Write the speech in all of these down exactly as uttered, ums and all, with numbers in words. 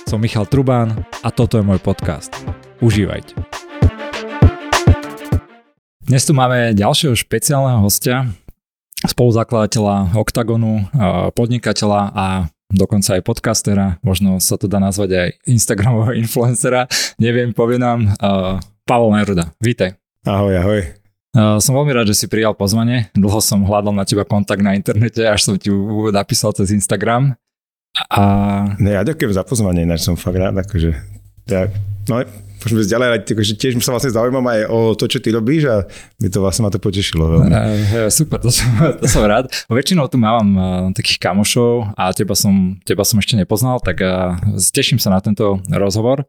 som Michal Trubán a toto je môj podcast. Užívajte. Dnes tu máme ďalšieho špeciálneho hostia, spoluzakladateľa Octagonu, podnikateľa a dokonca aj podcastera, možno sa to dá nazvať aj Instagramového influencera, neviem, povie nám uh, Pavol Neruda. Vítaj. Ahoj, ahoj. Uh, som veľmi rád, že si prijal pozvanie. Dlho som hľadal na teba kontakt na internete, až som ti napísal cez Instagram. A... Ne, ja ďakujem za pozvanie, ináč som fakt rád, akože, ja, no, môžeme ísť ďalej, ale akože tiež sa vlastne zaujímam aj o to, čo ty robíš a mi to vlastne ma to potešilo veľmi. Uh, super, to som, to som rád. Väčšinou tu mám uh, takých kamošov a teba som, teba som ešte nepoznal, tak uh, teším sa na tento rozhovor.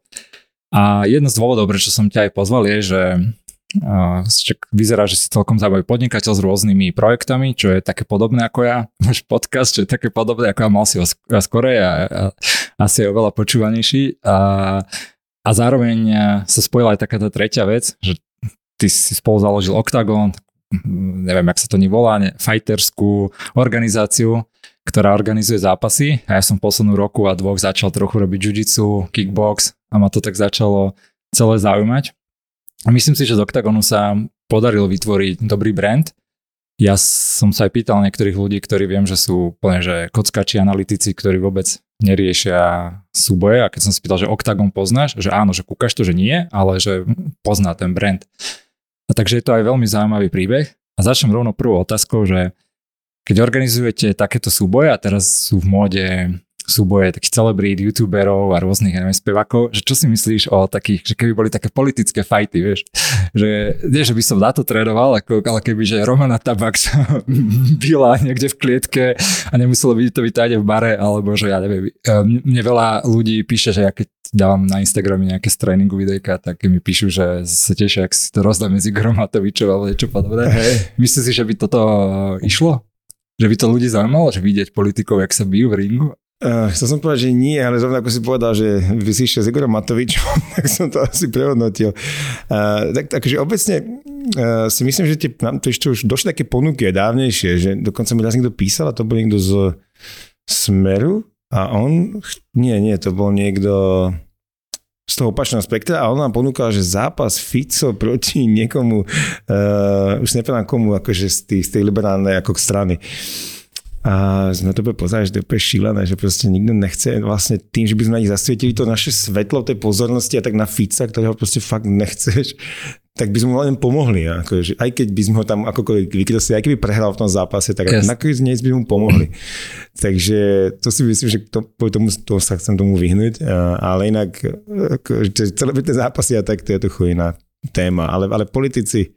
A jeden z dôvodov, prečo som ťa aj pozval, je, že Uh, vyzerá, že si celkom zaujímavý podnikateľ s rôznymi projektami, čo je také podobné ako ja. Máš podcast, čo je také podobné ako ja, mal si ho skorej a, a asi je oveľa počúvanejší. A, a zároveň sa spojila aj taká tá tretia vec, že ty si spolu založil Octagon, neviem, jak sa to nevolá, ne, fighterskú organizáciu, ktorá organizuje zápasy. A ja som poslednú roku a dvoch začal trochu robiť jiu-jitsu, kickbox a ma to tak začalo celé zaujímať. A myslím si, že z Octagonu sa podarilo vytvoriť dobrý brand. Ja som sa aj pýtal niektorých ľudí, ktorí viem, že sú úplne že kockači analytici, ktorí vôbec neriešia súboje. A keď som si pýtal, že Octagon poznáš, že áno, že kúkaš to, že nie, ale že pozná ten brand. A takže je to aj veľmi zaujímavý príbeh. A začnem rovno prvou otázkou, že keď organizujete takéto súboje a teraz sú v móde súboje takých celebrít, youtuberov a rôznych neviem, spevákov, že čo si myslíš o takých, že keby boli také politické fajty, vieš, že nie, že by som na to trénoval, ako, ale keby, že Romana Tabak sa byla niekde v klietke a nemuselo byť to byť tajde v bare, alebo že ja neviem, mne veľa ľudí píše, že ja keď dávam na Instagrame nejaké z tréningu videjka, tak mi píšu, že sa tešia, ak si to rozdá medzi Gromatovičov alebo niečo podobné. Hey. Myslíš si, že by toto išlo? Že by to ľudí zaujímalo, že vidieť politikov, jak sa bijú v ringu? Uh, chcel som povedať, že nie, ale zrovna ako si povedal, že by si išiel s Igorom Matovičom, tak som to asi prehodnotil. Uh, tak, takže obecne uh, si myslím, že tie, nám to ešte už došli také ponuky aj dávnejšie, že dokonca mi raz niekto písal a to bol niekto z Smeru a on, nie, nie, to bol niekto z toho opačného spektra a on nám ponúkal, že zápas Fico proti niekomu, uh, už nepamätám komu, akože z, tý, z tej liberálnej ako strany. A sme to pozerali, že to je úplne šílené, že proste nikto nechce vlastne tým, že by sme na nich zasvietili to naše svetlo tej pozornosti a tak na Fica, ktorého proste fakt nechceš, tak by sme mu len pomohli. Akože, aj keď by sme ho tam akokoľvek vykreslili, aj keby prehral v tom zápase, tak yes. nakoniec by sme mu pomohli. Takže to si myslím, že to, tomu to sa chcem tomu vyhnúť, ale inak akože, celé tie zápasy a tak to je trochu iná téma, ale, ale politici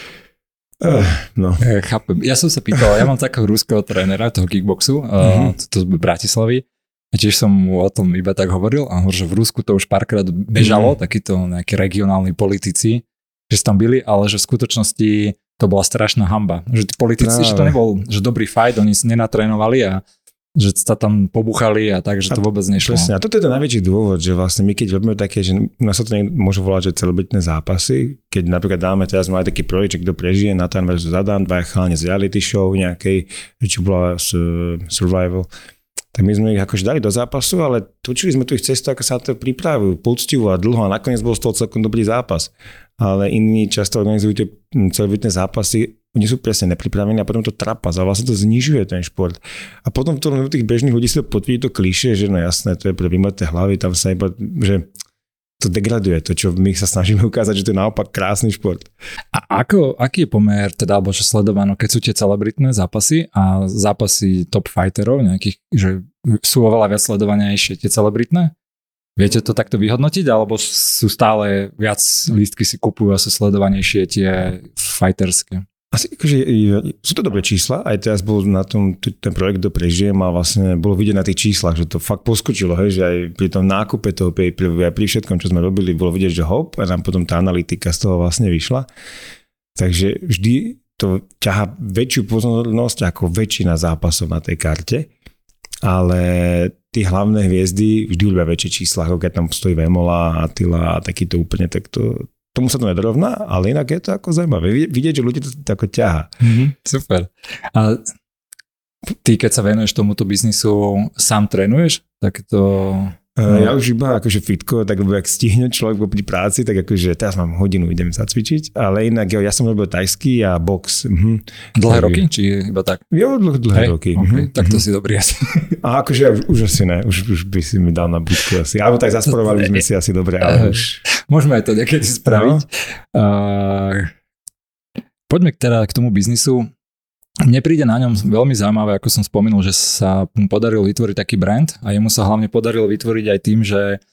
Uh, no. Chápem. Ja som sa pýtal, ja mám takého ruského trénera toho kickboxu, uh-huh. uh, to z Bratislavy, a tiež som mu o tom iba tak hovoril a hovoril, že v Rusku to už párkrát bežalo, uh-huh. takíto nejakí regionálni politici, že tam byli, ale že v skutočnosti to bola strašná hanba. Že tí politici, no, že to nebol že dobrý fight, oni si nenatrénovali a že sa tam pobuchali a tak, že to vôbec nešlo. Presne. A toto je ten najväčší dôvod, že vlastne my keď robíme také, že nás sa to môžu volať, že celobitné zápasy, keď napríklad dáme, teraz máme taký projekt, že kto prežije, Nathan versus Adam, dva chalani z reality show nejakej, či bola survival, tak my sme ich akože dali do zápasu, ale točili sme tu ich cestu, ako sa to pripravujú, poctivo a dlho a nakoniec bol z toho celkom dobrý zápas. Ale iní často organizujú tie celobitné zápasy, oni sú presne nepripravení a potom to trapas a vlastne to znižuje ten šport. A potom to u tých bežných ľudí si to potvrdí to klišé, že no jasné, to je pre vymleté hlavy, tam sa iba, že to degraduje, to čo my sa snažíme ukázať, že to je naopak krásny šport. A ako, aký je pomer, teda, alebo čo sledované, keď sú tie celebritné zápasy a zápasy top fighterov, nejakých, že sú oveľa viac sledovanejšie tie celebritné? Viete to takto vyhodnotiť, alebo sú stále viac lístky si kupujú a sú sledovanejšie tie fighterské? Asi akože, sú to dobré čísla, aj teraz bol na tom ten projekt do Prežijem a vlastne bolo vidieť na tých číslach, že to fakt poskočilo, hej, že aj pri tom nákupe toho pay-per-view, aj pri všetkom, čo sme robili, bolo vidieť, že hop, a nám potom tá analytika z toho vlastne vyšla. Takže vždy to ťahá väčšiu pozornosť ako väčšina zápasov na tej karte, ale tí hlavné hviezdy vždy ľubia väčšie čísla, ako keď tam stojí Vemola, Attila a takýto úplne takto. Tomu sa to nedorovná, ale inak je to ako zaujímavé. Vidieť, že ľudí to ako ťahá. Mm-hmm, super. A ty, keď sa venuješ tomuto biznisu, sám trénuješ? Takéto Uh, ja už iba akože fitko, tak lebo ak stihne človek popri práci, tak akože teraz mám hodinu, idem zacvičiť, ale inak jo, ja som robil tajský a box. Mhm. Dlhé tak, roky, či iba tak? Jo, dlhé, dlhé roky. Okay, mhm. Tak to si dobrý asi. A akože už, už asi ne, už, už by si mi dal na budku asi, alebo tak zasporovali sme si asi dobre, ale už... Môžeme aj to niekedy spraviť. No. Uh, poďme teda k tomu biznisu. Mne príde na ňom veľmi zaujímavé, ako som spomenul, že sa mu podarilo vytvoriť taký brand a jemu sa hlavne podarilo vytvoriť aj tým, že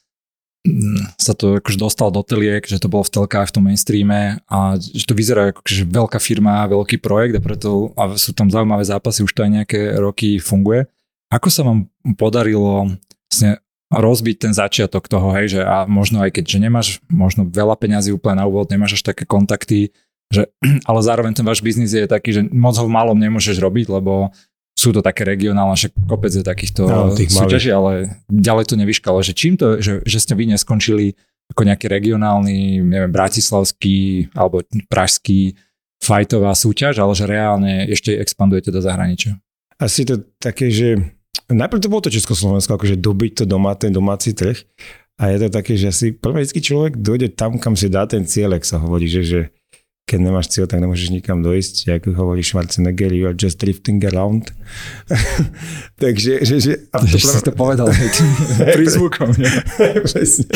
sa to akože dostal do teliek, že to bolo v telkách, v tom mainstreame a že to vyzerá ako že veľká firma, veľký projekt a preto a sú tam zaujímavé zápasy, už to aj nejaké roky funguje. Ako sa vám podarilo vlastne rozbiť ten začiatok toho, hej, že a možno aj keď, že nemáš možno veľa peňazí úplne na úvod, nemáš až také kontakty, že, ale zároveň ten váš biznis je taký, že moc ho v malom nemôžeš robiť, lebo sú to také regionálne, však kopec je takýchto no, súťaží, ale ďalej to nevyškalo. Že čím to, že, že ste vy neskončili ako nejaký regionálny, neviem, bratislavský alebo pražský fajtová súťaž, ale že reálne ešte expandujete do zahraničia? Asi to také, že najprv to bolo to Československo, akože dobiť to doma, ten domáci trh. A je to také, že asi prvý človek dojde tam, kam si dá ten cieľ, ak sa hovorí, že, že keď nemáš cieľ, tak nemôžeš nikam dojsť. Ako hovorí Schwarzenegger, you are just drifting around. Takže, že... že a to, si to povedal tým prízvukom. Presne.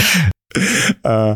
A,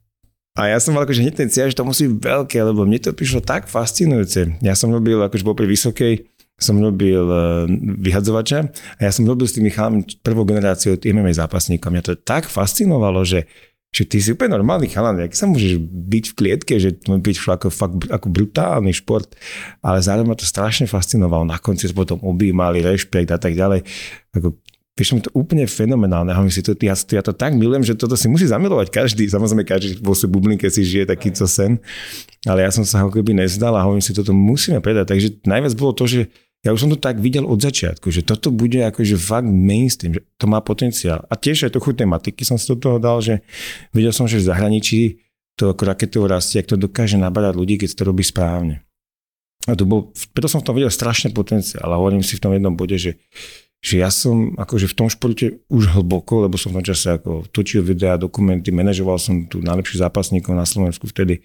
a ja som mal akože hneď ten cieľ, že to musí byť veľké, lebo mne to prišlo tak fascinujúce. Ja som robil, akože bol pri Vysokej, som robil uh, vyhadzovača a ja som robil s tými chalami prvou generáciou em em á zápasníkov. Mňa to tak fascinovalo, že že ty si úplne normálny chalan, jak sa môžeš byť v klietke, že to byť ako, fakt, ako brutálny šport, ale zároveň ma to strašne fascinovalo. Na konci sa potom objímali, rešpekt a tak ďalej. Ako, vieš, mi to úplne fenomenálne. A si to, ja, ja to tak milujem, že toto si musí zamilovať každý. Samozrejme, každý vo svojej bublinke si žije takýto sen. Ale ja som sa ho keby nezdal a hovorím si, toto musíme predať. Takže najviac bolo to, že ja už som to tak videl od začiatku, že toto bude akože fakt mainstream, že to má potenciál. A tiež aj trochu tematiky som si do toho dal, že videl som, že v zahraničí to ako raketovo rastie, ak to dokáže nabadať ľudí, keď to robí správne. A to bol, preto som v tom videl strašný potenciál, ale hovorím si v tom jednom bode, že, že ja som akože v tom športe už hlboko, lebo som v tom čase ako točil videá, dokumenty, manažoval som tu najlepších zápasníkov na Slovensku vtedy.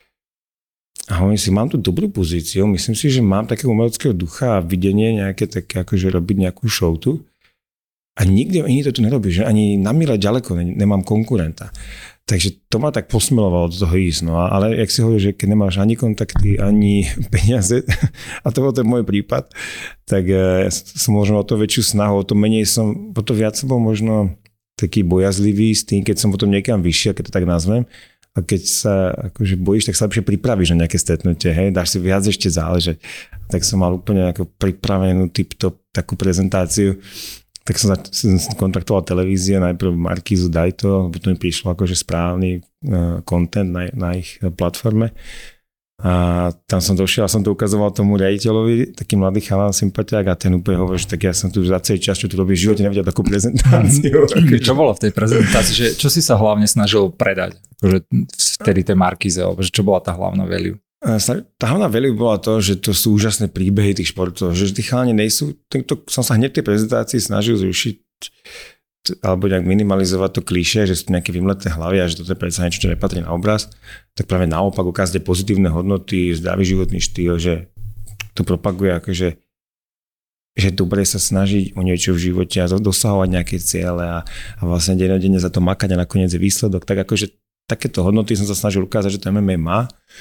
A hovorím si, mám tu dobrú pozíciu, myslím si, že mám takého umeleckého ducha a videnie nejaké také, akože robiť nejakú show tu. A nikde iný to tu nerobí, že ani na mile ďaleko nemám konkurenta. Takže to ma tak posmilovalo do toho ísť. No ale jak si hovorí, že keď nemáš ani kontakty, ani peniaze, a to bol ten môj prípad, tak ja som možno o to väčšiu snahu, o to menej som, o to viac som bol možno taký bojazlivý s tým, keď som potom niekam vyšiel, keď to tak nazvem. A keď sa akože bojíš, tak sa lepšie pripravíš na nejaké stretnutie, hej, dáš si viac ešte záležať. Tak som mal úplne ako pripravenú tip-top takú prezentáciu. Tak som, som kontaktoval televízie, najprv Markízu Dajto, lebo to mi prišlo akože správny uh, content na, na ich platforme. A tam som došiel a som to ukazoval tomu riaditeľovi, taký mladý chalán, sympatiák, a ten úplne hovorí, že tak ja som tu za celý čas, čo tu robíš, v živote nevidel takú prezentáciu. Čo bolo v tej prezentácii? Že, čo si sa hlavne snažil predať? Že vtedy tej Markíze, alebo čo bola tá hlavná value? Tá hlavná value bola to, že to sú úžasné príbehy tých športov, že tí chalani nejsú, tento, som sa hneď v tej prezentácii snažil zrušiť alebo nejak minimalizovať to klišé, že sú nejaké vymleté hlavy a že toto je predsa niečo, čo nepatrí na obraz, tak práve naopak ukázať pozitívne hodnoty, zdravý životný štýl, že to propaguje akože že dobre sa snažiť o niečo v živote a dosahovať nejaké ciele a, a vlastne dennodenne za to makať a nakoniec je výsledok. Tak akože takéto hodnoty som sa snažil ukázať, že to em em á má.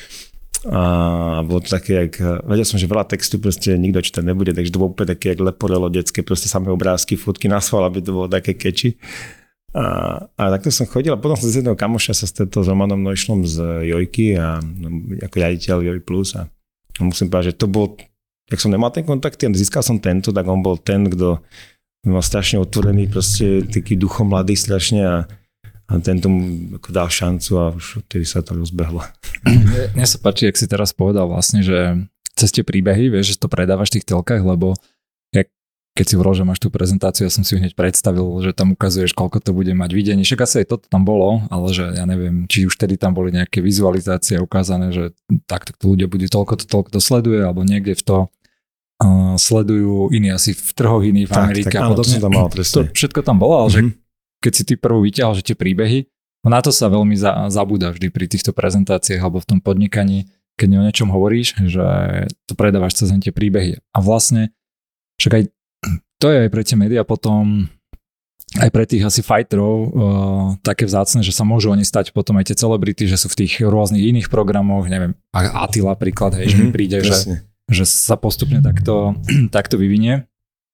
A bolo to také, jak, vedel som, že veľa textu proste nikto čítať nebude, takže to bolo úplne také, jak leporelo detské, proste samé obrázky, fotky na schvál, aby to bolo také catchy. A, a takto som chodil a potom som z jedného kamoša sa stretol s Romanom Nojšlom z Jojky a ako riaditeľ Joj Plus a musím povedať, že to bol, jak som nemal ten kontakt, získal som tento, tak on bol ten, kto mal strašne otvorený, proste taký duchom mladý strašne a A ten tomu dal šancu a už odtedy sa to rozbehlo. Mne sa páči, jak si teraz povedal vlastne, že cez tie príbehy, vieš, že to predávaš v tých telkách, lebo jak, keď si hovoril, že máš tú prezentáciu, ja som si ju hneď predstavil, že tam ukazuješ, koľko to bude mať videní. Však asi aj toto tam bolo, ale že ja neviem, či už tedy tam boli nejaké vizualizácie ukázané, že takto to ľudia bude toľko to toľko to sleduje, alebo niekde v to uh, sledujú iní asi v trhoch iní v Amerike. Tak, áno, to som tam mal presne. To všetko tam bolo, ale mm-hmm. že keď si ty prvú vyťahol, že tie príbehy, no na to sa veľmi za, zabúda vždy pri týchto prezentáciách alebo v tom podnikaní, keď o niečom hovoríš, že to predávaš cez tie príbehy. A vlastne, však aj to je aj pre tie médiá potom, aj pre tých asi fighterov uh, také vzácne, že sa môžu oni stať potom aj tie celebrity, že sú v tých rôznych iných programoch, neviem, Attila príklad, hej, mm-hmm, že mi príde, že, že sa postupne takto, takto vyvinie.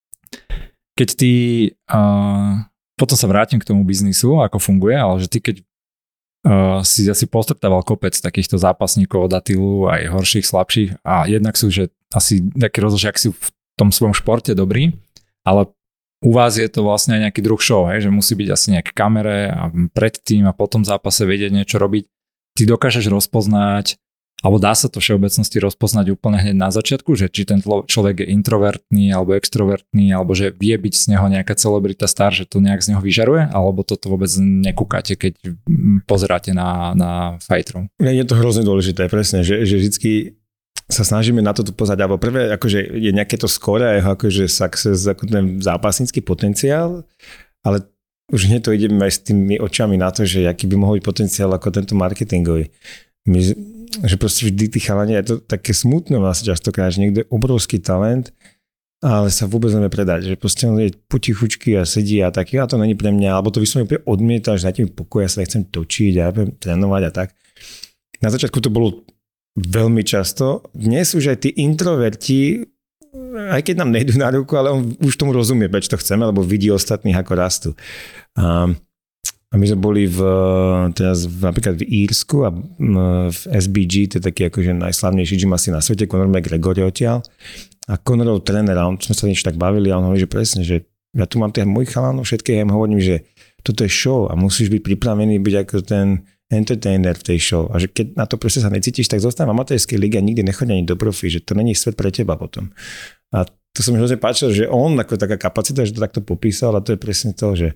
Keď ty... Uh, Potom sa vrátim k tomu biznisu, ako funguje, ale že ty keď uh, si asi postretával kopec takýchto zápasníkov od Attilu, aj horších, slabších a jednak sú, že asi taký rozdiel, že ak si v tom svojom športe dobrý, ale u vás je to vlastne aj nejaký druh show, hej, že musí byť asi nejaké kamere a predtým a potom zápase vedieť niečo robiť. Ty dokážeš rozpoznať, alebo dá sa to všeobecnosti rozpoznať úplne hneď na začiatku, že či ten človek je introvertný alebo extrovertný, alebo že vie byť z neho nejaká celebrita star, že to nejak z neho vyžaruje, alebo toto vôbec nekúkate, keď pozeráte na, na fighterov? Je to hrozne dôležité, presne, že, že vždycky sa snažíme na toto pozrieť, alebo prvé, akože je nejaké to skore, akože success, ako ten zápasnícky potenciál, ale už hneď to ideme aj s tými očami na to, že aký by mohol byť potenciál ako tento marketingový. My, že proste vždy tí chalani, je to také smutné vlastne častokrát, že niekto je obrovský talent, ale sa vôbec nevie predať, že proste on je potichučky a sedí a taký, a to není pre mňa, alebo to vyslovene úplne odmieta, že dajte mi pokoj, ja sa nechcem točiť a ja budem trénovať a tak. Na začiatku to bolo veľmi často, dnes už aj tí introverti, aj keď nám nejdú na ruku, ale on už tomu rozumie, prečo to chceme, lebo vidí ostatných, ako rastú. A A my sme boli v, teraz v, napríklad v Írsku a v es bí gé, to je taký akože najslavnejší gym asi na svete, Conor McGregor je odtiaľ. A Conorov tréner, a on, sme sa niečo tak bavili a on hovorí, že presne, že ja tu mám tých mojich chalanov, všetkých, ja im hovorím, že toto je show a musíš byť pripravený byť ako ten entertainer v tej show. A že keď na to proste sa necítiš, tak zostaň v amatérskej lige a nikdy nechoď ani do profi, že to není svet pre teba potom. A to sa mi hrozne páčilo, že on ako taká kapacita, že to takto popísal a to je presne to, že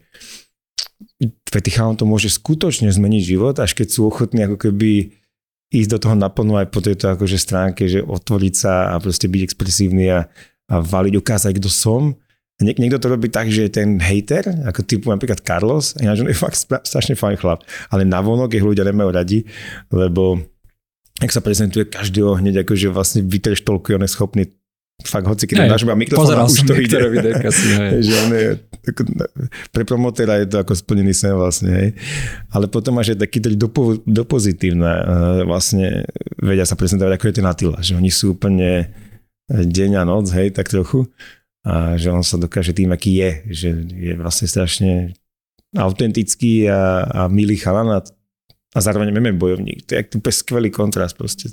pre tých chalanov to môže skutočne zmeniť život, až keď sú ochotní ako keby ísť do toho naplno aj po tejto akože stránke, že otvoriť sa a proste byť expresívny a, a valiť, ukázať, kto som. Niek- niekto to robí tak, že je ten hater, ako typu napríklad Carlos, ináč on je fakt strašne fajn chlap, ale navonok ich ľudia nemajú radi, lebo ak sa prezentuje každého hneď akože vlastne vytreš toľko, on je schopný fakt hoci, keď dáš ma mikrofón a už to ide. Videjka si, že on je, ako, pre promotéra je to ako splnený sen vlastne. Hej. Ale potom máš aj taký dopo, dopozitívne vlastne vedia sa prezentovať, ako je ten Attila. Že oni sú úplne deň a noc, hej, tak trochu. A že on sa dokáže tým, aký je. Že je vlastne strašne autentický a, a milý chalan a, a zároveň meme bojovník. To je úplne skvelý kontrast proste.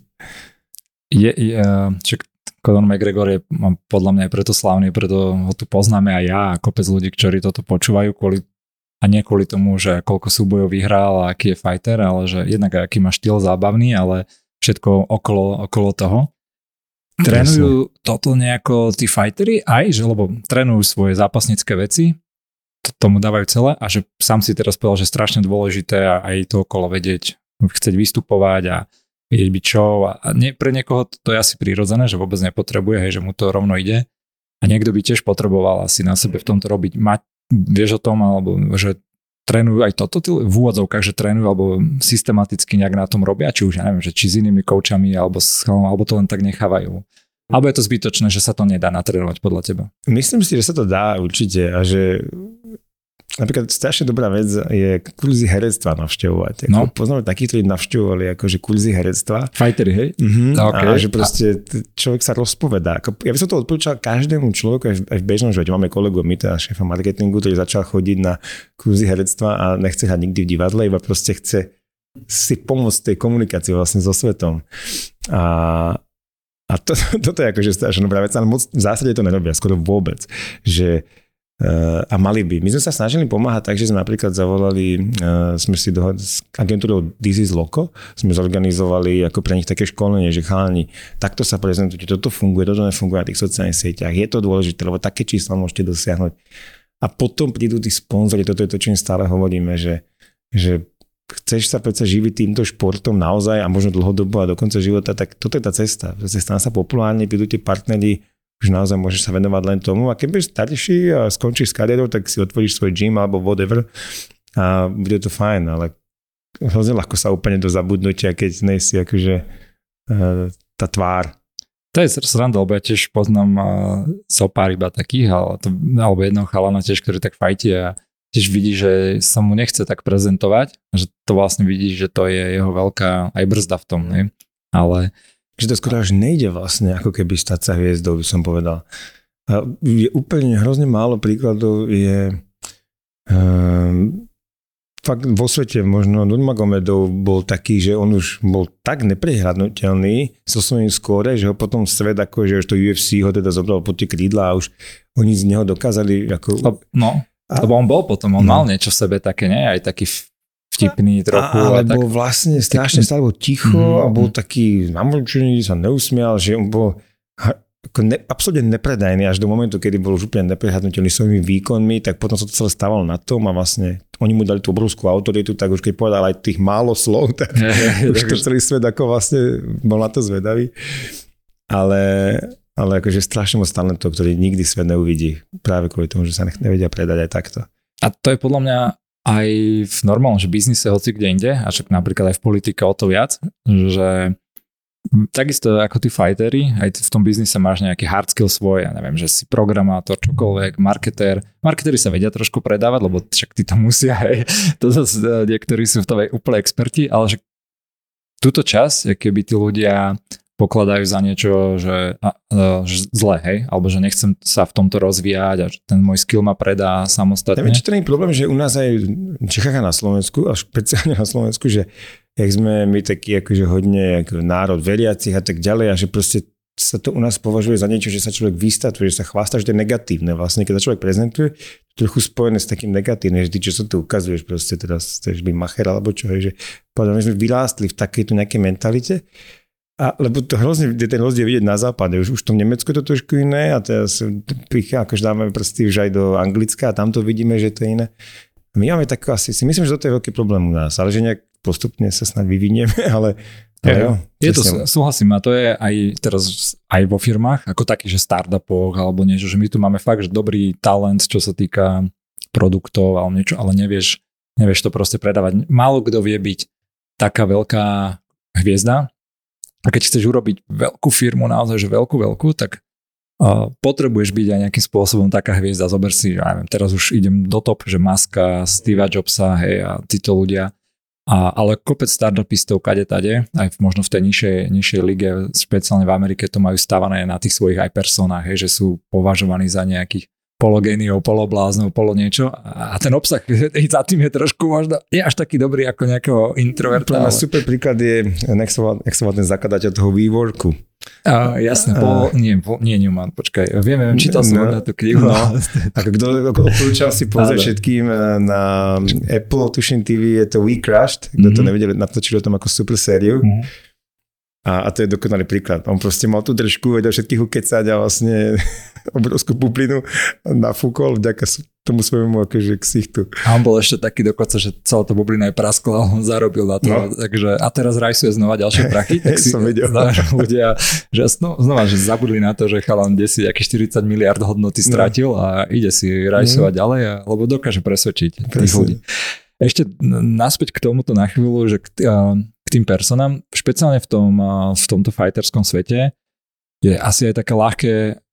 Je, je čak Conor McGregor je podľa mňa aj preto slávny, preto ho tu poznáme aj ja a kopec ľudí, ktorí toto počúvajú kvôli, a nie kvôli tomu, že koľko súbojov vyhral a aký je fighter, ale že jednak aký má štýl zábavný, ale všetko okolo, okolo toho. Trénujú toto nejako tí fightery aj, že lebo trénujú svoje zápasnícke veci, to, tomu dávajú celé a že sám si teraz povedal, že strašne dôležité aj to okolo vedieť, chcieť vystupovať a vedieť byť show a nie, pre niekoho to je asi prirodzené, že vôbec nepotrebuje, hej, že mu to rovno ide a niekto by tiež potreboval asi na sebe v tomto robiť. Mať, vieš o tom, alebo že trénujú aj toto v úvodzovkách, že trénujú alebo systematicky nejak na tom robia, či už ja neviem, že či s inými koučami alebo, alebo to len tak nechávajú. Alebo je to zbytočné, že sa to nedá natrénovať podľa teba? Myslím si, že sa to dá určite a že napríklad strašne dobrá vec je kurzy herectva navštevovať. No. Poznáme takých, ktorí navštevovali akože kurzy herectva. Fightery, hej? Mm-hmm. Okay. A že proste človek sa rozpovedá. Ja by som to odporúčal každému človeku aj v, aj v bežnom živote. Máme kolegu, my teda šéfa marketingu, ktorý začal chodiť na kurzy herectva a nechce hrať nikdy v divadle, iba proste chce si pomôcť tej komunikácii vlastne so svetom. A A to, toto je akože strašne dobrá vec, ale moc v zásade to nerobia, skoro vôbec. Že, uh, a mali by. My sme sa snažili pomáhať tak, že sme napríklad zavolali, uh, sme si dohodli s agentúrou This is Loco, sme zorganizovali ako pre nich také školenie, že chalani, takto sa prezentujte, toto funguje, toto nefunguje na tých sociálnych sieťach, je to dôležité, lebo také čísla môžete dosiahnuť. A potom prídu tí sponzori, toto je to, čo im stále hovoríme, že, že chceš sa predsa živiť týmto športom naozaj a možno dlhodobo a do konca života, tak toto je tá cesta. Cesta sa populárne, prídu tie partneri už naozaj môžeš sa venovať len tomu a keď budeš starší a skončíš s kariérou, tak si otvoríš svoj gym alebo whatever a bude to fajn, ale hrozne ľahko sa úplne do zabudnutia, keď nejsi akože uh, tá tvár. To je sranda, lebo ja tiež poznám uh, zopár iba takých, ale to, alebo jedného chalana tiež, ktorý tak fajti a tiež vidí, že sa mu nechce tak prezentovať, že to vlastne vidí, že to je jeho veľká aj brzda v tom, ne? Ale... Že to skoro až nejde vlastne, ako keby stať sa hviezdou, by som povedal. A je úplne hrozne málo príkladov, je um, fakt vo svete možno Nurmagomedov bol taký, že on už bol tak neprehľadnutelný so svojím skóre, že ho potom svet ako, že už to U F C ho teda zobral pod tie krídla a už oni z neho dokázali ako... No, lebo on bol potom, on no. mal niečo v sebe také, nie? Aj taký vtipný trochu. A, ale a tak... bol vlastne strašne stále bol ticho mm, a bol taký namlčený, sa neusmial, že on bol ako ne, absolútne nepredajný až do momentu, kedy bol už úplne neprehľadnutelný svojimi výkonmi, tak potom sa to celé stávalo na tom a vlastne oni mu dali tú obrovskú autoritu, tak už keď povedal aj tých málo slov, tak už to celý svet ako vlastne bol na to zvedavý. Ale, ale akože strašne moc talentov, ktorý nikdy svet neuvidí, práve kvôli tomu, že sa nevedia predať aj takto. A to je podľa mňa aj v normálnom že biznise, hoci kde inde, a však napríklad aj v politike o to viac, že takisto ako tí fightery, aj v tom biznise máš nejaký hard skill svoj, ja neviem, že si programátor, čokoľvek, marketér. Marketéri sa vedia trošku predávať, lebo však tí to musia, hej. To zase niektorí sú v tom aj úplne experti, ale že túto časť, keby tí ľudia pokladajú za niečo, že, a, a, že zlé, hej, alebo že nechcem sa v tomto rozvíjať a že ten môj skill ma predá samostatne. Neviem, či to nie je problém, že u nás aj v Čechách a na Slovensku, a špeciálne na Slovensku, že jak sme my takí akože hodne ako národ veriacich a tak ďalej a že proste sa to u nás považuje za niečo, že sa človek vystatuje, že sa chvásta, že to je negatívne. Vlastne, keď sa človek prezentuje, to je trochu spojené s takým negatívnym, že ty, čo sa tu ukazuješ, proste teraz chceš byť macher alebo čo, hej, že povedal, my sme vyrástli v takejto nejakej mentalite. A, lebo to hrozne, ten rozdiel vidieť na západe. Už, už v tom Nemecku je to trošku iné a teraz prichá, akože dáme prsty už aj do Anglicka a tam to vidíme, že to je iné. My máme tak asi, si myslím, že to je veľký problém u nás, ale že nejak postupne sa snad vyvinieme, ale... ale jo, je to, súhlasím, a to je aj teraz aj vo firmách, ako taký, že startupoch alebo niečo, že my tu máme fakt, že dobrý talent, čo sa týka produktov alebo niečo, ale nevieš, nevieš to proste predávať. Málo kto vie byť taká veľká hviezda. A keď chceš urobiť veľkú firmu, naozaj, že veľkú, veľkú, tak uh, potrebuješ byť aj nejakým spôsobom taká hviezda. Zober si, že neviem, teraz už idem do top, že Muska, Steva Jobsa, hej, a títo ľudia. A, ale kopec startupistov kade tade, aj možno v tej nižšej, nižšej lige, špeciálne v Amerike to majú stávané na tých svojich aj personách, hej, že sú považovaní za nejakých pologéniov, polobláznov, polo niečo a ten obsah za tým je trošku možno nie až taký dobrý ako nejakého introverta. Ale... Super príklad je, nech sa volá ten zakladateľ toho WeWorku. Uh, jasne, Paul, nie, Paul, nie Newman, počkaj, viem, viem, čítal som no, tú knihu. No. Ako kto odporúčam si pozrieť všetkým na Apple, tuším té vé, je to We Crushed, kto mm-hmm. to nevedel, natočili o tom ako super sériu. Mm-hmm. A, a to je dokonalý príklad. On proste mal tú držku, vedel všetkých ukecať a vlastne obrovskú puplinu nafúkol vďaka tomu svojmu akože ksichtu. A on bol ešte taký dokonca, že celá tá bublina aj praskla, on zarobil na to. No. Takže, a teraz rajsuje znova ďalšie prachy. Tak si ľudia, že znova, že zabudli na to, že chalan desí aký štyridsať miliárd hodnoty stratil no. a ide si rajsovať no. ďalej, a, lebo dokáže presvedčiť tých ľudí. Ešte naspäť k tomuto na chvíľu, že k, k tým personám, špeciálne v, tom, v tomto fighterskom svete, je asi aj také ľahké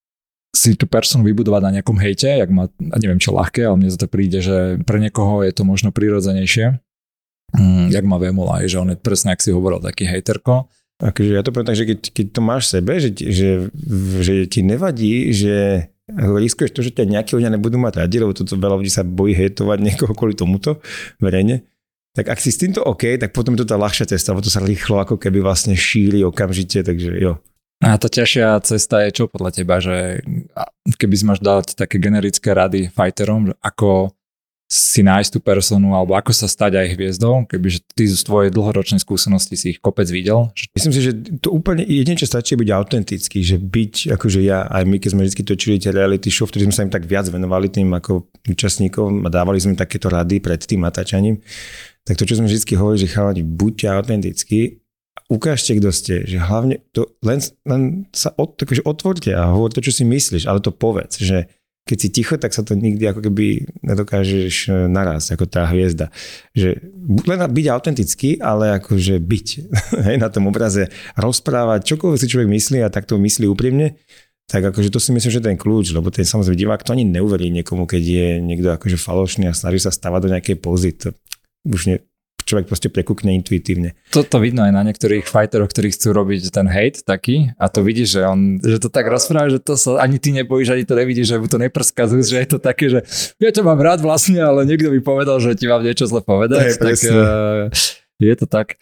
si tú personu vybudovať na nejakom hejte, jak má, neviem čo ľahké, ale mne za to príde, že pre niekoho je to možno prirodzenejšie, mm, jak má Vémola, že on je presne, ak si hovoril, taký hejterko. Akože ja to poviem tak, že keď, keď to máš v sebe, že, že, že ti nevadí, že riskuješ to, že ťa nejakí ľudia nebudú mať radi, lebo toto veľa ľudí sa bojí hejtovať niekoho kvôli tomuto verejne, tak ak si s týmto OK, tak potom je to tá ľahšia cesta, lebo to sa rýchlo ako keby vlastne šíri okamžite, takže jo. A tá ťažšia cesta je čo podľa teba, že keby si máš dať také generické rady fighterom, ako si nájsť tú personu, alebo ako sa stať aj hviezdou, kebyže ty z tvojej dlhoročnej skúsenosti si ich kopec videl? Myslím si, že to úplne jedine, čo stačí byť autentický, že byť, akože ja, aj my, keď sme vždy točili tie reality show, vtedy sme sa im tak viac venovali tým ako účastníkom a dávali sme im takéto rady pred tým natáčaním, tak to, čo sme vždy hovorili, že chalani, buďte autentickí ukážte, kto ste, že hlavne to, len, len sa od, takže otvorte a hovor to, čo si myslíš, ale to povedz, že keď si ticho, tak sa to nikdy ako keby nedokážeš naraz, ako tá hviezda. Že len byť autentický, ale akože byť hej, na tom obraze, rozprávať, čokoľvek si človek myslí a tak to myslí úprimne, tak akože to si myslím, že ten kľúč, lebo ten samozrejme divák to ani neuverí niekomu, keď je niekto akože falošný a snaží sa stavať do nejakej pózy. To už nie, človek proste prekúkne intuitívne. Toto vidno aj na niektorých fighteroch, ktorí chcú robiť ten hate taký a to vidíš, že on, že to tak rozpráva, že to sa ani ty nebojíš, ani to nevidíš, že mu to neprská z úst, že je to také, že ja ťa mám rád vlastne, ale niekto mi povedal, že ti mám niečo zle povedať, tak uh, je to tak.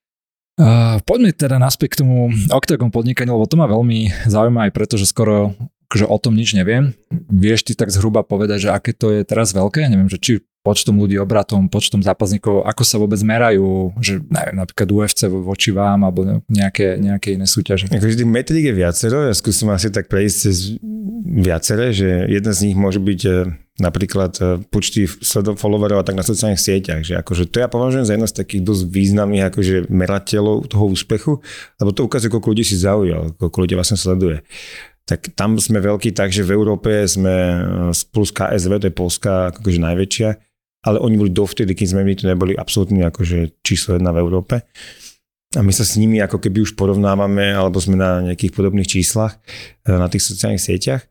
Uh, poďme teda naspäť k tomu Octagon podnikaniu, lebo to ma veľmi zaujíma aj preto, že skoro že o tom nič neviem. Vieš ty tak zhruba povedať, že aké to je teraz veľké? Neviem, že či počtom ľudí, obratom, počtom zápasníkov, ako sa vôbec merajú, že neviem, napríklad ú ef cé voči vám, alebo nejaké, nejaké iné súťaže. Akože tých metrík je viacero, ja skúsim asi tak prejsť cez viacere, že jedna z nich môže byť napríklad počty followerov a tak na sociálnych sieťach, že akože to ja považujem za jedno z takých dosť významných akože merateľov toho úspechu, lebo to ukazuje, koľko ľudí si zaujal, koľko ľudí vlastne sleduje. Tak tam sme veľkí tak, že v Európe sme plus ká es vé, to je Polska akože najväčšia, ale oni boli dovtedy, keď sme my tu neboli absolútne akože číslo jedna v Európe. A my sa s nimi ako keby už porovnávame, alebo sme na nejakých podobných číslach na tých sociálnych sieťach.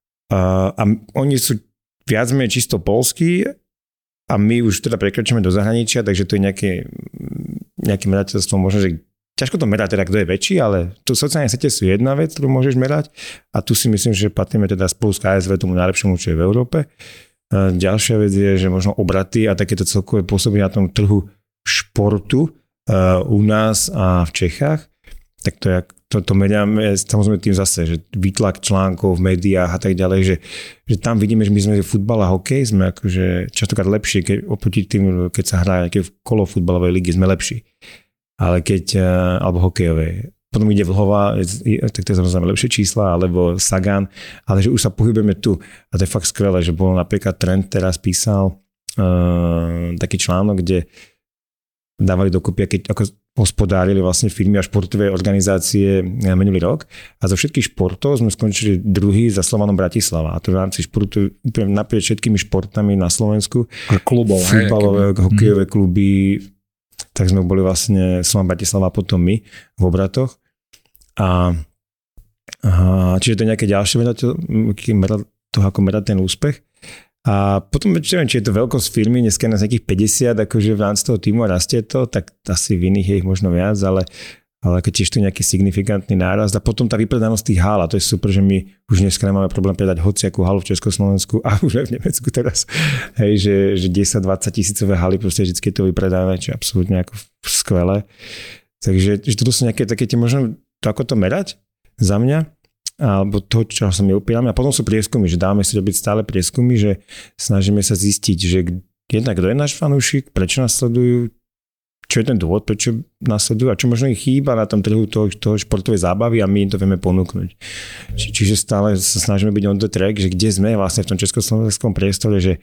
A, a oni sú viac menej čisto polskí a my už teda prekračujeme do zahraničia, takže to je nejaké, nejaké merateľstvo, možno, že ťažko to merať, teda kto je väčší, ale tu sociálne siete sú jedna vec, ktorú môžeš merať a tu si myslím, že patríme teda spolu s ká es vé tomu najlepšiemu, čo je v Európe. A ďalšia vec je, že možno obraty a takéto celkové pôsobenie na tom trhu športu uh, u nás a v Čechách, tak to, jak, to, to meriame samozrejme tým zase, že výtlak článkov v médiách a tak ďalej, že, že tam vidíme, že my sme futbal a hokej, sme akože častokrát lepšie, keď oproti tým, keď sa hrá nejaké kolo futbalovej ligy, sme lepší. Ale keď, alebo hokejové, potom ide Vlhová, tak to je samozrejme lepšie čísla, alebo Sagan, ale že už sa pohybujeme tu. A to je fakt skvelé, že bol napríklad Trend teraz písal uh, taký článok, kde dávali dokopy, keď ako hospodárili vlastne firmy a športové organizácie minulý rok. A zo všetkých športov sme skončili druhý za Slovanom Bratislava. A to v rámci športu naprieč všetkými športami na Slovensku. Klubov. Futbalové, hokejové kluby, tak sme boli vlastne Slovan Bratislava a potom my v obratoch. A, a čiže to je nejaké ďalšie merateľ, toho, ako merať ten úspech. A potom, neviem, či je to veľkosť firmy, dneska je nás nejakých päťdesiat, akože v rámci toho týmu a rastie to, tak asi v iných je ich možno viac, ale, ale ako tiež to je nejaký signifikantný nárast. A potom tá vypredanosť tých hál, a to je super, že my už dneska nemáme problém predať hociakú halu v Československu a už aj v Nemecku teraz. Hej, že, že desať dvadsať tisícové haly, proste vždy to vypredáme, čo je absolútne ako skvelé. Takže že toto sú nejaké také, tie možno to, ako to merať za mňa, alebo to, čo sa my opierame. A potom sú prieskumy, že dáme si robiť stále prieskumy, že snažíme sa zistiť, že jednak kto je náš fanúšik, prečo nás sledujú, čo je ten dôvod, prečo nás sledujú a čo možno ich chýba na tom trhu toho, toho športovej zábavy a my im to vieme ponúknuť. Či, čiže stále sa snažíme byť on the track, že kde sme vlastne v tom československom priestore, že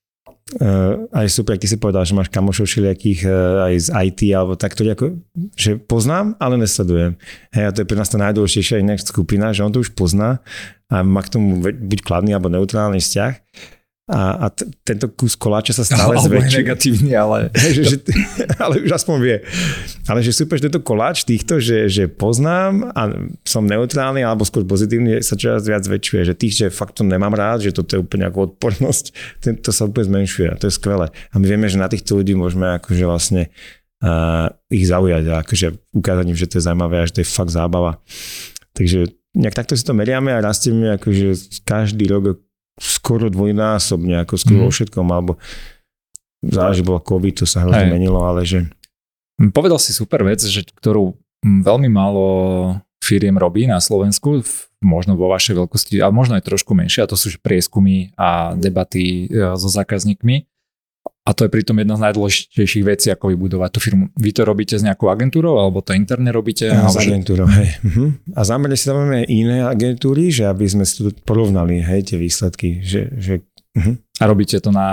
Uh, aj super, ak ty si povedal, že máš kamošov všelijakých uh, aj z í té alebo tak, ktorý ako, že poznám, ale nesledujem. Hej, a to je pre nás tá najdôležitejšia iná skupina, že on to už pozná a má k tomu buď kladný alebo neutrálny vzťah. A, a t- tento kus koláča sa stále zväčšuje. Alebo negatívny, ale... že, že, ale už aspoň vie. Ale že super, že tento koláč týchto, že, že poznám a som neutrálny alebo skôr pozitívny, sa čoraz viac zväčšuje. Že tých, že fakt to nemám rád, že toto je úplne ako odpornosť, tento sa úplne zmenšuje a to je skvelé. A my vieme, že na týchto ľudí môžeme akože vlastne uh, ich zaujať a akože ukázať im, že to je zaujímavé a že to je fakt zábava. Takže nejak takto si to meriame a rastieme akože každý rok skoro dvojnásobne, ako skoro mm. všetkom, alebo záleží, bolo COVID, to sa hrozne menilo, ale že... Povedal si super vec, že, ktorú veľmi málo firiem robí na Slovensku, možno vo vašej veľkosti, a možno aj trošku menšie, a to sú prieskumy a debaty so zákazníkmi. A to je pritom jedna z najdôležitejších vecí, ako vybudovať tú firmu. Vy to robíte s nejakou agentúrou, alebo to interne robíte? Ja, s agentúrou, hej. Uh-huh. A zámerne si dávame iné agentúry, že aby sme si tu porovnali, hej, tie výsledky. Že, že, uh-huh. A robíte to na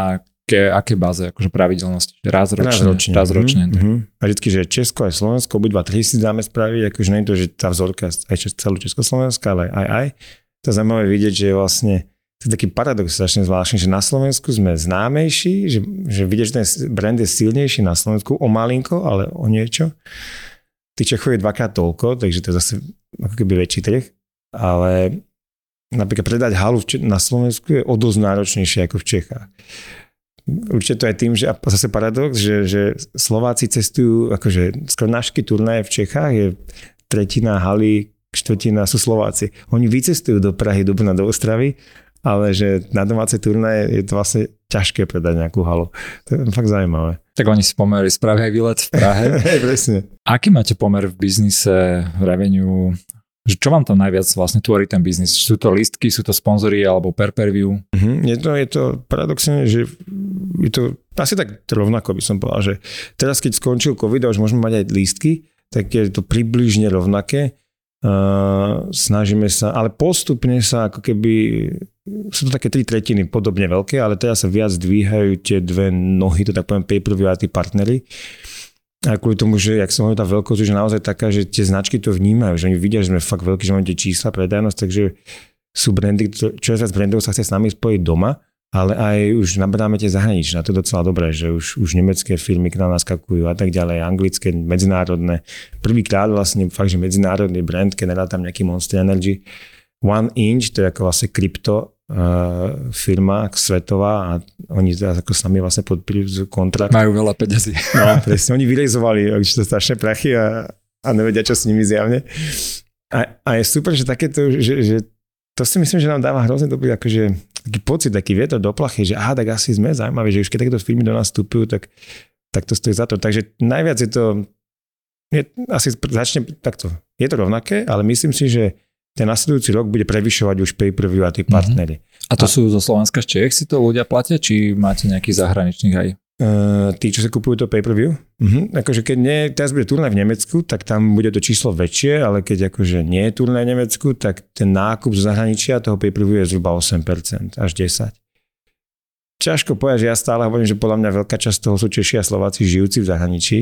aké, aké báze, akože pravidelnosti? Raz ročne? Raz ročne. Raz ročne. Mm-hmm. A vždycky, že Česko aj Slovensko, obidva tri si dáme spraviť, akože nie je to, že tá vzorka aj celú Československa, ale aj aj. To je zaujímavé vidieť, že vlastne to je taký paradox strašne zvláštny, že na Slovensku sme známejší, že, že vidieť, že ten brand je silnejší na Slovensku o malinko, ale o niečo. Tých Čechov je dvakrát toľko, takže to je zase ako keby väčší trh, ale napríklad predať halu na Slovensku je o dosť náročnejšie ako v Čechách. Určite to aj tým, že a zase paradox, že, že Slováci cestujú, akože skoro našky turnaje v Čechách je tretina haly, štvrtina sú Slováci. Oni vycestujú do Prahy, do Brna, do Ostravy, ale že na domáce turnaje je to vlastne ťažké predať nejakú halu. To je fakt zaujímavé. Tak oni si pomerili, spravia aj výlet v Prahe. Hej, presne. Aký máte pomer v biznise, v revenue? Čo vám tam najviac vlastne tvorí ten biznis? Sú to lístky, sú to sponzory alebo per-per-view? Mm-hmm. Je to, je to paradoxne, že je to asi tak rovnako by som povedal, že teraz keď skončil COVID a už môžeme mať aj lístky, tak je to približne rovnaké. Uh, snažíme sa, ale postupne sa ako keby, sú to také tri tretiny podobne veľké, ale teraz sa viac dvíhajú tie dve nohy, to tak poviem pay-per-view a tí partnery. A kvôli tomu, že jak som hovoril, tá veľkosť je naozaj taká, že tie značky to vnímajú, že oni vidia, že sme fakt veľkí, že máme tie čísla, predajnosť, takže sú brandy, čo viac brandov sa chce s nami spojiť doma, ale aj už nabadáme tie zahraničné, a to je docela dobré, že už, už nemecké firmy k nám naskakujú a tak ďalej, anglické, medzinárodné. Prvýkrát vlastne fakt, že medzinárodný brand, keď nedá tam nejaký Monster Energy. One Inch, to je ako vlastne krypto Uh, firma svetová a oni teraz ako s nami vlastne podpíli kontrakt. Majú veľa peňazí. No, presne, oni vyrejzovali to strašné prachy a, a nevedia, čo s nimi zjavne. A, a je super, že takéto, že, že to si myslím, že nám dáva hrozne dobrý akože, taký pocit, taký vietor do plachy, že aha, tak asi sme zaujímaví, že už keď takéto firmy do nás vstupujú, tak, tak to stojí za to. Takže najviac je to, je, asi začne takto, je to rovnaké, ale myslím si, že ten nasledujúci rok bude prevyšovať už pay-per-view a tí partnery. Mm-hmm. A to a... sú zo Slovenska z Čiech si to ľudia platia, či máte nejakých zahraničných aj? Uh, tí, čo sa kupujú to pay-per-view? Uh-huh. Akože keď nie, teraz bude turnaj v Nemecku, tak tam bude to číslo väčšie, ale keď akože nie je turnaj v Nemecku, tak ten nákup z zahraničia toho pay-per-view je zhruba osem percent až desať percent. Ťažko povedať, že ja stále hovorím, že podľa mňa veľká časť toho sú Češi a Slováci žijúci v zahraničí.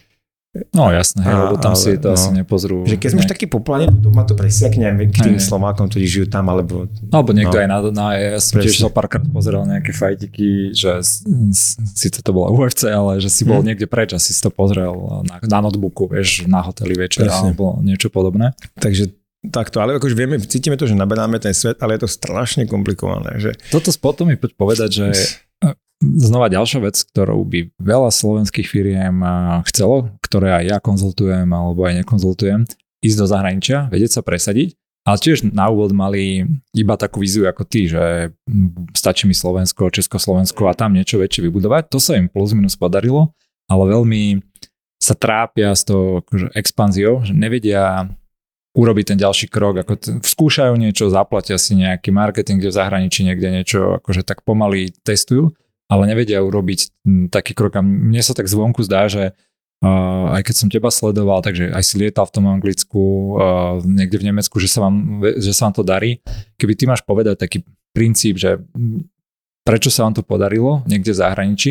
No jasné, hej, lebo tam ale, si to no, asi nepozrú. Že keď sme už taký populárni, doma to presiakne aj k tým Slovákom, ktorí žijú tam, alebo... Alebo niekto no, aj na, na ja som presne. Tiež so párkrát pozeral nejaké fajtiky, že síce to bola ú ef cé, ale že si bol hmm. niekde preč a si si to pozrel na, na notebooku, vieš, na hoteli večer, presne. Alebo niečo podobné. Takže takto, ale akože vieme, cítime to, že naberáme ten svet, ale je to strašne komplikované. Že... Toto potom mi poď povedať, že znova ďalšia vec, ktorou by veľa slovenských firiem chcelo, ktoré aj ja konzultujem alebo aj nekonzultujem, ísť do zahraničia, vedieť sa presadiť, ale tiež na úvod mali iba takú víziu ako ty, že stačí mi Slovensko, Československo a tam niečo väčšie vybudovať. To sa im plus minus podarilo, ale veľmi sa trápia s tou akože expanziou, že nevedia urobiť ten ďalší krok, ako t- skúšajú niečo, zaplatia si nejaký marketing v zahraničí, niekde niečo akože tak pomaly testujú, ale nevedia urobiť taký krok. A mne sa tak zvonku zdá, že uh, aj keď som teba sledoval, takže aj si lietal v tom Anglicku, uh, niekde v Nemecku, že sa, vám, že sa vám to darí. Keby ty máš povedať taký princíp, že prečo sa vám to podarilo niekde v zahraničí,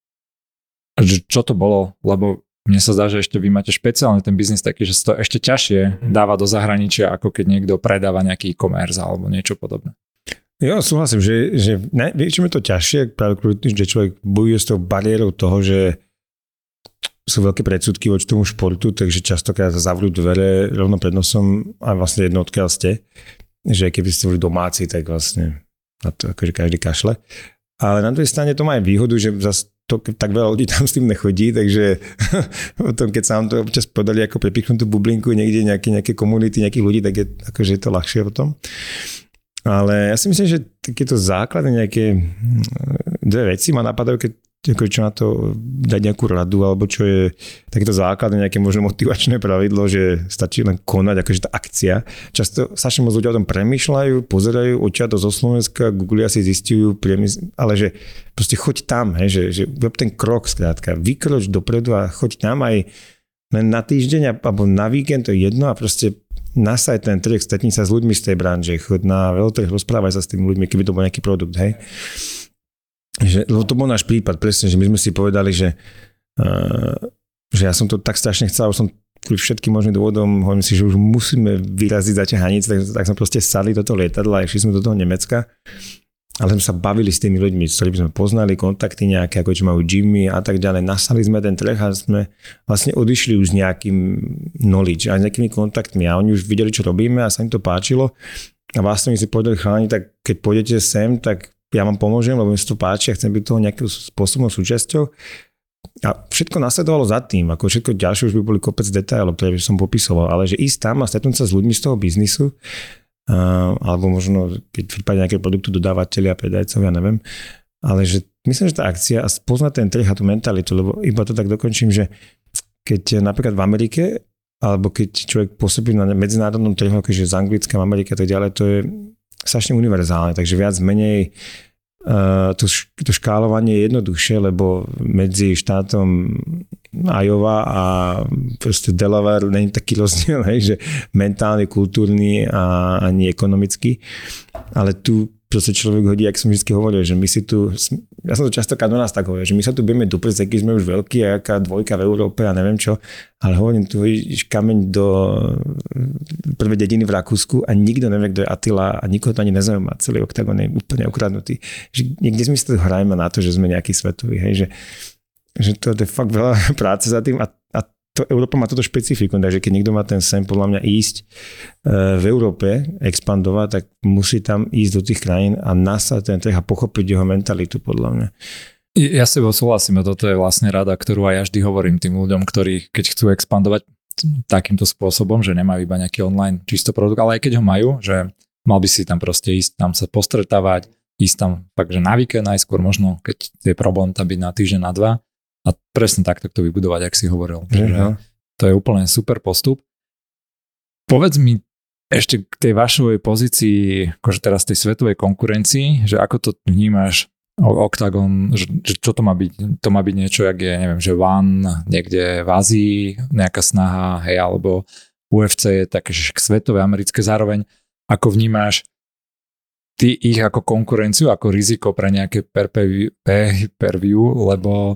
že čo to bolo, lebo mne sa zdá, že ešte vy máte špeciálne ten biznis taký, že sa to ešte ťažšie dáva do zahraničia, ako keď niekto predáva nejaký e-commerce alebo niečo podobné. Jo, súhlasím, že, že ne, väčšinou je to ťažšie, práve kvôli tým, že človek bojuje s tou bariérou toho, že sú veľké predsudky voči tomu športu, takže častokrát sa zavrú dvere rovno pred nosom a vlastne jedno odkiaľ ste, že keby ste boli domáci, tak vlastne na to akože každý kašle. Ale na druhej strane to má aj výhodu, že zase to, tak veľa ľudí tam s tým nechodí, takže potom, keď sa vám to občas podali ako prepichnutú bublinku niekde nejaké, nejaké komunity, nejakých ľudí, tak je, akože je to ľahšie potom. Ale ja si myslím, že takéto základy, nejaké dve veci ma napadajú, keď ako čo na to dať nejakú radu, alebo čo je takéto základné, nejaké možno motivačné pravidlo, že stačí len konať, akože tá akcia. Často strašne moc ľudia o tom premýšľajú, pozerajú, odtiaľto zo Slovenska, googlia si zistujú, priemysl, ale že proste choď tam, hej, že, že rob ten krok skrátka, vykroč dopredu a choď tam aj len na týždeň alebo na víkend, to je jedno a proste nasaj ten trh, stretni sa s ľuďmi z tej branže, choď na veľtrh, rozprávaj sa s tými ľuďmi, keby to bol nejaký produkt, hej. že, lebo to bol náš prípad, presne, že my sme si povedali, že, uh, že ja som to tak strašne chcel, už som kvôli všetkým možným dôvodom, hovorím si, že už musíme vyraziť za tie hranice, tak, tak sme proste sadli do toho lietadla a išli sme do toho Nemecka. Ale sme sa bavili s tými ľuďmi, s ktorými sme poznali, kontakty nejaké, ako či majú Jimmy a tak ďalej. Nasali sme ten trh a sme vlastne odišli už s nejakým knowledge a s nejakými kontaktmi a oni už videli, čo robíme a sa im to páčilo. A vlastne mi si povedali, chalani, tak keď pôjdete sem, tak ja vám pomôžem, lebo mi sa to páči a chcem byť toho nejakým spôsobom súčasťou. A všetko nasledovalo za tým, ako všetko ďalšie už by boli kopec detailov, ktoré by som popisoval, ale že ísť tam a stretnúť sa s ľuďmi z toho biznisu, Uh, alebo možno keď v prípade nejakého produktu dodávateľia a predajcovia, neviem. Ale že myslím, že tá akcia a poznať ten trh a tú mentalitu, lebo iba to tak dokončím, že keď napríklad v Amerike, alebo keď človek pôsobí na medzinárodnom trhu, keďže z Anglicka v Amerike a tak ďalej, to je strašne univerzálne, takže viac menej uh, to, to škálovanie je jednoduchšie, lebo medzi štátom Iowa a proste Delaware není taký rozdiel, hej, že mentálny, kultúrny a ani ekonomický. Ale tu proste človek hodí, jak som vždy hovoril, že my si tu, ja som to častokrát do nás tak hovoril, že my sa tu budeme dupliť, aký sme už veľkí a aká dvojka v Európe a neviem čo, ale hovorím, tu hodíš kameň do prvej dediny v Rakúsku a nikto nevie, kto je Attila a nikoho to ani nezaujíma, celý Oktagon je úplne ukradnutý. Že niekde sme si to hrajeme na to, že sme nejaký svetový, hej, že že to je fakt veľa práce za tým a, a to, Európa má toto špecifikum, takže keď niekto má ten sen podľa mňa ísť v Európe, expandovať, tak musí tam ísť do tých krajín a nasať ten trh a pochopiť jeho mentalitu podľa mňa. Ja s tebou súhlasím, a toto je vlastne rada, ktorú aj ja vždy hovorím tým ľuďom, ktorí keď chcú expandovať takýmto spôsobom, že nemajú iba nejaký online čisto produkt, ale aj keď ho majú, že mal by si tam proste ísť, tam sa postretávať, ísť tam fakt, že na víkend najskôr možno, keď je problém tam byť na týždeň, na dva. A presne takto to vybudovať, ak si hovoril. Takže to je úplne super postup. Povedz mi ešte k tej vašej pozícii, akože teraz tej svetovej konkurencii, že ako to vnímaš Oktagon, že, že čo to má byť? To má byť niečo, jak je, neviem, že One niekde v Ázii, nejaká snaha, hej, alebo U F C je také, že svetové, americké zároveň. Ako vnímaš ty ich ako konkurenciu, ako riziko pre nejaké pay-per-view, lebo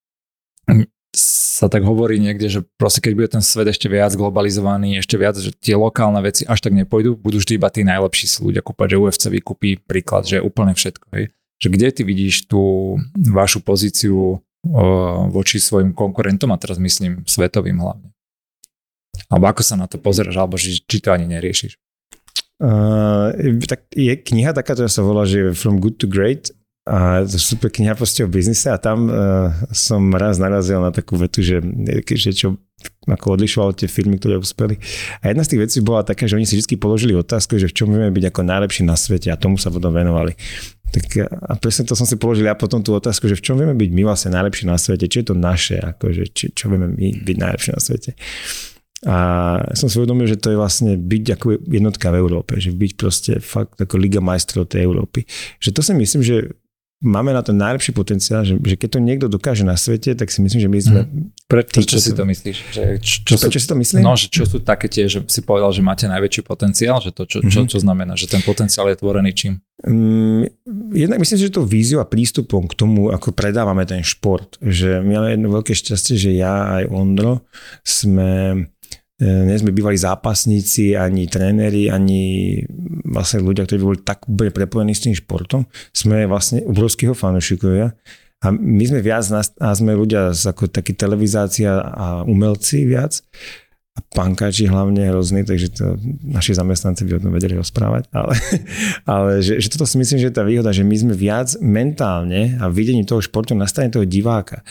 sa tak hovorí niekde, že proste keď bude ten svet ešte viac globalizovaný, ešte viac, že tie lokálne veci až tak nepôjdu, budú vždy iba tí najlepší si ľudia kúpať, že U F C vykúpi príklad, že je úplne všetko. Hej. Že kde ty vidíš tú vašu pozíciu o, voči svojim konkurentom a teraz myslím svetovým hlavne? Alebo ako sa na to pozeráš, alebo či, či to ani neriešiš? Uh, tak je kniha taká, ktorá sa volá, že From Good to Great. A to je super kniha proste o biznise a tam uh, som raz narazil na takú vetu, že, že čo ako odlišovalo tie firmy, ktoré uspeli. A jedna z tých vecí bola taká, že oni si vždy položili otázku, že v čom vieme byť ako najlepší na svete a tomu sa potom venovali. Tak, a presne to som si položil ja potom tú otázku, že v čom vieme byť my vlastne najlepší na svete, čo je to naše, akože, či, čo vieme my byť najlepší na svete. A som si uvedomil, že to je vlastne byť ako jednotka v Európe, že byť proste fakt ako Liga majstrov tej Európy. Že to si myslím, že máme na to najlepší potenciál, že, že keď to niekto dokáže na svete, tak si myslím, že my sme... Hmm. Prečo tí, si to myslíš? Že, čo, čo Prečo sú, si to myslím? No, že čo sú také tie, že si povedal, že máte najväčší potenciál, že to čo, čo, čo znamená, že ten potenciál je tvorený čím? Um, jednak myslím si, že to víziou a prístupom k tomu, ako predávame ten šport. Že my máme jedno veľké šťastie, že ja aj Ondro sme... nie sme bývali zápasníci, ani tréneri, ani vlastne ľudia, ktorí boli tak úplne prepojení s tým športom. Sme vlastne obrovského fanúšikovia a my sme viac, a sme ľudia ako takí televizácia a umelci viac a pankáči hlavne hrozný, takže to naši zamestnanci by o tom vedeli rozprávať, ale, ale že, že toto si myslím, že je tá výhoda, že my sme viac mentálne a videní toho športu na strane toho diváka.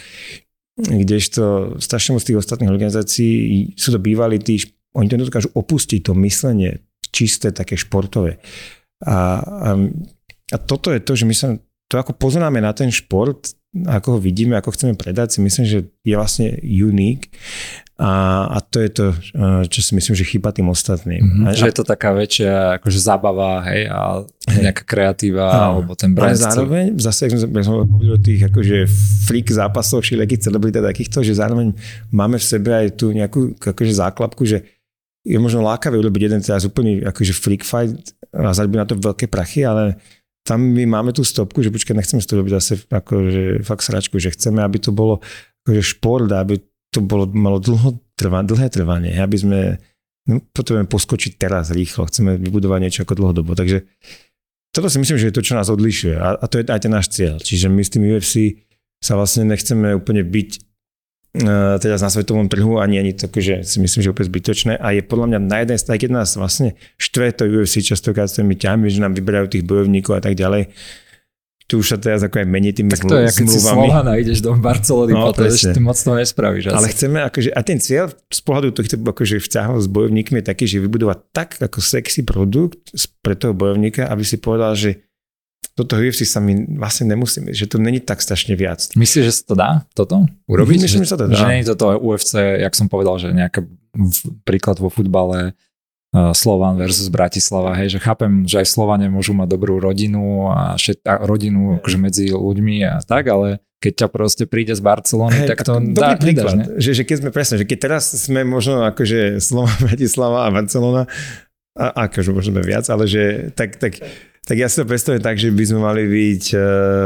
Kdežto strašne moc tých ostatných organizácií sú to bývali tí, oni to dokážu opustiť, to myslenie čisté, také športové. A, a, a toto je to, že my sa to ako pozeráme na ten šport, ako ho vidíme, ako chceme predať, si myslím, že je vlastne unique a, a to je to, čo si myslím, že chýba tým ostatným. Mm-hmm. A, že je to taká väčšia akože zábava, hej, a nejaká kreatíva, a, alebo ten brand. Ale zároveň, zase, ak sme hovorili o tých akože freak zápasov, všelijakých celebrita takýchto, že zároveň máme v sebe aj tú nejakú akože základku, že je možno lákavé urobiť jeden teraz úplný akože freak fight a zarobiť na to veľké prachy, ale tam my máme tú stopku, že počkaj, nechceme z toho robiť zase akože fakt sračku, že chceme, aby to bolo akože šport, aby to bolo, malo dlho trvá, dlhé trvanie, aby sme no, potrebujeme poskočiť teraz rýchlo, chceme vybudovať niečo ako dlhodobo, takže toto si myslím, že je to, čo nás odlišuje a, a to je aj ten náš cieľ, čiže my s tým ú ef cé sa vlastne nechceme úplne byť uh, teraz na svetovom trhu, ani ani tak, že si myslím, že je úplne zbytočné a je podľa mňa na jeden aj keď nás vlastne štve to ú ef cé častokrát s tými ťahmi, že nám vyberajú tých bojovníkov a tak ďalej. Tu už sa teraz ako aj mení tými zmluvami. Tak to je, keď si Slovana ideš do Barcelony, no, potom ešte ty moc toho nespravíš. Asi. Ale chceme, akože, a ten cieľ z pohľadu tohto akože vzťahov s bojovníkmi je taký, že vybudovať tak ako sexy produkt pre toho bojovníka, aby si povedal, že toto ú ef cé sa my vlastne nemusíme, že to není tak strašne viac. Myslíš, že sa to dá toto urobiť? Myslím, že sa to dá. Že nie je toto ú ef cé, jak som povedal, že nejaký príklad vo futbale Slovan versus Bratislava, hej, že chápem, že aj Slovane môžu mať dobrú rodinu a, šet, a rodinu akože medzi ľuďmi a tak, ale keď ťa proste príde z Barcelony, hey, tak to dá, nedáš, ne? Že, že keď sme presne, že keď teraz sme možno akože Slovan, Bratislava a Barcelona, a akože môžeme viac, ale že tak, tak, tak ja si to predstavím tak, že by sme mali byť uh,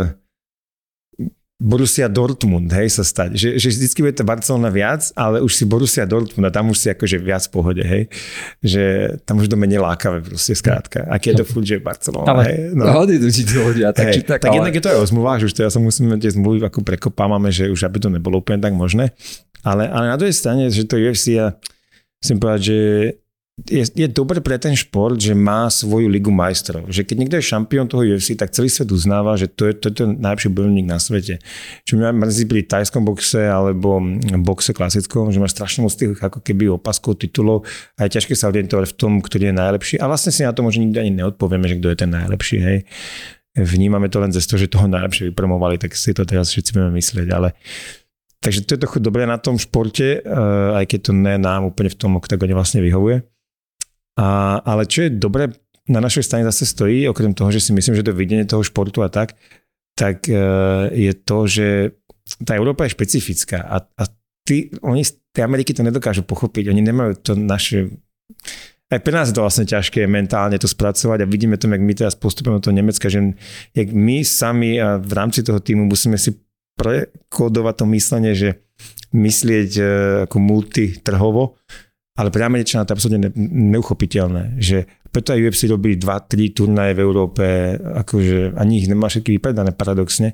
Borussia Dortmund, hej, sa stať. Že, že vždycky bude to Barcelona viac, ale už si Borussia Dortmund a tam už si akože viac v pohode, hej. Že tam už to menej lákavé proste skrátka. A keď je to furt, že Barcelona, ale, hej. No. Ale idú ti to ľudia, tak hej, či tak. Tak ale... jednak je to aj o zmluvách, že už teraz sa musíme tie zmluvy ako prekopávame, že už aby to nebolo úplne tak možné. Ale, ale na druhej strane, že to ú ef cé, ja musím povedať, že Je, je dobre pre ten šport, že má svoju ligu majstrov. Že keď niekto je šampión toho ú ef cé, tak celý svet uznáva, že to je, to je ten najlepší bojovník na svete. Čo mňa mrzí pri tajskom boxe alebo boxe klasickom, že má strašne moc tých ako keby opaskov, titulov a je ťažké sa orientovať v tom, ktorý je najlepší. A vlastne si na to možno nikdy ani neodpovieme, že kto je ten najlepší. Hej. Vnímame to len ze toho, že toho najlepšie vypromovali, tak si to teraz všetci budeme myslieť. Ale takže to je trochu dobré na tom športe, aj keď to ne nám úplne v tom oktagone vlastne vyhovuje. A, ale čo je dobre na našej strane zase stojí, okrem toho, že si myslím, že to videnie toho športu a tak, tak uh, je to, že tá Európa je špecifická a, a tí, oni z tej Ameriky to nedokážu pochopiť. Oni nemajú to naše... Aj pre nás je to vlastne ťažké mentálne to spracovať a vidíme to, jak my teraz postupujeme do toho Nemecka, že jak my sami a v rámci toho týmu musíme si prekodovať to myslenie, že myslieť uh, ako multitrhovo, ale pre Američana to je absolútne neuchopiteľné, že preto aj ú ef cé robí dva tri turnaje v Európe, akože ani ich nemá všetky vypredané paradoxne.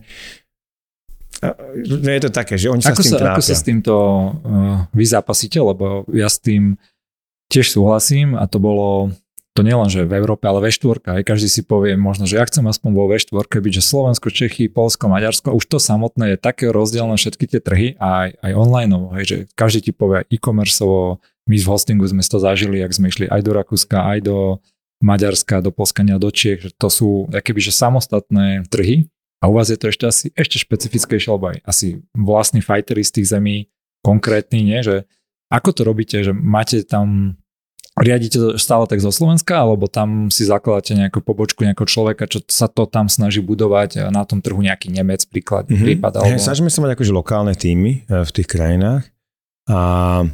No je to také, že oni sa ako s tým sa, trápia. Ako sa s týmto uh, vy zápasíte, lebo ja s tým tiež súhlasím a to bolo, to nielen, že v Európe, ale vé štyri, aj každý si povie možno, že ja chcem aspoň vo vé štyri byť, že Slovensko, Čechy, Poľsko, Maďarsko, už to samotné je také rozdielne všetky tie trhy a aj, aj online, hej, že každý ti povie e-commerceovo. My v hostingu sme to zažili, jak sme išli aj do Rakúska, aj do Maďarska, do Poľska, do Čiech, že to sú akéby, že samostatné trhy a u vás je to ešte asi ešte špecifickejšie, alebo aj asi vlastní fightery z tých zemí konkrétni, nie? Že ako to robíte, že máte tam, riadite to stále tak zo Slovenska, alebo tam si zakladáte nejakú pobočku nejakého človeka, čo sa to tam snaží budovať na tom trhu nejaký Nemec príklad, mm-hmm. prípad? Alebo... Ja, snažíme sa mať akože lokálne týmy v tých krajinách a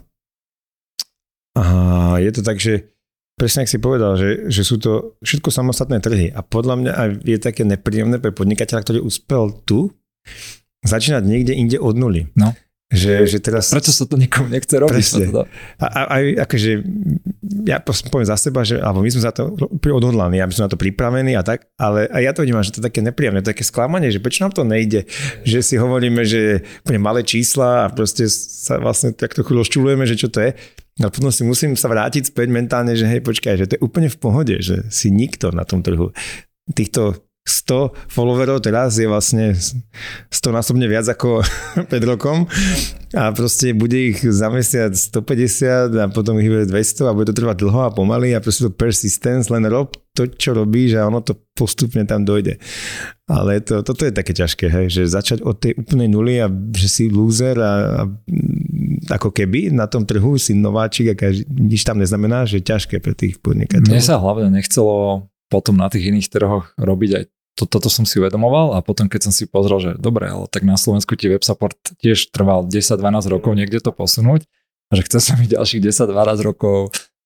A je to tak, že presne ak si povedal, že, že sú to všetko samostatné trhy a podľa mňa aj je také nepríjemné pre podnikateľa, ktorý uspel tu, začínať niekde inde od nuly. No. Že, že teraz... Prečo sa to nikomu nechce robiť? To a, a aj akože, ja poviem za seba, že, alebo my sme za to odhodlaní, aby sme na to pripravení a tak, ale aj ja to vnímam, že to je také nepríjemné, to je také sklamanie, že prečo nám to nejde, že si hovoríme, že úplne malé čísla a proste sa vlastne tak trochu rozčulujeme, že čo to je. A potom si musím sa vrátiť späť mentálne, že hej, počkaj, že to je úplne v pohode, že si nikto na tom trhu. Týchto sto followerov teraz je vlastne stonásobne viac ako pred rokom a proste bude ich za mesiac stopäťdesiat a potom ich bude dvesto a bude to trvať dlho a pomaly a proste to persistence, len rob to, čo robíš a ono to postupne tam dojde. Ale to, toto je také ťažké, hej, že začať od tej úplnej nuly a že si loser a, a ako keby na tom trhu si nováčik a každý, nič tam neznamená, že je ťažké pre tých podnikateľov. Mne sa hlavne nechcelo potom na tých iných trhoch robiť aj to, toto som si uvedomoval a potom keď som si pozrel, že dobre, ale tak na Slovensku ti web support tiež trval desať dvanásť rokov niekde to posunúť a že chce sa mi ďalších desať dvanásť rokov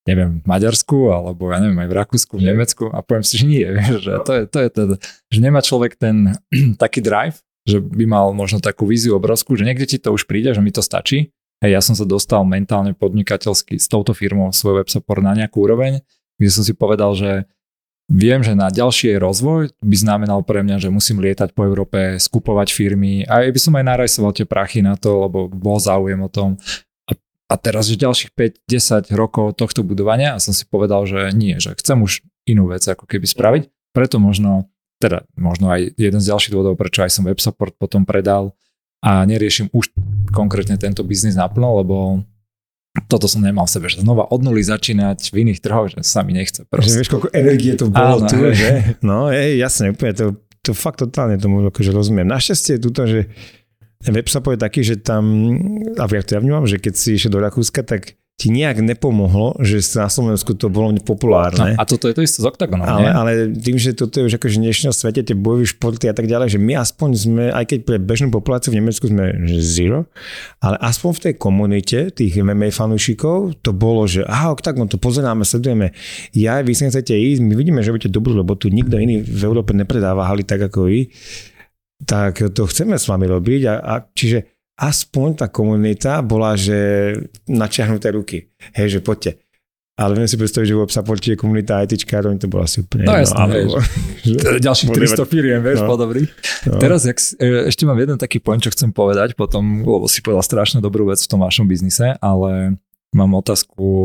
neviem, v Maďarsku, alebo ja neviem, aj v Rakúsku, v Nemecku a poviem si, že nie, vieš, že to je, to je teda, že nemá človek ten taký drive, že by mal možno takú víziu obrovskú, že niekde ti to už príde, že mi to stačí. Hej, ja som sa dostal mentálne podnikateľsky s touto firmou svoj web support na nejakú úroveň, kde som si povedal, že viem, že na ďalší rozvoj by znamenal pre mňa, že musím lietať po Európe, skupovať firmy a by som aj narajsoval tie prachy na to, lebo bol záujem o tom. A, a teraz, že ďalších päť desať rokov tohto budovania a som si povedal, že nie, že chcem už inú vec ako keby spraviť. Preto možno, teda možno aj jeden z ďalších dôvodov, prečo aj som web support potom predal a neriešim už konkrétne tento biznis naplno, lebo toto som nemal v sebe, že znova od nuly začínať v iných trhoch, že sa mi nechce. Proste. Že vieš, koľko energie to bolo. Áno, tu, že? No, je, jasne, úplne, to, to fakt totálne tomu akože rozumiem. Našťastie je tuto, že web support je taký, že tam, a ja to ja vnímam, že keď si išiel do Rakúska, tak ti nejak nepomohlo, že na Slovensku to bolo populárne. No, a toto je to isté s Octagonom, ale, nie? ale tým, že toto je už akože v dnešnom svete, tie bojové športy a tak ďalej, že my aspoň sme, aj keď pre bežnú populáciu v Nemecku sme zero, ale aspoň v tej komunite tých em em á fanúšikov to bolo, že aha, Octagon, to pozeráme, sledujeme. Ja, vy sa chcete ísť, my vidíme, že robíte dobrú robotu, nikto iný v Európe nepredáva haly tak ako vy, tak to chceme s vami robiť a, a čiže aspoň tá komunita bola, že načiahnuté ruky. Hej, že poďte. Ale viem si predstaviť, že v websupporte je komunita ITčkárov, to bolo asi úplne... No jasné, no, ďalších tristo firiem, vieš, no. Podobný. No. Teraz jak, ešte mám jeden taký point, čo chcem povedať, potom, lebo si povedal strašne dobrú vec v tom vašom biznise, ale mám otázku,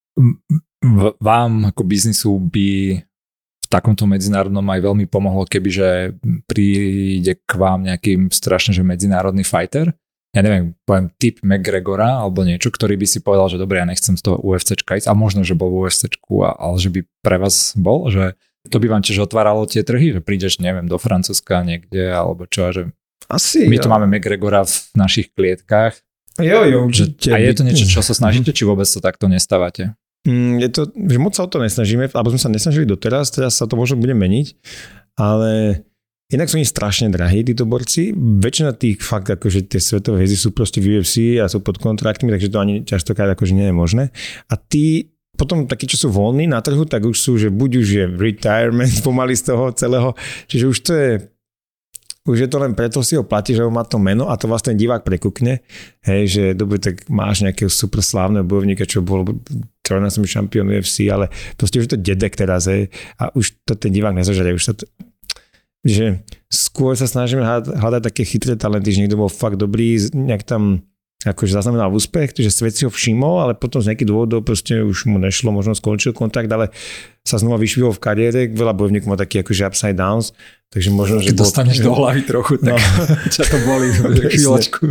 vám ako biznisu by v takomto medzinárodnom aj veľmi pomohlo, kebyže príde k vám nejaký strašne, že medzinárodný fighter, ja neviem, poviem typ McGregora alebo niečo, ktorý by si povedal, že dobre, ja nechcem z toho UFCčka ísť a možno, že bol v UFCčku, ale že by pre vás bol, že to by vám tiež otváralo tie trhy, že prídeš, neviem, do Francúzska niekde alebo čo, že asi, my jo. tu máme McGregora v našich klietkách. Jo, jo, určite. A je to niečo, čo sa snažíte, či vôbec to takto nestávate? Je to, že moc sa o to nesnažíme, alebo sme sa nesnažili doteraz, teraz sa to možno bude meniť, ale inak sú oni strašne drahí, títo borci. Väčšina tých fakt, akože tie svetové hviezdy sú proste v ú ef cé a sú pod kontraktmi, takže to ani častokrát akože nie je možné. A tí potom takí, čo sú voľní na trhu, tak už sú, že buď už je retirement pomaly z toho celého, čiže už to je už je to len preto, si ho platí, že ho má to meno a to vlastne divák prekukne. Hej, že dobre, tak máš nejakého super slávneho bojovníka, čo bol trojnásobný šampión ú ef cé, ale proste už je to dedek teraz, hej, a už to ten divák nezažarie, už sa to že skôr sa snažíme hľadať také chytré talenty, že niekto bol fakt dobrý, nejak tam akože zaznamenal úspech, že svet si ho všimol, ale potom z nejakých dôvodov proste už mu nešlo, možno skončil kontrakt, ale sa znova vyšvihol v kariére, veľa bojovníkov má taký akože upside downs, takže možno, že... Keď bol... dostaneš do hlavy trochu, tak no. Ťa to boli chvíľočku.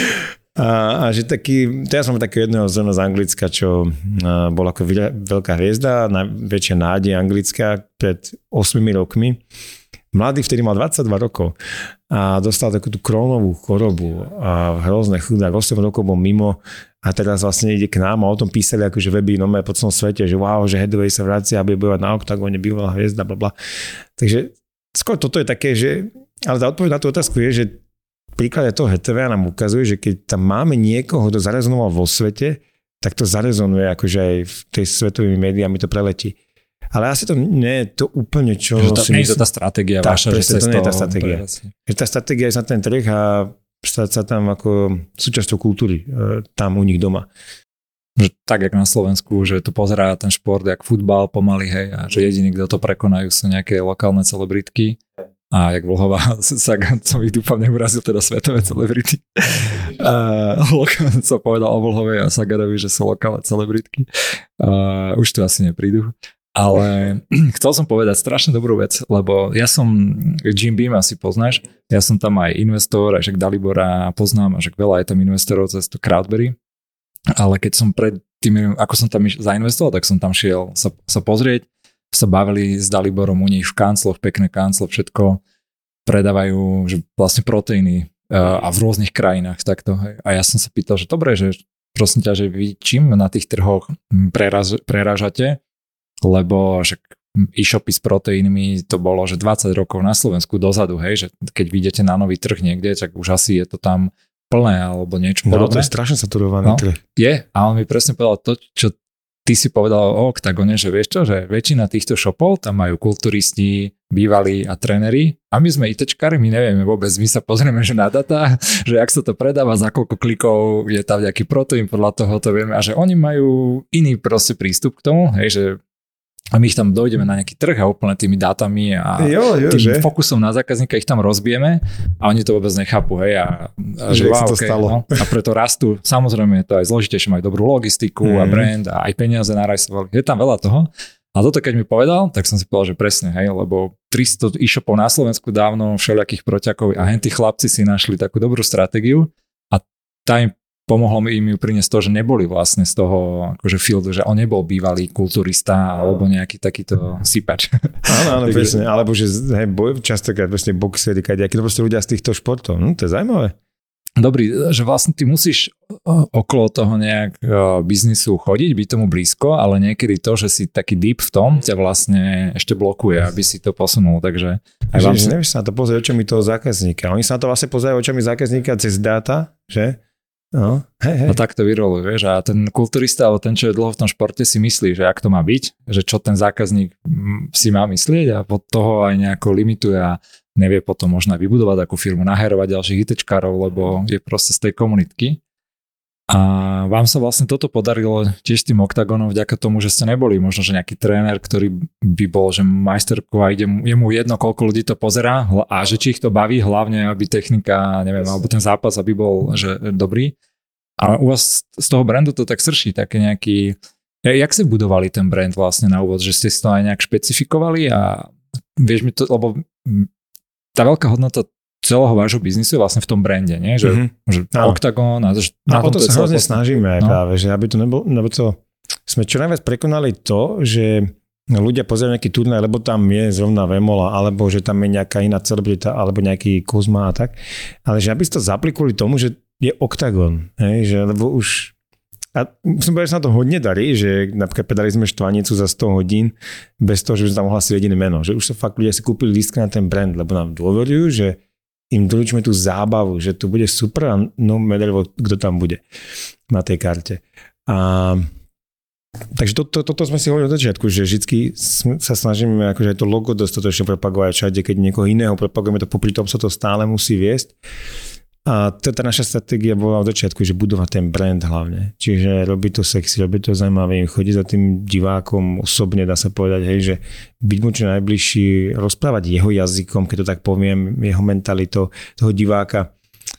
A, a že taký, teraz mám takého jedného zrna z Anglicka, čo a, bol ako veľká hviezda, najväčšia nádej anglická pred ôsmimi rokmi. Mladý vtedy mal dvadsaťdva rokov a dostal takú tú krónovú chorobu a hrozné chudák, osem rokov bol mimo a teraz vlastne ide k nám a o tom písali akože weby nové po celom svete, že wow, že Hathaway sa vracia a bude bojovať na Octagone, bývalá hviezda, blablabla. Takže skôr toto je také, že, ale tá odpoveď na tú otázku je, že príklad toho Hathawaya nám ukazuje, že keď tam máme niekoho, kto zarezonoval vo svete, tak to zarezonuje akože aj v tej svetovými médiami to preletí. Ale asi to nie je to úplne, čo... Že to nie je to tá stratégia tá, vaša, že to nie je tá stratégia. Že tá stratégia je na ten trh a stať sa tam ako súčasťou kultúry, tam u nich doma. Že tak, jak na Slovensku, že to pozerá ten šport, jak futbal pomaly, hej, a že jediní, kto to prekonajú, sú nejaké lokálne celebritky. A jak Vlhová Sagan, som ich dúfam neurazil, teda svetové celebrity. A som povedal o Vlhovej a Saganovi, že sú lokálne celebritky. A už to asi neprídu. Ale chcel som povedať strašne dobrú vec, lebo ja som, Jim Beam asi poznáš, ja som tam aj investor, aj však Dalibora poznám, a však veľa je tam investorov cez to Crowdberry, ale keď som pred tým, ako som tam zainvestoval, tak som tam šiel sa, sa pozrieť, sa bavili s Daliborom u nich v kancloch, pekné kanclo, všetko predávajú, že vlastne proteíny a v rôznych krajinách takto. A ja som sa pýtal, že dobre, že prosím ťa, že vy čím na tých trhoch preraz, prerážate, lebo však e-shopy s proteínmi to bolo, že dvadsať rokov na Slovensku dozadu, hej, že keď vidíte na nový trh niekde, tak už asi je to tam plné alebo niečo podobné. No, to je strašne saturovaný no, trh. Je, a on mi presne povedal to, čo ty si povedal o Octagone, že vieš čo, že väčšina týchto shopov, tam majú kulturisti, bývalí a tréneri a my sme ITčkári, my nevieme vôbec, my sa pozrieme, že na data, že ak sa to predáva, za koľko klikov je tam nejaký proteín, podľa toho to vieme a že oni majú iný proste prístup k tomu, hej, že a my ich tam dojdeme na nejaký trh a úplne tými dátami a jo, jo, tým že? fokusom na zákazníka ich tam rozbijeme a oni to vôbec nechápu, hej, a, a že, že wow, to okay, stalo. no, a preto rastú, samozrejme je to aj zložitejšie, majú dobrú logistiku mm. a brand a aj peniaze narastovali, je tam veľa toho. A toto keď mi povedal, tak som si povedal, že presne, hej, lebo tristo e-shopov na Slovensku dávno, všelijakých proťakov a hen tí chlapci si našli takú dobrú stratégiu a tá im pomohlo mi im ju priniesť to, že neboli vlastne z toho akože fieldu, že on nebol bývalý kulturista alebo nejaký takýto sypač. Áno, áno, presne, alebo že hej, boj, častokrát presne boxeri, akí to proste ľudia z týchto športov, hm, to je zaujímavé. Dobrý, že vlastne ty musíš okolo toho nejak biznisu chodiť, byť tomu blízko, ale niekedy to, že si taký deep v tom, ťa vlastne ešte blokuje, aby si to posunul, takže aj vám... Že, nevieš sa na to pozrieť očami toho zákazníka. Oni sa na to vlastne pozerajú očami zákazníka cez dáta, že? No, hej, hej. No tak to vyroluje, vieš, a ten kulturista alebo ten, čo je dlho v tom športe, si myslí, že ak to má byť, že čo ten zákazník si má myslieť a pod toho aj nejako limituje a nevie potom možno aj vybudovať takú firmu, naherovať ďalších ITčkárov, lebo je proste z tej komunitky. A vám sa vlastne toto podarilo tiež s tým Octagonom vďaka tomu, že ste neboli možno, že nejaký tréner, ktorý by bol, že majsterku a ide mu, je mu jedno, koľko ľudí to pozerá a že či ich to baví, hlavne aby technika, neviem, alebo ten zápas, aby bol že dobrý. A u vás z toho brandu to tak srší, také nejaký... Jak ste budovali ten brand vlastne na úvod, že ste si to aj nejak špecifikovali a vieš mi to, lebo tá veľká hodnota celého vášho biznisu je vlastne v tom brande, nie? Že, mm-hmm. že Octagon a že na to sa hrozne vlastne... snažíme aj no. práve, že aby to nebolo, lebo to sme čo najviac prekonali to, že ľudia pozerajú nejaký turnaj, lebo tam je zrovna Vemola, alebo že tam je nejaká iná celebrita, alebo nejaký Kuzma a tak, ale že aby ste to zapli kvôli tomu, že je Octagon, hej, že lebo už a musím povedať, že sa na to hodne darí, že napríklad pedali sme štvanicu za sto hodín bez toho, že by sme tam ohlasili jediné meno, že už sa fakt ľudia si kúpili lístka na ten brand, lebo nám dôverujú, že im doručíme tú zábavu, že to bude super a no matter kto tam bude na tej karte. A takže to, to, toto sme si hovorili od začiatku, že vždy sa snažíme akože aj to logo dostatočne propagovať všade, keď niekoho iného propagujeme, to popri tom sa to stále musí viesť. A tá naša stratégia bola od začiatku, že budovať ten brand hlavne. Čiže robiť to sexy, robiť to zaujímavé, chodiť za tým divákom osobne, dá sa povedať, hej, že byť mu čo najbližší, rozprávať jeho jazykom, keď to tak poviem, jeho mentalitou toho diváka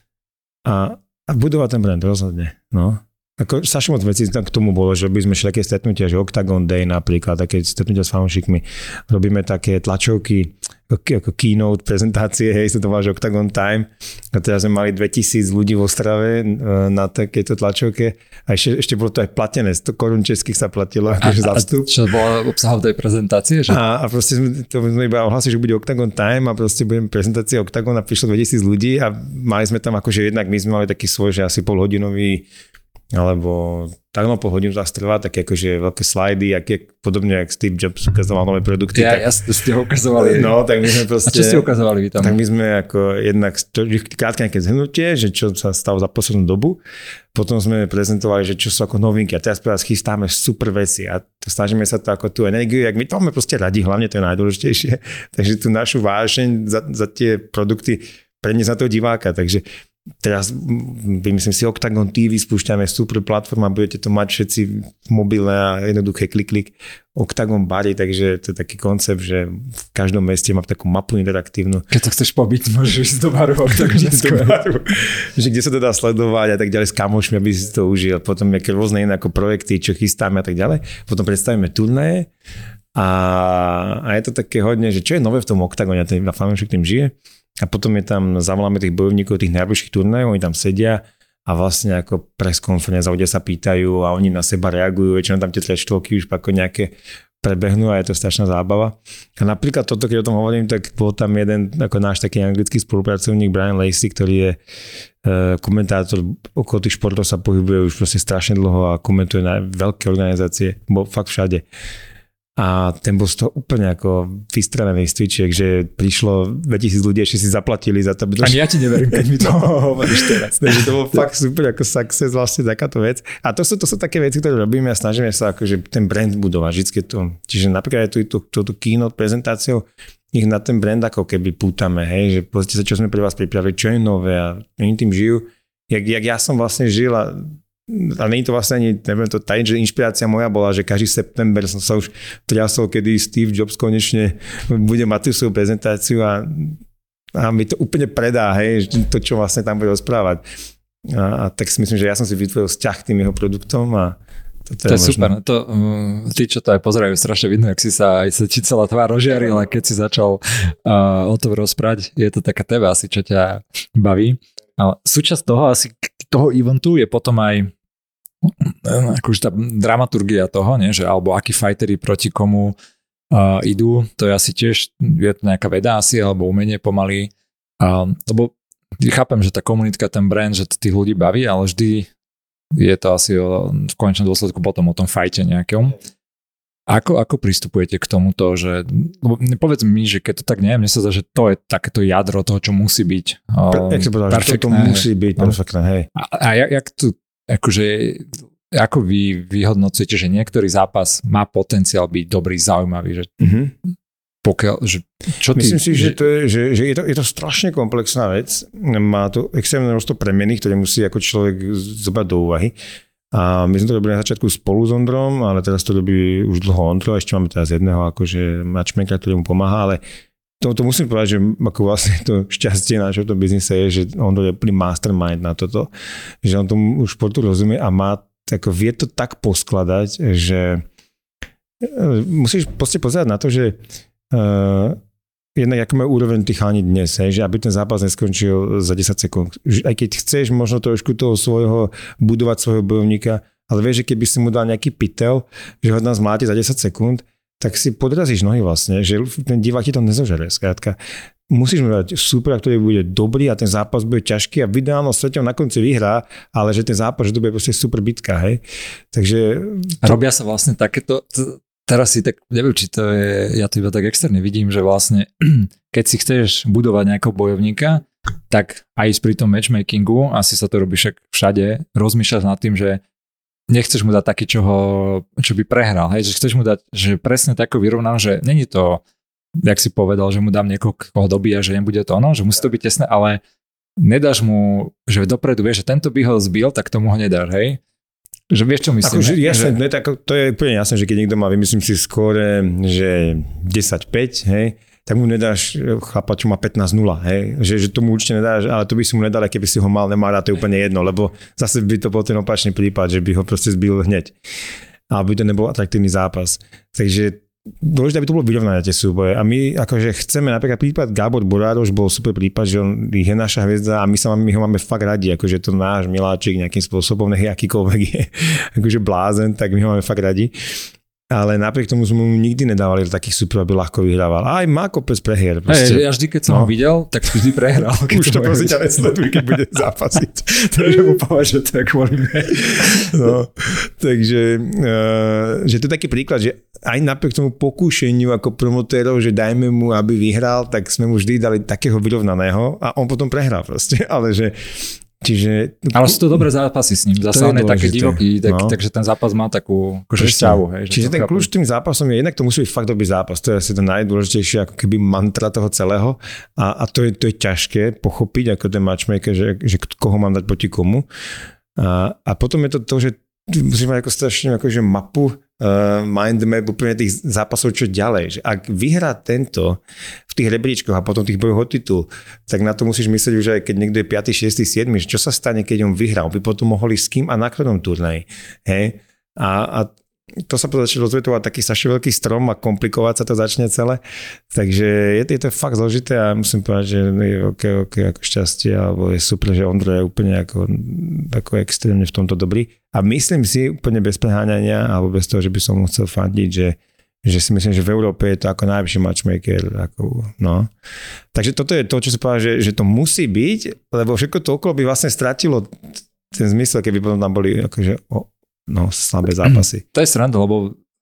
a, a budovať ten brand rozhodne. No. Ako strašne moc vecí k tomu bolo, že by sme šli také stretnutia, že Octagon Day napríklad, také stretnutia s fanúšikmi, robíme také tlačovky, ako, ako keynote prezentácie, hej, sa to volá, že Octagon Time. A teraz sme mali dvetisíc ľudí v Ostrave na takejto tlačovke a ešte, ešte bolo to aj platené, sto korún českých sa platilo akože za vstup. Čo bolo obsahom tej prezentácie? Že? A, a proste sme, to sme iba ohlasili, že bude Octagon Time a proste budeme prezentácia Octagon a prišlo dvetisíc ľudí a mali sme tam akože jednak my sme mali taký svoj, že asi polhodinový alebo tak no po hodinu to trvá, také akože veľké slajdy, aké podobne, jak Steve Jobs ukazoval nové produkty. Ja, tak, ja ste ho ukazovali. No, tak my sme proste... A čo ste ukazovali vy tam? Tak my sme ako jednak krátke nejaké zhrnutie, že čo sa stalo za poslednú dobu, potom sme prezentovali, že čo sú ako novinky a teraz pre vás chystáme super veci a snažíme sa to ako tú energiu, jak my to máme proste radi, hlavne to je najdôležitejšie, takže tú našu vášeň za, za tie produkty preniesť na toho diváka, takže teraz vymyslím si Octagon té vé, spúšťame super platforma, budete to mať všetci v mobile a jednoduché klik, klik. Octagon bary, takže to je taký koncept, že v každom meste mám takú mapu interaktívnu. Keď to chceš pobiť, môžeš ísť do baru. do baru. Že kde sa to dá sledovať a tak ďalej s kamošmi, aby si to užil. Potom nejaké rôzne iné ako projekty, čo chystáme a tak ďalej. Potom predstavíme turnaje a, a je to také hodne, že čo je nové v tom Octagone, na fanúšik tým žije. A potom je tam, zavoláme tých bojovníkov tých najbližších turnajov, oni tam sedia a vlastne ako press conference, ľudia sa pýtajú a oni na seba reagujú, väčšinou tam tie trečtovky už ako nejaké prebehnú a je to strašná zábava. A napríklad toto, keď o tom hovorím, tak bol tam jeden ako náš taký anglický spolupracovník Brian Lacey, ktorý je uh, komentátor, okolo tých športov sa pohybuje už proste strašne dlho a komentuje na veľké organizácie, bol fakt všade. a ten bol z toho úplne ako vystrelený z cvičiek, že prišlo dvetisíc ľudí, ešte si zaplatili za to. Ani ja ti neverím, keď mi to hovoríš teraz. Takže to bol fakt super ako success, vlastne takáto vec. A to sú, to sú také veci, ktoré robíme a snažíme sa akože ten brand budovať. Vždycky to. Čiže napríklad aj tú, tú, tú keynote prezentáciou ich na ten brand ako keby pútame, hej, že pozrite sa, čo sme pre vás pripravili, čo je nové a oni tým žijú. Jak, jak ja som vlastne žil a a nie je to vlastne ani, neviem to tajiť, že inšpirácia moja bola, že každý september som sa už triasol, kedy Steve Jobs konečne bude mať tú svoju prezentáciu a, a mi to úplne predá, hej, to, čo vlastne tam bude rozprávať. A, a tak si myslím, že ja som si vytvoril vzťah k tým jeho produktom a to, to je, je super. To, um, tí, čo to aj pozerajú, strašne vidno, jak si sa aj sa ti celá tvár rozžiarila, keď si začal uh, o tom rozprávať. Je to taká teba asi, čo ťa baví. Ale súčasť toho asi toho eventu je potom aj akože tá dramaturgia toho, nie? Že, alebo akí fightery proti komu uh, idú, to je asi tiež je to nejaká veda asi, alebo umenie pomaly. Uh, lebo chápem, že tá komunitka, ten brand, že to tých ľudí baví, ale vždy je to asi o, v konečnom dôsledku potom o tom fajte nejakom. Ako, ako pristupujete k tomuto, že povedz mi, že keď to tak nie, mne sa zdá, že to je takéto jadro toho, čo musí byť. Um, Jak si povedal, perfektné, že to musí byť no? perfektné, hej. A, a jak, jak tu akože, ako vy vyhodnocujete, že niektorý zápas má potenciál byť dobrý, zaujímavý, že mm-hmm. pokiaľ, že čo ty... Myslím si, že, to je, že, že je, to, je to strašne komplexná vec, má to extrémne množstvo premeny, ktoré musí ako človek zobrať do úvahy. A my sme to robili na začiatku spolu s Ondrom, ale teraz to robí už dlho Ondro, ešte máme teraz jedného akože matchmakera, ktorý mu pomáha, ale To, to musím povedať, že ako vlastne to šťastie nášho v tom biznise je, že on je úplný mastermind na toto, že on tomu športu rozumie a má, ako vie to tak poskladať, že musíš proste pozerať na to, že uh, jednak ako majú úroveň tých chalani dnes, hej, že aby ten zápas neskončil za desať sekúnd. Aj keď chceš možno trošku toho svojho, budovať svojho bojovníka, ale vieš, že keby si mu dal nejaký pytel, že ho nás máte za desať sekúnd, tak si podrazíš nohy vlastne, že ten divák ti to nezožere. Skrátka, musíš mu dať súpera, ktorý bude dobrý a ten zápas bude ťažký a v ideálnom svete na konci vyhrá, ale že ten zápas, že to bude proste super bitka, hej. Takže... To... Robia sa vlastne takéto... Teraz si tak, neviem, či to je, ja to iba tak externe vidím, že vlastne, keď si chceš budovať nejakého bojovníka, tak aj pri tom matchmakingu, asi sa to robí však všade, rozmýšľaš nad tým, že nechceš mu dať taký, čo, ho, čo by prehral, hej, že chceš mu dať, že presne takú vyrovnám, že není to, jak si povedal, že mu dám niekoho, koho dobíja, že nebude to ono, že musí to byť tesné, ale nedáš mu, že dopredu vieš, že tento by ho zbil, tak tomu ho nedáš, hej. Že vieš, čo myslím? Ako, že, jasne, že... Ne, tak, to je úplne jasné, že keď niekto má, vymyslím si skóre, že desať päť, hej, tak mu nedáš chlapa, čo má pätnásť nula, hej, že, že tomu určite nedáš, ale to by si mu nedal, keby si ho mal, nemá rád, to je úplne jedno, lebo zase by to bol ten opačný prípad, že by ho proste zbil hneď. A by to nebol atraktívny zápas. Takže dôležité, aby to bolo vyrovnané tie súboje. A my akože chceme, napríklad prípad Gábor Borároš bol super prípad, že on je naša hviezda a my, sa, my ho máme fakt radi, akože to náš miláčik nejakým spôsobom, nech akýkoľvek je akože blázen, tak my ho máme fakt radi. Ale napriek tomu sme mu nikdy nedávali do takých super, aby ľahko vyhrával. Aj má kopec prehier. Hej, ja vždy, keď som no. ho videl, tak vždy prehral. Už to prosím ťa nesleduj, keď bude zápasiť. Takže mu povedať, že to je kvôli mne. No, takže uh, že to je taký príklad, že aj napriek tomu pokúšeniu ako promotérov, že dajme mu, aby vyhral, tak sme mu vždy dali takého vyrovnaného a on potom prehral proste. Ale že Čiže... Ale sú to dobré zápasy s ním. Zase on je také divoký, tak, no. takže ten zápas má takú akože šťavu. Hej, Čiže ten kľúč tým zápasom je, jednak to musí byť fakt dobrý zápas. To je asi to najdôležitejšie ako keby mantra toho celého. A, a to, je, to je ťažké pochopiť ako ten matchmaker, že, že koho mám dať proti komu. A, a potom je to to, že musíš mať ako strašne akože mapu, uh, mind map úplne tých zápasov, čo ďalej. Že ak vyhrá tento v tých rebríčkoch a potom tých bojoch o titul, tak na to musíš myslieť už aj keď niekto je piaty, šiesty, siedmy, čo sa stane, keď on vyhrá. By potom mohol ísť s kým a na ktorom turnaji. Hej? A, a to sa potom začne rozvetovať taký strašne veľký strom a komplikovať sa to začne celé. Takže je, je to fakt zložité a musím povedať, že je ok, ok, ako šťastie, alebo je super, že Ondro je úplne ako, ako extrémne v tomto dobrý. A myslím si úplne bez preháňania, alebo bez toho, že by som mu chcel fandiť, že, že si myslím, že v Európe je to ako najlepší matchmaker. Ako, no. Takže toto je to, čo sa povedal, že, že to musí byť, lebo všetko to okolo by vlastne stratilo ten zmysel, keby potom tam boli akože... O, no, slabé zápasy. To je sranda, lebo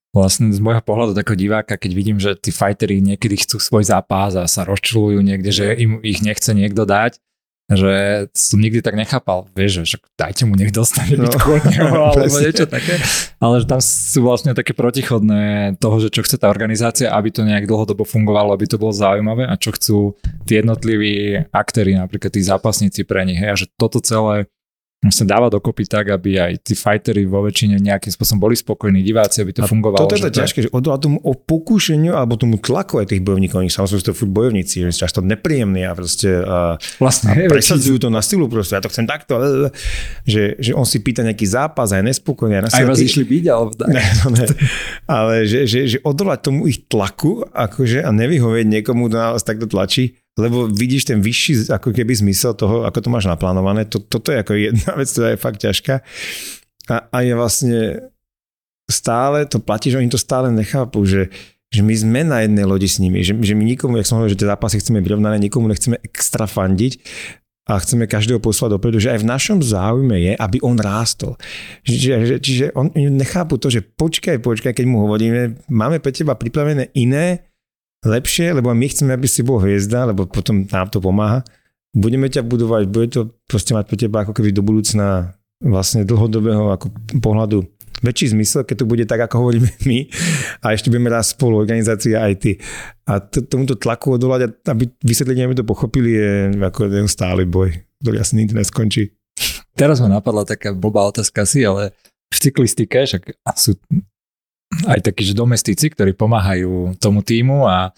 Vlastne z môjho pohľadu takého diváka, keď vidím, že tí fighteri niekedy chcú svoj zápas a sa rozčulujú niekde, že im ich nechce niekto dať, že som nikdy tak nechápal, vieš, že dajte mu nech dostane no, bitcoin alebo niečo také, ale že tam sú vlastne také protichodné toho, že čo chce tá organizácia, aby to nejak dlhodobo fungovalo, aby to bolo zaujímavé a čo chcú tí jednotliví aktéri, napríklad tí zápasníci pre nich, hej, a že toto celé sa dáva dokopy tak, aby aj tí fighteri vo väčšine nejakým spôsobom boli spokojní, diváci, aby to a fungovalo. Toto je to ťažké, že odolá tomu o pokúšeniu alebo tomu tlaku aj tých bojovníkov, oni samozrejme sú to furt bojovníci, že často nepríjemní a proste a, vlastne, a presadzujú to na silu proste, ja to chcem takto, že, že on si pýta nejaký zápas a je nespokojný. Aj vás išli byť, ale tak. Ne, no ne. Ale že, že, že odolať tomu ich tlaku akože, a nevyhovieť niekomu, kto nás takto tlačí, lebo vidíš ten vyšší ako keby zmysel toho, ako to máš naplánované. To, toto je ako jedna vec, ktorá je fakt ťažká. A, a je vlastne stále, to platí, že oni to stále nechápu, že, že my sme na jednej lodi s nimi, že, že my nikomu, jak som hovoril, že tie zápasy chceme vyrovnané, nikomu nechceme extra fandiť a chceme každého poslať dopredu, že aj v našom záujme je, aby on rástol. Čiže, čiže on, oni nechápu to, že počkaj, počkaj, keď mu hovoríme, máme pre teba pripravené iné, lepšie, lebo my chceme, aby si bol hviezda, lebo potom nám to pomáha. Budeme ťa budovať, bude to proste mať pre teba ako keby do budúcna vlastne dlhodobého ako pohľadu väčší zmysel, keď to bude tak, ako hovoríme my a ešte budeme raz spolu, organizácia aj ty. A t- tomuto tlaku odolať, aby vysvetlenie, aby to pochopili, je ako jeden stály boj, ktorý asi nikdy neskončí. Teraz ma napadla taká blbá otázka si, ale v cyklistike však sú aj takí, že domestíci, ktorí pomáhajú tomu týmu a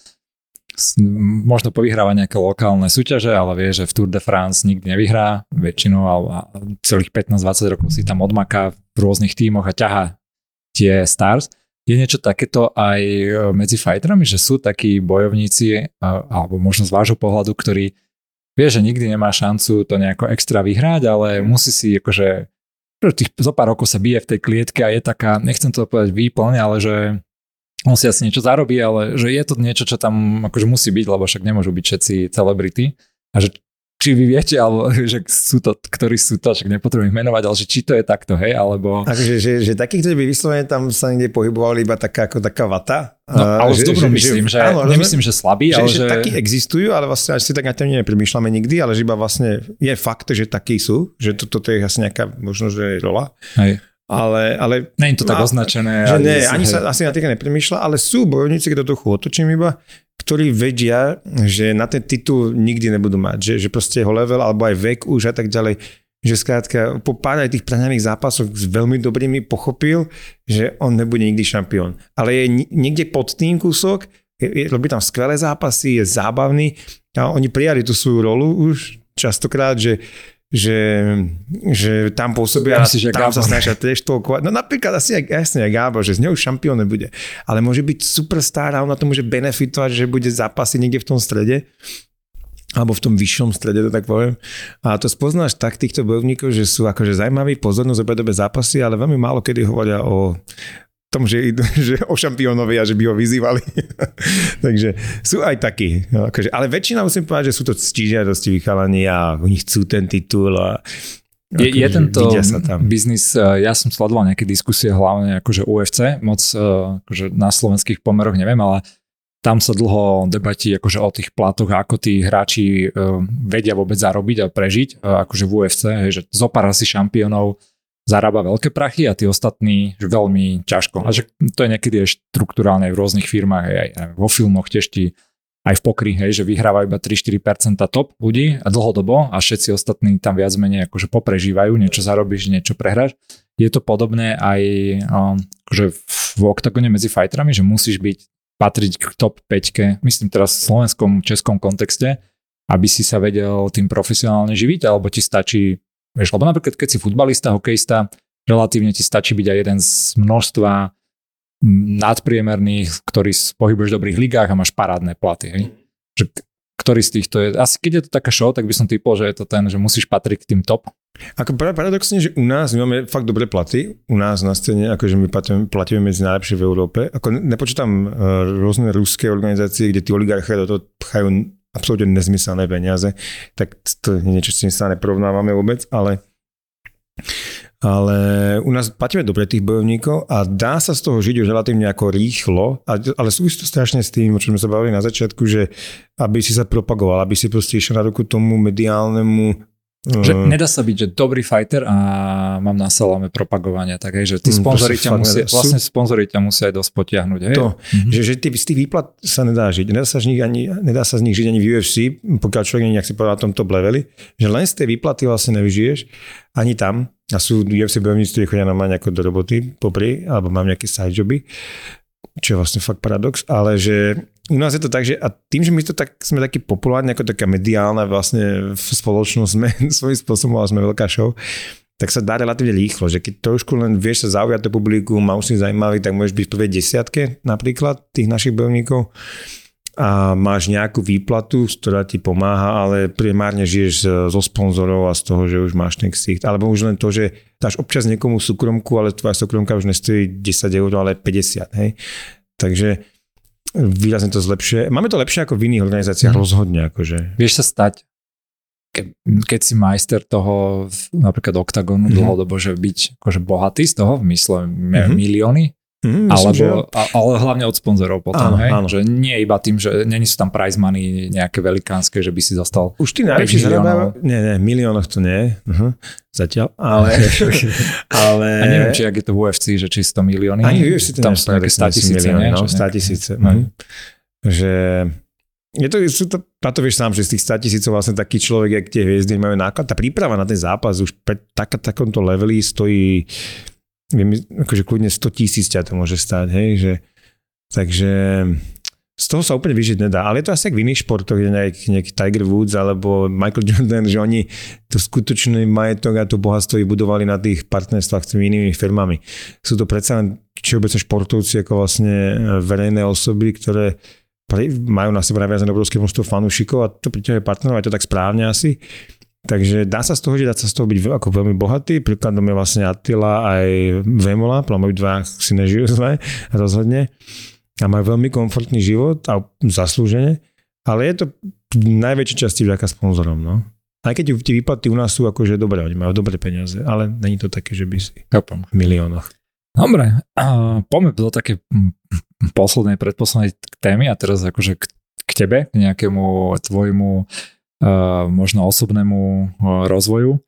možno povyhráva nejaké lokálne súťaže, ale vie, že v Tour de France nikdy nevyhrá väčšinou a celých pätnásť dvadsať rokov si tam odmaká v rôznych tímoch a ťahá tie stars. Je niečo takéto aj medzi fighterami, že sú takí bojovníci alebo možno z vášho pohľadu, ktorí vie, že nikdy nemá šancu to nejako extra vyhrať, ale musí si akože tých zo pár rokov sa bije v tej klietke a je taká, nechcem to povedať výplne, ale že on si asi niečo zarobí, ale že je to niečo, čo tam akože musí byť, lebo však nemôžu byť všetci celebrity. A že či vy viete, alebo že sú to, ktorí sú to, však nepotrebujem ich menovať, ale že či to je takto, hej, alebo... Takže, že, že takí, ktorí by vyslovene tam sa niekde pohybovali iba taká, ako taká vata. No, ale že, dobro že, myslím, že, že áno, nemyslím, že slabí, že, ale že... že takí existujú, ale vlastne až si tak na to nepremýšľame nikdy, ale že iba vlastne je fakt, že takí sú, že toto to je asi nejaká možno, že rola. Hej. Ale, ale... Nie je to tak označené. Že nie, ani sa asi na týka nepremýšľa, ale sú bojovníci, keď to trochu otočím iba, ktorí vedia, že na ten titul nikdy nebudú mať. Že, že proste jeho level, alebo aj vek už a tak ďalej. Že skrátka po pár aj tých preňaných zápasoch s veľmi dobrými pochopil, že on nebude nikdy šampión. Ale je niekde pod tým kúsok, je, je, robí tam skvelé zápasy, je zábavný a oni prijali tú svoju rolu už častokrát, že Že, že tam pôsobia, ja myslí, tam Gábor sa snažia tiež toľko. No napríklad asi aj, jasne, aj Gábor, že z neho šampión nebude. Ale môže byť superstar a on na to môže benefitovať, že bude zápasy niekde v tom strede. Alebo v tom vyššom strede, to tak poviem. A to spoznáš tak týchto bojovníkov, že sú akože zaujímaví, pozornosť opäť zápasy, ale veľmi málo kedy hovoria o tom, že, že o šampiónovi a že by ho vyzývali. Takže sú aj takí. No, akože, ale väčšina musím povedať, že sú to ctižiadostiví chalani a oni chcú ten titul. A, je, akože, je tento biznis, ja som sledoval nejaké diskusie hlavne akože U F C, moc akože na slovenských pomeroch neviem, ale tam sa dlho debatí akože o tých platoch, ako tí hráči vedia vôbec zarobiť a prežiť akože v U F C, že zopár asi šampiónov zarába veľké prachy a tí ostatní že veľmi ťažko. A že to je niekedy aj štruktúrálne v rôznych firmách, aj, aj vo filmoch tiež ti aj v pokry, hej, že vyhrávajú iba tri až štyri percentá top ľudí a dlhodobo a všetci ostatní tam viac menej akože poprežívajú, niečo zarobíš, niečo prehráš. Je to podobné aj akože v oktagone medzi fighterami, že musíš byť, patriť k top päťke, myslím teraz v slovenskom, českom kontexte, aby si sa vedel tým profesionálne živiť, alebo ti stačí. Vieš, lebo napríklad, keď si futbalista, hokejista, relatívne ti stačí byť aj jeden z množstva nadpriemerných, ktorý pohybuješ v dobrých ligách a máš parádne platy. Hej? Že, ktorý z týchto je... Asi keď je to taká show, tak by som typol, že je to ten, že musíš patriť k tým top. Ako paradoxne, že u nás my máme fakt dobré platy. U nás na scéne, akože my platíme, platíme medzi najlepšie v Európe. Ako nepočítam rôzne ruské organizácie, kde tí oligarchy do toho pchajú absolútne nezmyselné peniaze, tak to je niečo, s tým sa neporovnávame vôbec, ale Ale u nás platíme dobre tých bojovníkov a dá sa z toho žiť už relatívne ako rýchlo, ale súvisí to strašne s tým, o čom sme sa bavili na začiatku, že aby si sa propagoval, aby si proste išiel na ruku tomu mediálnemu. Že nedá sa byť, že dobrý fighter a mám na salame propagovania, tak hej, že tí sponzori ťa musia, vlastne sponzori ťa musia aj dosť potiahnuť. Hej? To, mm-hmm. že, že ty, z tých výplat sa nedá žiť. Nedá sa z nich, ani, nedá sa z nich žiť ani v U F C, pokiaľ človek nie si povedal na tomto leveli, že len z tej výplaty vlastne nevyžiješ, ani tam. A sú U F C bojovníci, ktorí chodia normálne ako do roboty popri, alebo mám nejaké side joby, čo je vlastne fakt paradox, ale že u nás je to tak, že a tým, že my to tak, sme takí populárni, ako taká mediálna vlastne spoločnosť, sme svojím spôsobom, ale sme veľká show, tak sa dá relatívne rýchlo, že keď trošku len vieš sa zaujať to publikum, má už si zaujímavý, tak môžeš byť v prvej desiatke napríklad tých našich bojovníkov a máš nejakú výplatu, ktorá ti pomáha, ale primárne žiješ zo sponzorov a z toho, že už máš ten ksicht. Alebo už len to, že dáš občas niekomu súkromku, ale tvoja súkromka už nestojí desať eur, ale päťdesiat. Hej? Takže výrazne to zlepšuje. Máme to lepšie ako v iných organizáciách, mm. rozhodne. Akože. Vieš sa stať, ke, keď si majster toho, napríklad Octagonu, mm. dlhodobo, že byť akože bohatý z toho, v mysle mm-hmm. milióny, mm, alebo, myslím, a, ale hlavne od sponzorov potom, áno, hej? Áno. Že nie iba tým, že není sú tam prize money nejaké velikánske, že by si dostal už tí najlepší zarábajú, nie, nie, miliónoch to nie, uh-huh. zatiaľ, ale, ale... A neviem, či ak je to v U F C, že či sto milióny, ani U F C to tam sú nejaké státisíce, nie? No, státisíce, uh-huh. že je to, sú to, na to vieš sám, že z tých státisícov vlastne taký človek, jak tie hviezdy majú náklad, tá príprava na ten zápas už pre tak, takomto leveli stojí viem, akože kľudne sto tisíc ťa to môže stáť, hej, že takže z toho sa úplne vyžiť nedá, ale je to asi ak v iných športoch, je nejaký, nejaký Tiger Woods alebo Michael Jordan, že oni to skutočný majetok a to bohatstvo vybudovali na tých partnerstvách s tými inými firmami. Sú to predsa len všeobecne športovci ako vlastne verejné osoby, ktoré majú na seba naviazané obrovské množstvo fanúšikov a to priťahuje partnerov, aj to tak správne asi. Takže dá sa z toho, že dá sa z toho byť ako veľmi bohatý. Príkladom je vlastne Attila aj Vemola, plámovi dva si nežijú zle, rozhodne. A majú veľmi komfortný život a zaslúžene. Ale je to v najväčšej časti vďaka sponzorom. No. Aj keď tie výplaty u nás sú akože dobré, oni majú dobré peniaze, ale není to také, že by si Chápam. v miliónoch. Dobre, uh, poďme do také poslednej, predposlednej témy a teraz akože k, k tebe, k nejakému tvojmu Uh, možno osobnému uh, rozvoju.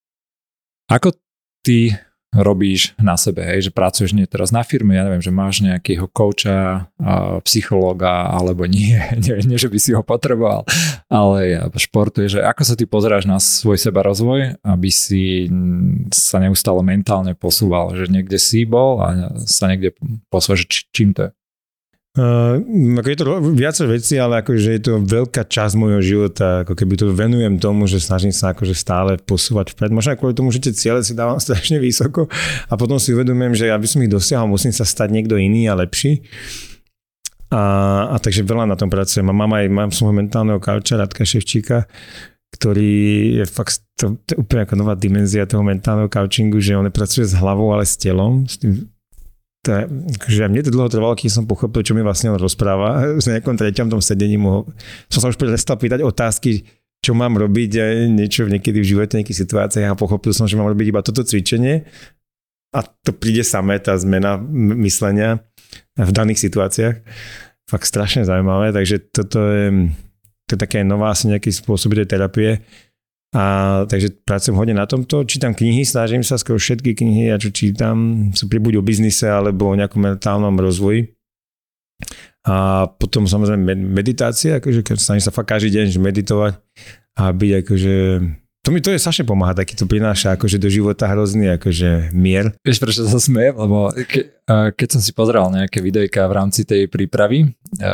Ako ty robíš na sebe, hej, že pracuješ nie teraz na firme, ja neviem, že máš nejakého kouča, uh, psychológa, alebo nie, nie, nie, že by si ho potreboval, ale ja športuješ, že ako sa ty pozeráš na svoj seba rozvoj, aby si sa neustále mentálne posúval, že niekde si bol a sa niekde posúval, že či, čím to je? Uh, ako je to viacej veci, ale akože je to veľká časť môjho života, ako keby to venujem tomu, že snažím sa akože stále posúvať vpred. Možno aj kvôli tomu, že tie ciele si dávam strašne vysoko a potom si uvedomujem, že aby som ich dosiahol, musím sa stať niekto iný a lepší. A, a takže veľa na tom pracujem. A mám aj mám svojho mentálneho kauča Radka Ševčíka, ktorý je fakt to, to je úplne ako nová dimenzia toho mentálneho coachingu, že on nepracuje s hlavou, ale s telom, s tým. Tá, že mne to dlho trvalo, keď som pochopil, čo mi vlastne on rozpráva. V nejakom treťom tom sedení mu som sa už prestal pýtať otázky, čo mám robiť a niečo niekedy v živote, nejakých situáciách a pochopil som, že mám robiť iba toto cvičenie a to príde samé, tá zmena myslenia v daných situáciách. Fakt strašne zaujímavé, takže toto je, to je také nová asi nejaký spôsob tej terapie. A takže pracujem hodne na tomto, čítam knihy, snažím sa skoro všetky knihy, a čo čítam, sú pribuď o biznise alebo o nejakom mentálnom rozvoji. A potom samozrejme meditácia, akože snažím sa fakt každý deň meditovať a byť akože... To mi to je strašne pomáha, taký to prináša akože do života hrozný akože mier. Vieš, prečo sa smejem? Lebo ke, keď som si pozeral nejaké videjka v rámci tej prípravy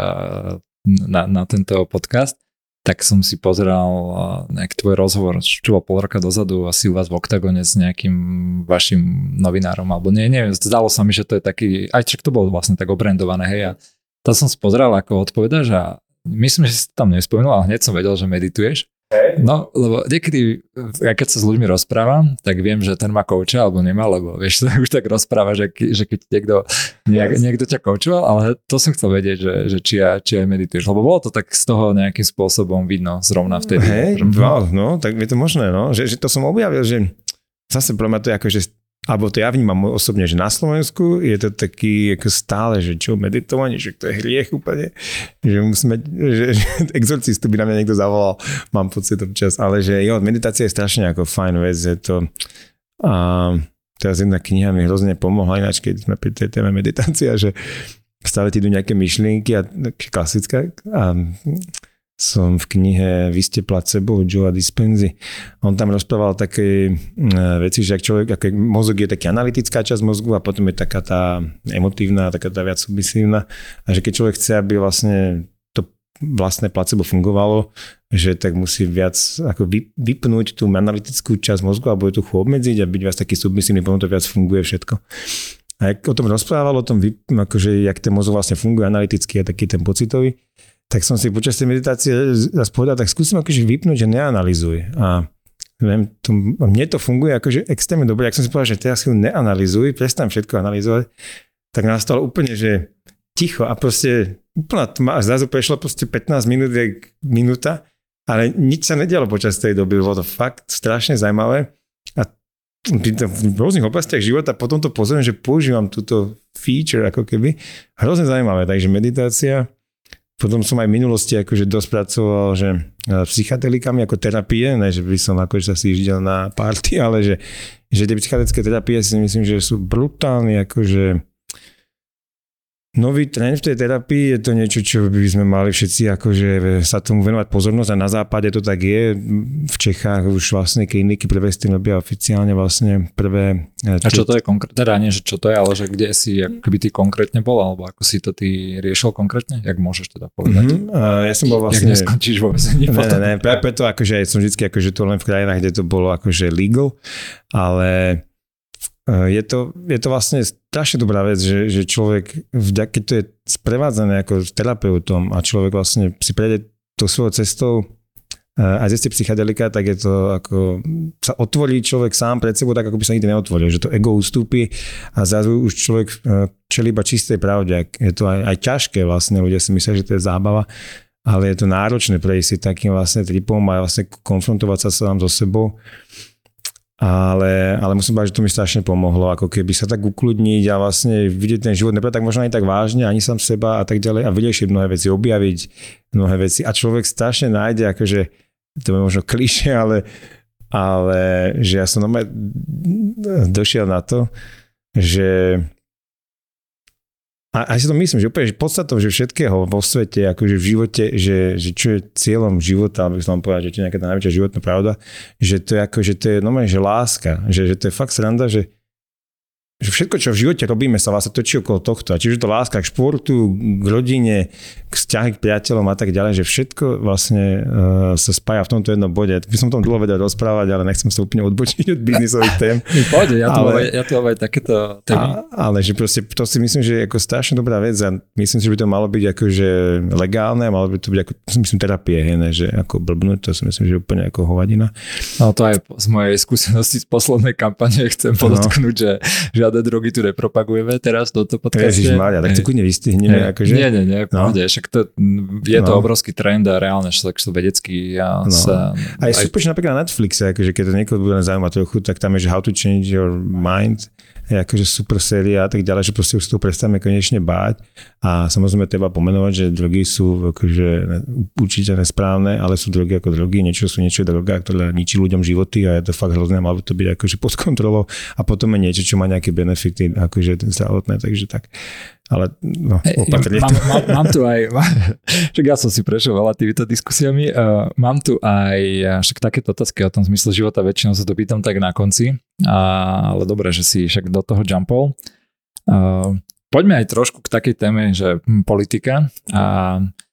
na, na tento podcast, tak som si pozeral nejaký tvoj rozhovor, čo bol pol roka dozadu, asi u vás v Octagone s nejakým vašim novinárom, alebo nie, neviem, zdalo sa mi, že to je taký, aj čak to bolo vlastne tak obrandované, hej, a tam som si pozeral, ako odpovedáš a myslím, že si tam nespomenul, ale hneď som vedel, že medituješ. No, lebo niekedy, keď sa s ľuďmi rozprávam, tak viem, že ten má kouča alebo nemá, lebo vieš, sa už tak rozpráva, že, že keď niekto, nejak, niekto ťa koučoval, ale to som chcel vedieť, že, že či, ja, či aj medituješ, lebo bolo to tak z toho nejakým spôsobom vidno zrovna vtedy. Hej, wow, no, tak je to možné, no, že, že to som objavil, že zase pre mňa to je ako, že alebo to ja vnímam osobne, že na Slovensku je to taký ako stále, že čo meditovanie, že to je hriech úplne, že musíme, že, že exorcistu by na mňa niekto zavolal, mám pocit občas, ale že jo, meditácia je strašne ako fajn vec, je to a teraz jedna kniha mi hrozne pomohla, ináč keď sme pri tej téme meditácia, že stále ti idú nejaké myšlienky a klasická a som v knihe Vy ste placebo od Joea Dispenzy. On tam rozprával také veci, že ak človek, ako mozog je taká analytická časť mozgu a potom je taká tá emotívna, taká tá viac submisívna a že keď človek chce, aby vlastne to vlastné placebo fungovalo, že tak musí viac ako vypnúť tú analytickú časť mozgu alebo ju trochu obmedziť a byť viac taký submisívny, potom to viac funguje všetko. A jak o tom rozprával, o tom, akože jak ten mozog vlastne funguje analyticky a taký ten pocitový, tak som si počas tej meditácie zase povedal, tak skúsim akože vypnúť, že neanalizuj. A neviem, to, mne to funguje akože extrémne dobre. Ak som si povedal, že teraz chvíľu neanalizuj, prestaň všetko analyzovať, tak nastalo úplne, že ticho a proste úplná tma a zrazu prešlo proste pätnásť minút, jak minúta, ale nič sa nedialo počas tej doby. Bolo to fakt strašne zaujímavé. A v rôznych oblastiach života potom to pozorujem, že používam túto feature ako keby. Hrozne zaujímavé. Takže meditácia. Potom som aj v minulosti akože dosť pracoval, že psychedelikami ako terapie, ne, že by som akože sa si išiel na party, ale že, že tie psychedelické terapie si myslím, že sú brutálne akože nový trend v tej terapii, je to niečo, čo by sme mali všetci akože sa tomu venovať pozornosť a na západe to tak je. V Čechách už vlastne kliniky prvé s tým robia oficiálne vlastne prvé. A čo to je konkrétne? Teda nie, že čo to je, ale že kde si akoby ty konkrétne bol, alebo ako si to ty riešil konkrétne? Jak môžeš teda povedať? Mm-hmm. Ja som bol vlastne... Jak neskončíš vo väzení potom? Ne, ne, ne, preto akože som vždycky akože to len v krajinách, kde to bolo akože legal, ale je to, je to vlastne strašne dobrá vec, že, že človek, keď to je sprevádzané ako s terapeutom a človek vlastne si prejde tou svojou cestou a zistí psychedelika, tak je to ako sa otvorí človek sám pred sebou, tak ako by sa nikdy neotvoril, že to ego ustúpi a zrazu už človek čelí iba čistej pravde. Je to aj, aj ťažké vlastne, ľudia si myslia, že to je zábava, ale je to náročné prejsť si takým vlastne tripom a vlastne konfrontovať sa sám so sebou. Ale, ale musím povedať, že to mi strašne pomohlo, ako keby sa tak ukludniť a vlastne vidieť ten život nebrať tak možno ani tak vážne, ani sám seba a tak ďalej a vyriešiť mnohé veci, objaviť mnohé veci a človek strašne nájde, akože to je možno klišé, ale, ale že ja som normálne došiel na to, že a aj si to myslím, že úplne podstatou, že všetkého vo svete, akože v živote, že, že čo je cieľom života, aby som vám povedal, že to je nejaká najväčšia životná pravda, že to je ako, že to je normálne, že láska, že, že to je fakt sranda, že, že všetko, čo v živote robíme, sa vlastne točí okolo tohto. A čiže je to láska k športu, k rodine, k vzťahy k priateľom a tak ďalej, že všetko vlastne uh, sa spája v tomto jednom bode. By som o tom dlho vedel rozprávať, ale nechcem sa úplne odbočiť od biznisových tém. Poďte, ja tu ale, ja tu mám aj takéto témy. A, ale že proste to si myslím, že je ako strašne dobrá vec a myslím si, že by to malo byť akože legálne, malo by to byť ako, myslím, terapie, ne, že ako blbnúť, to si myslím, že je úplne ako hovadina. No to aj z mojej skúsenosti z poslednej kampane chcem podotknúť, no. že žiadne drogy tu nepropagujeme teraz do toho podcaste. Ježišmária, tak to kľudne vystihneme. Akože? Nie, nie, nie, no. Pohode, však to, je to no. obrovský trend a reálne, že to vedecký. Ja no. sa, a je super, že napríklad na Netflixe, akože keď to niekoho bude zaujímať trochu, tak tam je, že How to Change Your Mind, je akože super séria a tak ďalej, že proste už s toho prestaneme konečne báť. A samozrejme treba pomenovať, že drogy sú akože určite nesprávne, ale sú drogy ako drogy, niečo sú niečo droga, ktoré ničí ľuďom životy a je to fakt hrozné, malo by to byť akože pod kontrolou a potom je niečo, čo má nejaké benefity, akože zdravotné, takže tak. Ale no, opatrne. Mám, mám, mám tu aj, však ja som si prešiel veľa týmito diskusiami, uh, mám tu aj však takéto otázky o tom zmysle života, väčšinou sa to pýtam tak na konci, uh, ale dobre, že si však do toho jumpol. Uh, poďme aj trošku k takej téme, že politika a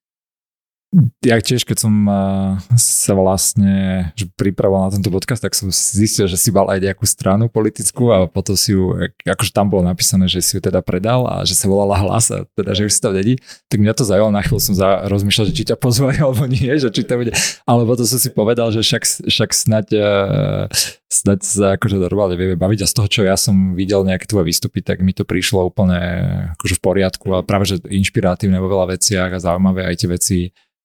ja tiež, keď som uh, sa vlastne pripravoval na tento podcast, tak som zistil, že si mal aj nejakú stranu politickú a potom si ju, akože tam bolo napísané, že si ju teda predal a že sa volala Hlas a teda, že už si tam dedí, tak mňa to zaujímalo, na chvíľu som za, rozmýšľal, že či ťa pozvajú alebo nie, že či to bude, ale potom som si povedal, že však, však snáď, uh, snáď sa akože normálne vieme baviť a z toho, čo ja som videl nejaké tvoje výstupy, tak mi to prišlo úplne akože v poriadku a práve, že inšpiratívne vo veľa veciach a zaujímavé aj tie veci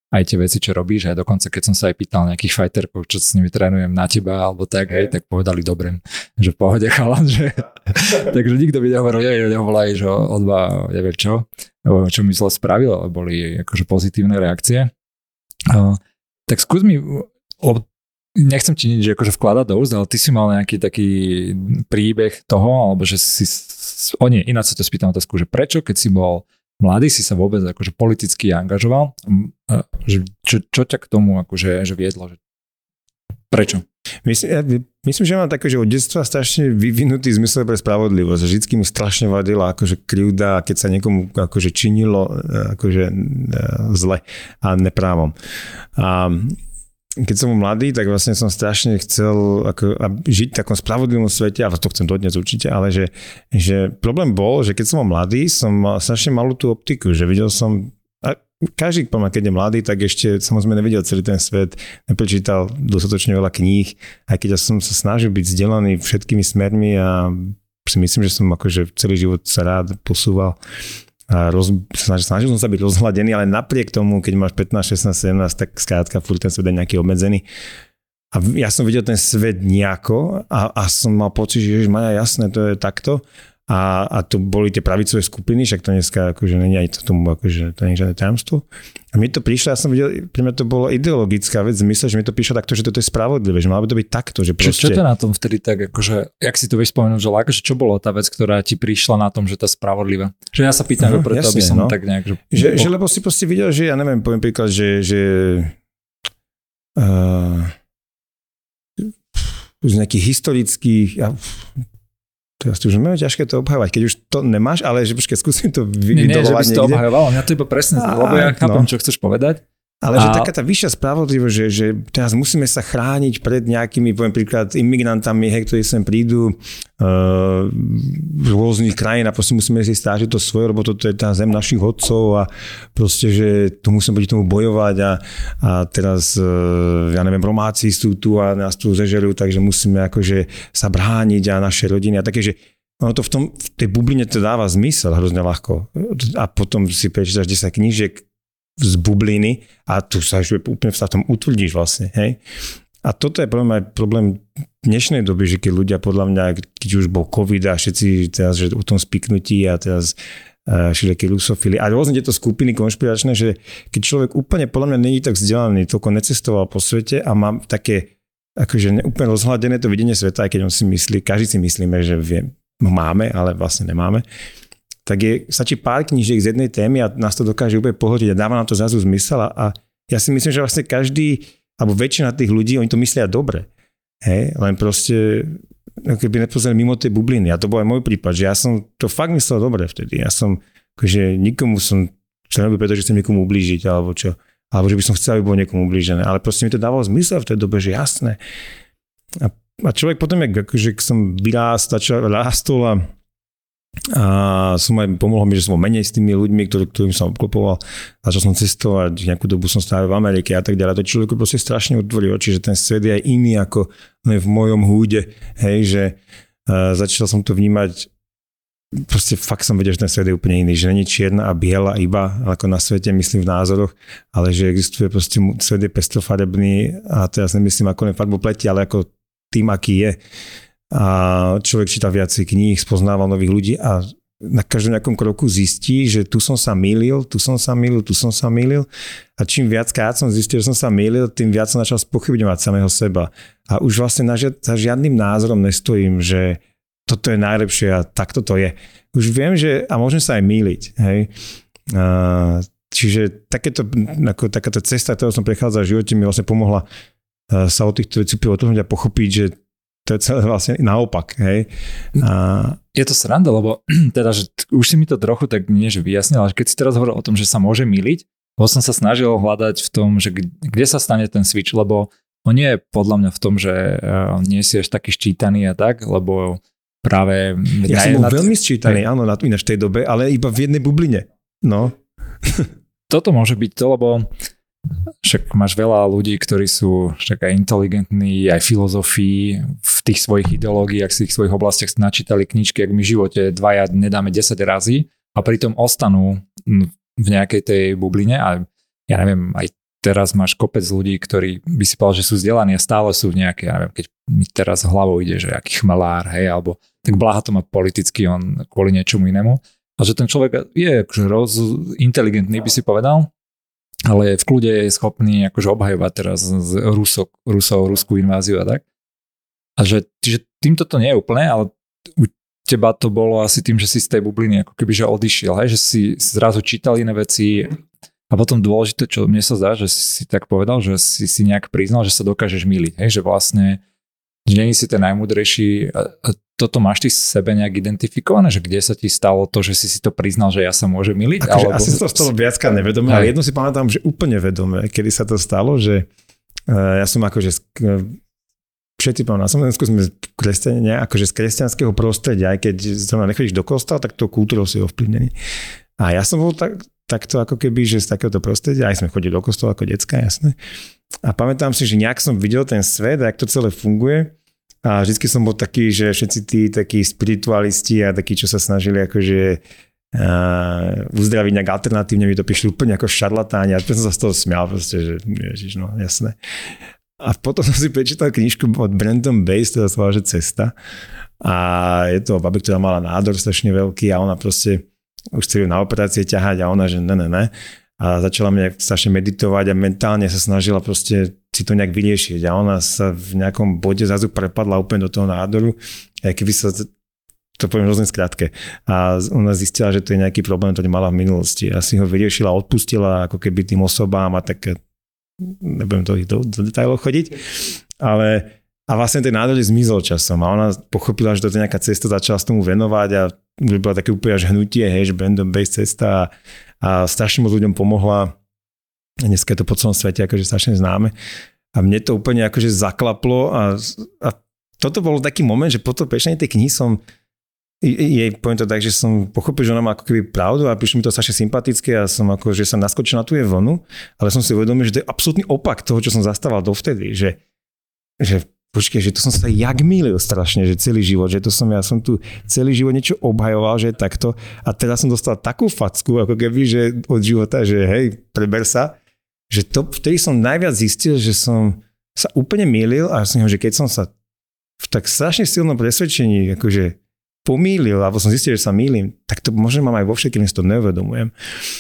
aj tie veci, čo robíš, aj dokonca keď som sa aj pýtal nejakých fighterkov, čo s nimi trénujem na teba, alebo tak, hej, tak povedali dobre, že v pohode chalan, že takže nikto by nehovoril, že nehovoril že o dva, neviem čo, čo mi zle spravil, ale boli akože pozitívne reakcie. Uh, tak skús mi, lebo nechcem ti nič akože vkladať do úst, ale ty si mal nejaký taký príbeh toho, alebo že si, o nie, ináč sa ťa spýtam otázku, že prečo, keď si bol mladý, si sa vôbec akože politicky angažoval, že, čo, čo ťa k tomu akože že viedlo? Že prečo? Myslím, ja, myslím, že mám také, že od detstva strašne vyvinutý zmysel pre spravodlivosť. Vždycky mi strašne vadila akože krivda, keď sa niekomu akože činilo akože zle a neprávom. A keď som mladý, tak vlastne som strašne chcel ako, žiť v takom spravodlivom svete, a to chcem dodnes určite, ale že, že problém bol, že keď som bol mladý, som mal strašne malú tú optiku, že videl som, a každý, keď je mladý, tak ešte samozrejme nevidel celý ten svet, neprečítal dostatočne veľa kníh, aj keď ja som sa snažil byť vzdelaný všetkými smermi a si myslím, že som akože celý život sa rád posúval. A roz, snažil, snažil som sa byť rozhladený, ale napriek tomu, keď máš pätnásť, šestnásť, sedemnásť, tak skrátka furt ten svet je nejaký obmedzený. A ja som videl ten svet nejako a, a som mal pocit, že Maja, jasné, to je takto. A, a to boli tie pravicové skupiny, však to dneska akože není aj to tomu, akože to nie je žiadne tajomstvo. A mi to prišlo, ja som videl, pre mňa to bolo ideologická vec, myslím, že mi to prišlo takto, že toto je spravodlivé, že malo by to byť takto, že proste... Čo, čo to na tom vtedy tak, akože, jak si to vieš spomenúť, že akože čo bolo tá vec, ktorá ti prišla na tom, že to je spravodlivé? Že ja sa pýtam, uh-huh, preto, jasne, aby som no. tak nejak... Že... Že, že lebo si proste videl, že ja neviem, poviem príklad, že, že uh, z nejakých historických... Ja, to už je ťažké to obhajovať, keď už to nemáš, ale že počkaj, skúsim to vydolovať niekde. Nie, nie, že by si to obhajoval, mňa to iba presne, a, lebo ja chápem, no. čo chceš povedať. Ale a... že taká tá vyššia spravodlivosť, že, že teraz musíme sa chrániť pred nejakými, poviem príklad, imigrantami, hej, ktorí sem prídu uh, z rôznych krajín a proste musíme si stážiť to svoje, lebo toto je tá zem našich otcov a proste, že tu musíme byť tomu bojovať a, a teraz, uh, ja neviem, Romáci sú tu a nás tu zežerujú, takže musíme akože sa brániť a naše rodiny a také, že ono to v, tom, v tej bubline to dáva zmysel hrozne ľahko. A potom si prečítaš desať knížiek z bubliny a tu sa už úplne v tom utvrdíš vlastne, hej. A toto je problém aj problém dnešnej doby, že keď ľudia podľa mňa, keď už bol COVID a všetci teraz, že o tom spiknutí a teraz uh, všelijaké rusofily a rôzne tieto skupiny konšpiračné, že keď človek úplne podľa mňa není tak vzdelaný, toľko necestoval po svete a má také akože úplne rozhladené to videnie sveta, aj keď on si myslí, každý si myslíme, že vie, máme, ale vlastne nemáme, tak je, stačí pár knížiek z jednej témy a nás to dokáže úplne pohodiť a dáva nám to zrazu zmysel a, a ja si myslím, že vlastne každý, alebo väčšina tých ľudí, oni to myslia dobre. Hej? Len proste, keby nepozerali mimo tej bubliny. A to bol aj môj prípad, že ja som to fakt myslel dobre vtedy. Ja som, akože nikomu som, čo nerobil, pretože chcem niekomu ublížiť, alebo čo, alebo že by som chcel, aby bolo niekomu ublížené. Ale proste mi to dávalo zmysel v tej dobe, že jasné. A, a človek potom, akože som vyrástol, rástol a a som aj pomohol mi, že som bol menej s tými ľuďmi, ktorý, ktorým som obklopoval, začal som cestovať, nejakú dobu som strávil v Amerike a tak ďalej. To človeku proste strašne otvorí oči, že ten svet je aj iný ako v mojom húde, hej, že uh, začal som to vnímať, proste fakt som vedel, že ten svet je úplne iný, že není čierna a biela iba, ako na svete, myslím v názoroch, ale že existuje proste, svet je pestrofarebný a teraz nemyslím ako len farbu pleti, ale ako tým, aký je. A človek číta viacej kníh, spoznával nových ľudí a na každom nejakom kroku zistí, že tu som sa mýlil, tu som sa mýlil, tu som sa mýlil a čím viackrát som zistil, že som sa mýlil, tým viac som začal spochybňovať samého seba. A už vlastne na ži- za žiadnym názorom nestojím, že toto je najlepšie a takto to je. Už viem, že a môžem sa aj mýliť. Hej. A, čiže takéto, ako, takáto cesta, ktorú som prechádzal v živote, mi vlastne pomohla sa o týchto vecí otohnúť a pochopiť, že to je celé vlastne naopak, hej. A... Je to sranda, lebo teda, že už si mi to trochu tak nie, že vyjasnil, ale keď si teraz hovoril o tom, že sa môže myliť, lebo som sa snažil hľadať v tom, že kde sa stane ten switch, lebo on nie je podľa mňa v tom, že nie si až taký ščítaný a tak, lebo práve... Ja som bol nad... veľmi sčítaný, áno, na ináč v tej dobe, ale iba v jednej bubline, no. Toto môže byť to, lebo však máš veľa ľudí, ktorí sú však aj inteligentní, aj filozofii v tých svojich ideológiách, v tých svojich oblastiach načítali knižky, ak my v živote dvaja nedáme desať razy a pritom ostanú v nejakej tej bubline a ja neviem, aj teraz máš kopec ľudí, ktorí by si povedal, že sú vzdelaní a stále sú v nejakej, ja neviem, keď mi teraz hlavou ide, že aký chmelár, hej, alebo tak Blaha to má politicky, on kvôli niečomu inému. A že ten človek je akože roz, inteligentný, by si povedal, ale v kľude je schopný akože obhajovať teraz z Rusov, Rusov, ruskú inváziu a tak. A že, že týmto to nie je úplne, ale u teba to bolo asi tým, že si z tej bubliny ako keby že odišiel, hej, že si zrazu čítal iné veci. A potom dôležité, čo mne sa zdá, že si tak povedal, že si si nejak priznal, že sa dokážeš myliť. Hej? Že vlastne, že nie si ten najmúdrejší. A toto máš ty sebe nejak identifikované? Že kde sa ti stalo to, že si si to priznal, že ja sa môžem myliť? Akože alebo... Asi sa to stalo viackrát nevedomé, ale jedno si pamätám, že úplne vedomé, kedy sa to stalo, že uh, ja som akože všetci pamätám, na Slovensku sme kresťania, akože z kresťanského prostredia, aj keď zrovna nechodíš do kostola, tak to kultúrou si ovplyvnený. A ja som bol tak takto ako keby, že z takéhoto prostredia, aj sme chodili do kostola ako decka, jasné. A pamätám si, že nejak som videl ten svet, jak to celé funguje a vždycky som bol taký, že všetci tí takí spiritualisti a takí, čo sa snažili akože uh, uzdraviť nejak alternatívne, mi to prišli úplne ako šarlatáni a som sa z toho smial proste, že ježiš, no jasné. A potom som si prečítal knižku od Brandon Bass, ktorá sa volá, že Cesta a je to babi, ktorá mala nádor strašne veľký a ona proste už chceli na operácie ťahať a ona, že ne, ne, ne. A začala mňa strašne meditovať a mentálne sa snažila proste si to nejak vyriešiť. A ona sa v nejakom bode zrazu prepadla úplne do toho nádoru. A keby sa, to poviem hrozne skrátke. A ona zistila, že to je nejaký problém, ktorý mala v minulosti. A si ho vyriešila, odpustila ako keby tým osobám a tak, nebudem do, do, do detailov chodiť. Ale a vlastne ten nádor zmizol časom. A ona pochopila, že to je nejaká cesta, začala s tomu venovať a že bola také úplne až hnutie, hej, že Brandon Bass cesta a, a strašne moc ľuďom pomohla. Dneska je to po celom svete akože strašne známe. A mne to úplne akože zaklaplo a, a toto bol taký moment, že po to prečítanie tej knihy som jej poviem to tak, že som pochopil, že ona má ako keby pravdu a prišlo mi to strašne sympatické a som ako, že som naskočil na tú jej vlnu, ale som si uvedomil, že to je absolútny opak toho, čo som zastával dovtedy, že, že počkej, že to som sa jak mýlil strašne, že celý život, že to som, ja som tu celý život niečo obhajoval, že je takto a teraz som dostal takú facku, ako keby, že od života, že hej, preber sa, že to, vtedy som najviac zistil, že som sa úplne mýlil a som, že keď som sa v tak strašne silnom presvedčení akože pomýlil, alebo som zistil, že sa mýlim, tak to možno mám aj vo všetkým, si to neuvedomujem.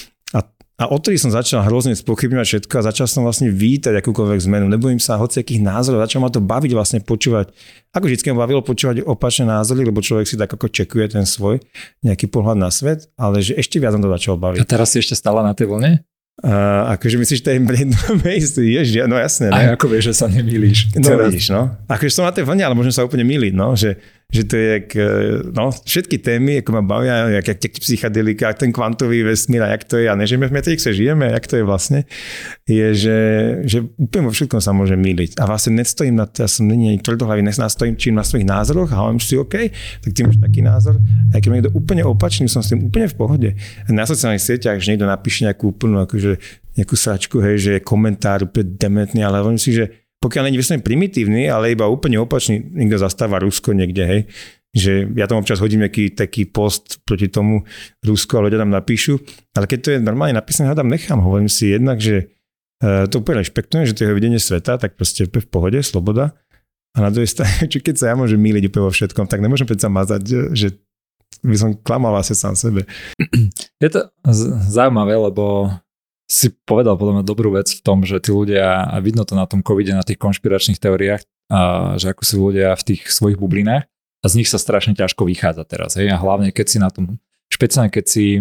A odtedy som začal hrozne spochybňovať všetko a začal som vlastne vítať akúkoľvek zmenu. Nebojím sa hociakých názorov, začal ma to baviť vlastne počúvať. Ako vždycky ma bavilo počúvať opačné názory, lebo človek si tak ako čekuje ten svoj nejaký pohľad na svet, ale že ešte viac som to začal baviť. A teraz si ešte stále na tej vlne? Uh, akože myslíš, že to je Brandon Bass, ježiš, no jasné. Ne? A ako vieš, že sa nemýliš? No vidíš, no. Akože som na tej vlne, ale môžem sa úplne myliť, no, že že to je jak, no, všetky témy, ako ma bavia, jak, jak, jak psychedelika, ten kvantový vesmír a jak to je, a nežijeme v Matrixe, žijeme, jak to je vlastne, je, že, že úplne vo všetkom sa môže myliť. A vlastne nestojím na to, ja som není ani tvrdohlavý, nestojím čím na svojich názoroch a hovorím si, OK, tak ty máš taký názor. A keď ma niekto úplne opačný, som s tým úplne v pohode. Na sociálnych sieťach, že niekto napíše nejakú úplnú, akože nejakú sračku, hej, že je komentár úplne dementný, ale hovorím si, že pokiaľ nie je vyslovene primitívny, ale iba úplne opačný, niekto zastáva Rusko niekde, hej, že ja tam občas hodím nejaký taký post proti tomu Rusku a ľudia tam napíšu, ale keď to je normálne napísané, ja tam nechám, hovorím si jednak, že uh, to úplne rešpektujem, že to je videnie sveta, tak proste v pohode, sloboda. A na druhej strane, či keď sa ja môžem mýliť úplne vo všetkom, tak nemôžem predsa mazať, že by som klamal asi sám sebe. Je to zaujímavé, lebo si povedal podľa mňa dobrú vec v tom, že tí ľudia, a vidno to na tom covide, na tých konšpiračných teóriách, a že ako sú ľudia v tých svojich bublinách a z nich sa strašne ťažko vychádza teraz. Hej? A hlavne keď si na tom, špeciálne keď si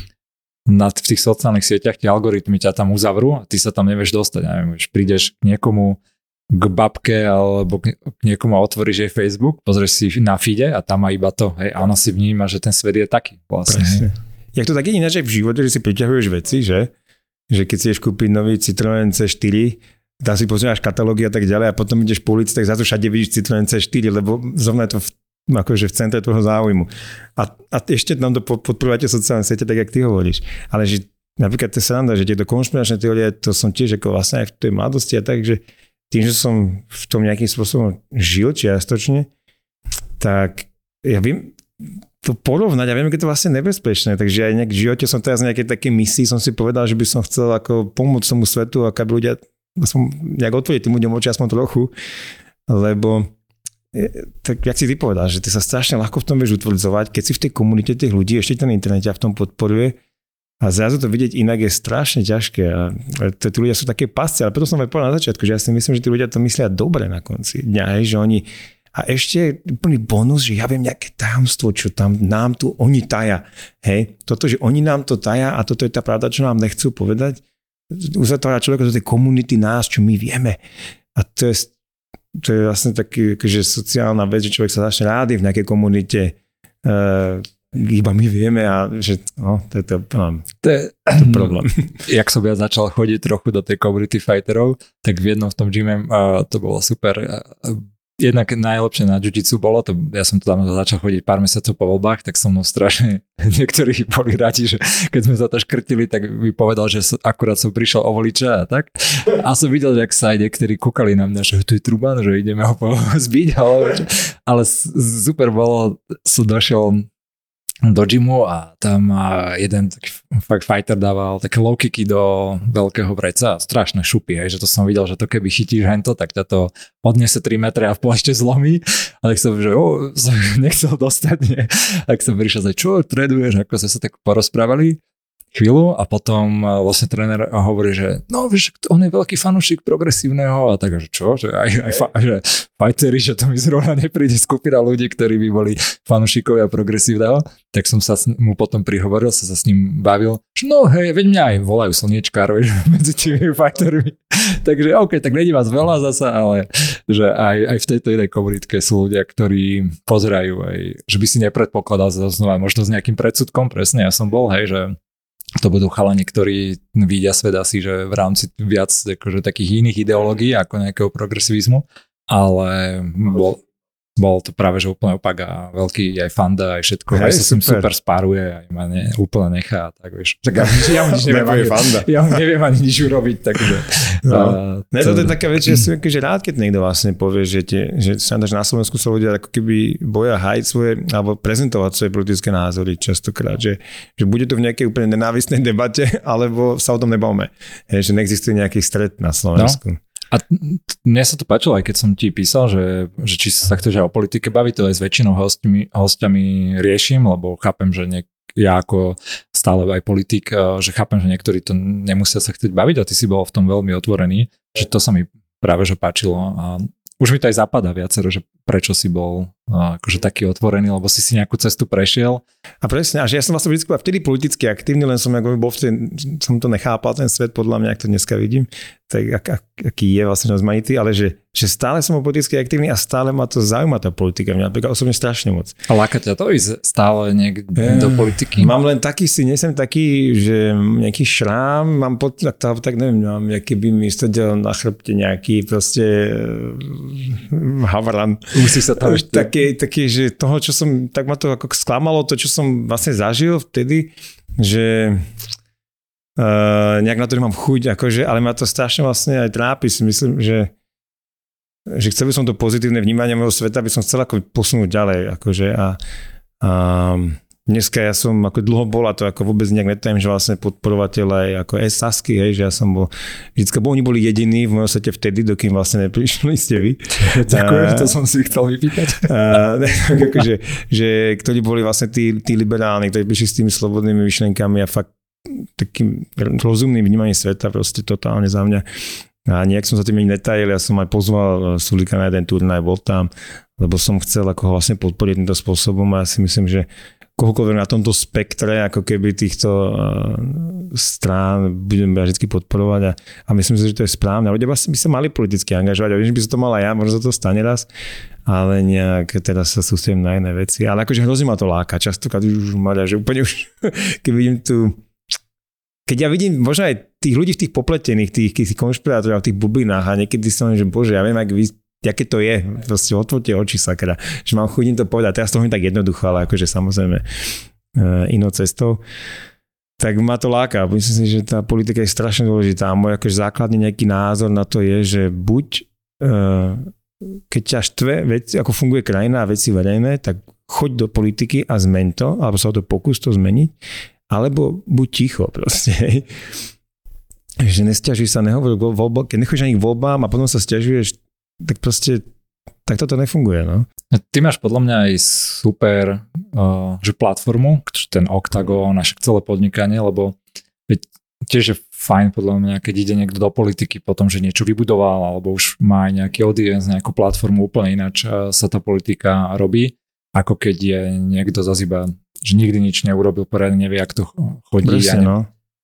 na, v tých sociálnych sieťach tie algoritmy ťa tam uzavrú a ty sa tam nevieš dostať. Neviem, prídeš k niekomu, k babke alebo k niekomu a otvoríš jej Facebook, pozrieš si na feede a tam má iba to. Hej? A ona si vníma, že ten svet je taký vlastne. Presne. Jak to tak je ináč aj v živote, že si priťahuješ veci, že? Že keď si ideš kúpiť nový Citroën cé štyri, tam si pozrieš katalógy a tak ďalej a potom ideš po ulici, tak zase všade vidíš Citroën cé štyri, lebo zrovna je to v, akože v centre tvojho záujmu. A, a ešte tam to podporujete sociálne siete, tak jak ty hovoríš. Ale že napríklad to sranda, že tieto konšpiračné teórie, to som tiež ako vlastne aj v tej mladosti a tak, že tým, že som v tom nejakým spôsobom žil čiastočne, tak ja viem, to porovnať a viem, že to vlastne nebezpečné. Takže aj nejak v živote som teraz nejaké také misii, som si povedal, že by som chcel ako pomôcť tomu svetu, ako aby ľudia, som nejak otvoriť tým ľuďom oči aspoň trochu, lebo tak jak si ty povedal, že ty sa strašne ľahko v tom vieš utvrdzovať, keď si v tej komunite tých ľudí, ešte ten internet ťa v tom podporuje a zrazu to vidieť inak je strašne ťažké a tí ľudia sú také pasce, ale preto som aj povedal na začiatku, že ja si myslím, že tí ľudia to myslia dobre na konci dňa, hej, že oni a ešte úplný bonus, že ja viem nejaké tajomstvo, čo tam nám tu oni taja. Hej, toto, že oni nám to taja a toto je tá pravda, čo nám nechcú povedať, uzatvára človeka do tej komunity nás, čo my vieme. A to je, to je vlastne taký, že sociálna vec, že človek sa začne rádi v nejakej komunite, uh, iba my vieme a že no, to je to, no, to, je, to problém. Jak som ja začal chodiť trochu do tej community fighterov, tak v jednom v tom gyme uh, to bolo super. Uh, Jednak najlepšie na jiu-jitsu bolo, to, ja som tam začal chodiť pár mesiacov po voľbách, tak som mnou strašne, niektorí boli radi, že keď sme sa to škrtili, tak mi povedal, že som, akurát som prišiel o voliča a tak. A som videl, že ak sa aj niektorí kúkali na mňa, že to je Truban, že ideme ho zbiť, ale, ale super bolo, som došiel do gymu a tam jeden taký fakt fighter dával také low kicky do veľkého vreca a strašné šupy, hej, že to som videl, že to keby chytíš hento, tak ťa to odniesie tri metre a v pol ešte zlomí a tak som, že oh, som nechcel dostať, nie. Tak som prišiel, že čo traduješ, ako sme sa tak porozprávali chvíľu a potom vlastne tréner hovorí, že no vieš, on je veľký fanúšik progresívneho a tak, že čo, že aj, aj fa, že fighteri, že to mi zrovna nepríde skupina ľudí, ktorí by boli fanúšikovia progresívneho, tak som sa mu potom prihovoril, sa, sa s ním bavil, že no hej, veď mňa aj volajú slniečkár, vieš, medzi tými fightermi, takže ok, tak není vás veľa zasa, ale že aj, aj v tejto jednej komunitke sú ľudia, ktorí pozerajú aj, že by si nepredpokladal znova možno s nejakým predsudkom, presne, ja som bol, hej, že to budú chalani, ktorí vidia svet asi, že v rámci viac akože, takých iných ideológií ako nejakého progresivizmu, ale bol, bol to práve že úplne opak a veľký aj fanda, aj všetko, Hej, aj sa s tým super. super spáruje, aj ma ne, úplne nechá, tak vieš. Tak ja, ja mu nič neviem, ani, fanda. ja mu neviem ani nič urobiť, takže... No. Uh, Ne, to je taká vec, že som akože rád, keď niekto vlastne povie, že, tie, že sa na Slovensku sa ľudia ako keby boja hájiť svoje, alebo prezentovať svoje politické názory častokrát, že, že bude to v nejakej úplne nenávistnej debate, alebo sa o tom nebavme. Hej, že neexistuje nejaký stret na Slovensku. No. A mne sa to páčilo, aj keď som ti písal, že, že či sa chceš aj o politike baviť, to aj s väčšinou hostiami, hostiami riešim, lebo chápem, že niek- ja ako stále aj politik, že chápem, že niektorí to nemusia sa chcieť baviť a ty si bol v tom veľmi otvorený, že to sa mi práve že páčilo a už mi to aj zapadá viacero, že prečo si bol akože taký otvorený, lebo si si nejakú cestu prešiel. A presne, a že ja som vlastne vždy bol vtedy politicky aktívny, len som ako bol v ten, som to nechápal, ten svet podľa mňa, ak to dneska vidím, tak ak, ak, aký je vlastne rozmanitý, ale že, že stále som bol politicky aktívny a stále ma to zaujíma tá politika, mňa napríklad osobne strašne moc. A láka ťa to ísť stále niekde ja, do politiky? Mám len taký si, nie som taký, že nejaký šrám, mám pod, tak, tak neviem, mám, nejaký by mi sedel na chrbte nejaký proste havran. Musí sa tam ešte... Taký, taký, že toho, čo som, tak ma to ako sklamalo, to, čo som vlastne zažil vtedy, že uh, nejak na to nemám chuť, akože, ale ma to strašne vlastne aj trápi, si myslím, že, že chcel by som to pozitívne vnímanie môjho sveta, by som chcel ako posunúť ďalej, akože a, a dneska ja som ako dlho bol a to ako vôbec nejak netajím, že vlastne podporovateľ aj ako es Sasky, hej, že ja som bol, vždycky, bo oni boli jediní v mojom svete vtedy, dokým vlastne neprišli ste vy. Ďakujem, to som si chcel vypýtať. A, akože, že ktorí boli vlastne tí, tí liberálni, ktorí prišli s tými slobodnými myšlenkami a fakt takým rozumným vnímaním sveta, proste totálne za mňa. A nejak som sa tým ani netajil, ja som aj pozval Sulika na jeden turnaj, bol tam, lebo som chcel ako ho vlastne podporiť týmto spôsobom a ja si myslím, že kohokoľvek na tomto spektre, ako keby týchto uh, strán budem ja vždy podporovať a, a myslím si, že to je správne. Ľudia by sa mali politicky angažovať a viem, že by sa to mal aj ja, možno sa to stane raz, ale nejak teraz sa sústredím na iné veci. Ale akože hrozí ma to láka. Častokrát už maľa, že úplne už, keď vidím tu keď ja vidím možno aj tých ľudí v tých popletených, tých, tých konšpirátorov, v tých bublinách a niekedy si hovorím, že bože, ja viem, ak vy aké to je, proste otvorte oči sakra, že mám chuť im to povedať, teraz to hovorím tak jednoducho, ale akože samozrejme uh, inou cestou, tak ma to láka. Myslím si, že tá politika je strašne dôležitá a môj akože základný nejaký názor na to je, že buď uh, keď ťa štve veci, ako funguje krajina a veci verejné, tak choď do politiky a zmeň to, alebo sa o to pokús to zmeniť, alebo buď ticho proste, hej. Že nesťažuj sa, nehovor o voľbách, keď nechodíš ani k voľbám a potom sa sťažuješ, tak proste tak toto nefunguje, no. Ty máš podľa mňa aj super uh, že platformu, ten Octagon, naše celé podnikanie, lebo tiež je fajn podľa mňa, keď ide niekto do politiky potom, že niečo vybudoval, alebo už má aj nejaký audience, nejakú platformu, úplne ináč sa tá politika robí, ako keď je niekto zase iba, že nikdy nič neurobil, poriadne nevie, jak to chodí. Presne, no.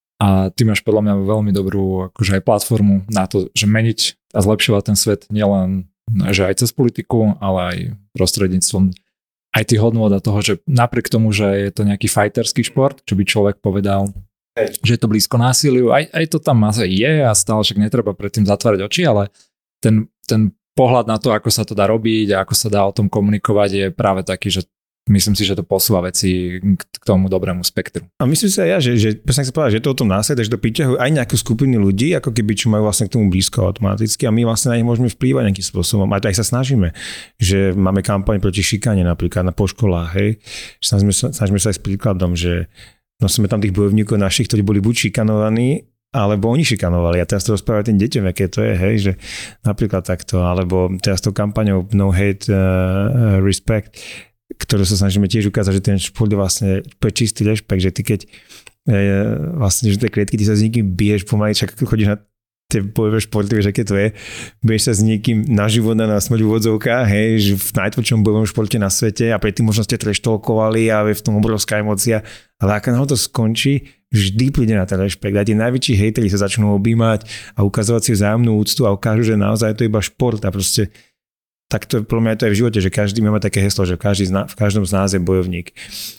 A ty máš podľa mňa veľmi dobrú akože aj platformu na to, že meniť a zlepšovať ten svet nielen že aj cez politiku, ale aj prostredníctvom aj tých hodnôt a toho, že napriek tomu, že je to nejaký fighterský šport, čo by človek povedal, že je to blízko násiliu, aj, aj to tam asi je a stále však netreba predtým zatvárať oči, ale ten, ten pohľad na to, ako sa to dá robiť a ako sa dá o tom komunikovať je práve taký, že myslím si, že to posúva veci k tomu dobrému spektru. A myslím si aj ja, že, že presne sa povedal, že to o tom následuje, že to priťahujú aj nejakú skupinu ľudí, ako keby čo majú vlastne k tomu blízko automaticky a my vlastne na nich môžeme vplývať nejakým spôsobom. A to aj sa snažíme, že máme kampaň proti šikane napríklad na po školách, hej. Snažíme sa, snažíme sa aj s príkladom, že nosíme tam tých bojovníkov našich, ktorí boli buď šikanovaní, alebo oni šikanovali. A teraz to rozprávajú tým deťom, aké to je, hej, že napríklad takto, alebo teraz tou kampaňou No Hate, uh, Respect, ktorú sa snažíme tiež ukázať, že ten šport je vlastne čistý rešpekt, že ty keď e, vlastne, že tie klietky, ty sa s niekým biješ pomaly, čak chodíš na tie bojové športy, vieš, aké to je, biješ sa s niekým na život a na smrť v úvodzovkách, hej, že v najtvrdšom bojovom športe na svete a predtým možno ste treštolkovali a je v tom obrovská emócia, ale ako nám to skončí, vždy príde na ten rešpekt. A tie najväčší hejteri sa začnú objímať a ukazovať si vzájomnú úctu a ukážu, že naozaj to je iba šport a proste tak to podľa mňa to je v živote, že každý má také heslo, že každý z nás, v každom z nás je bojovník.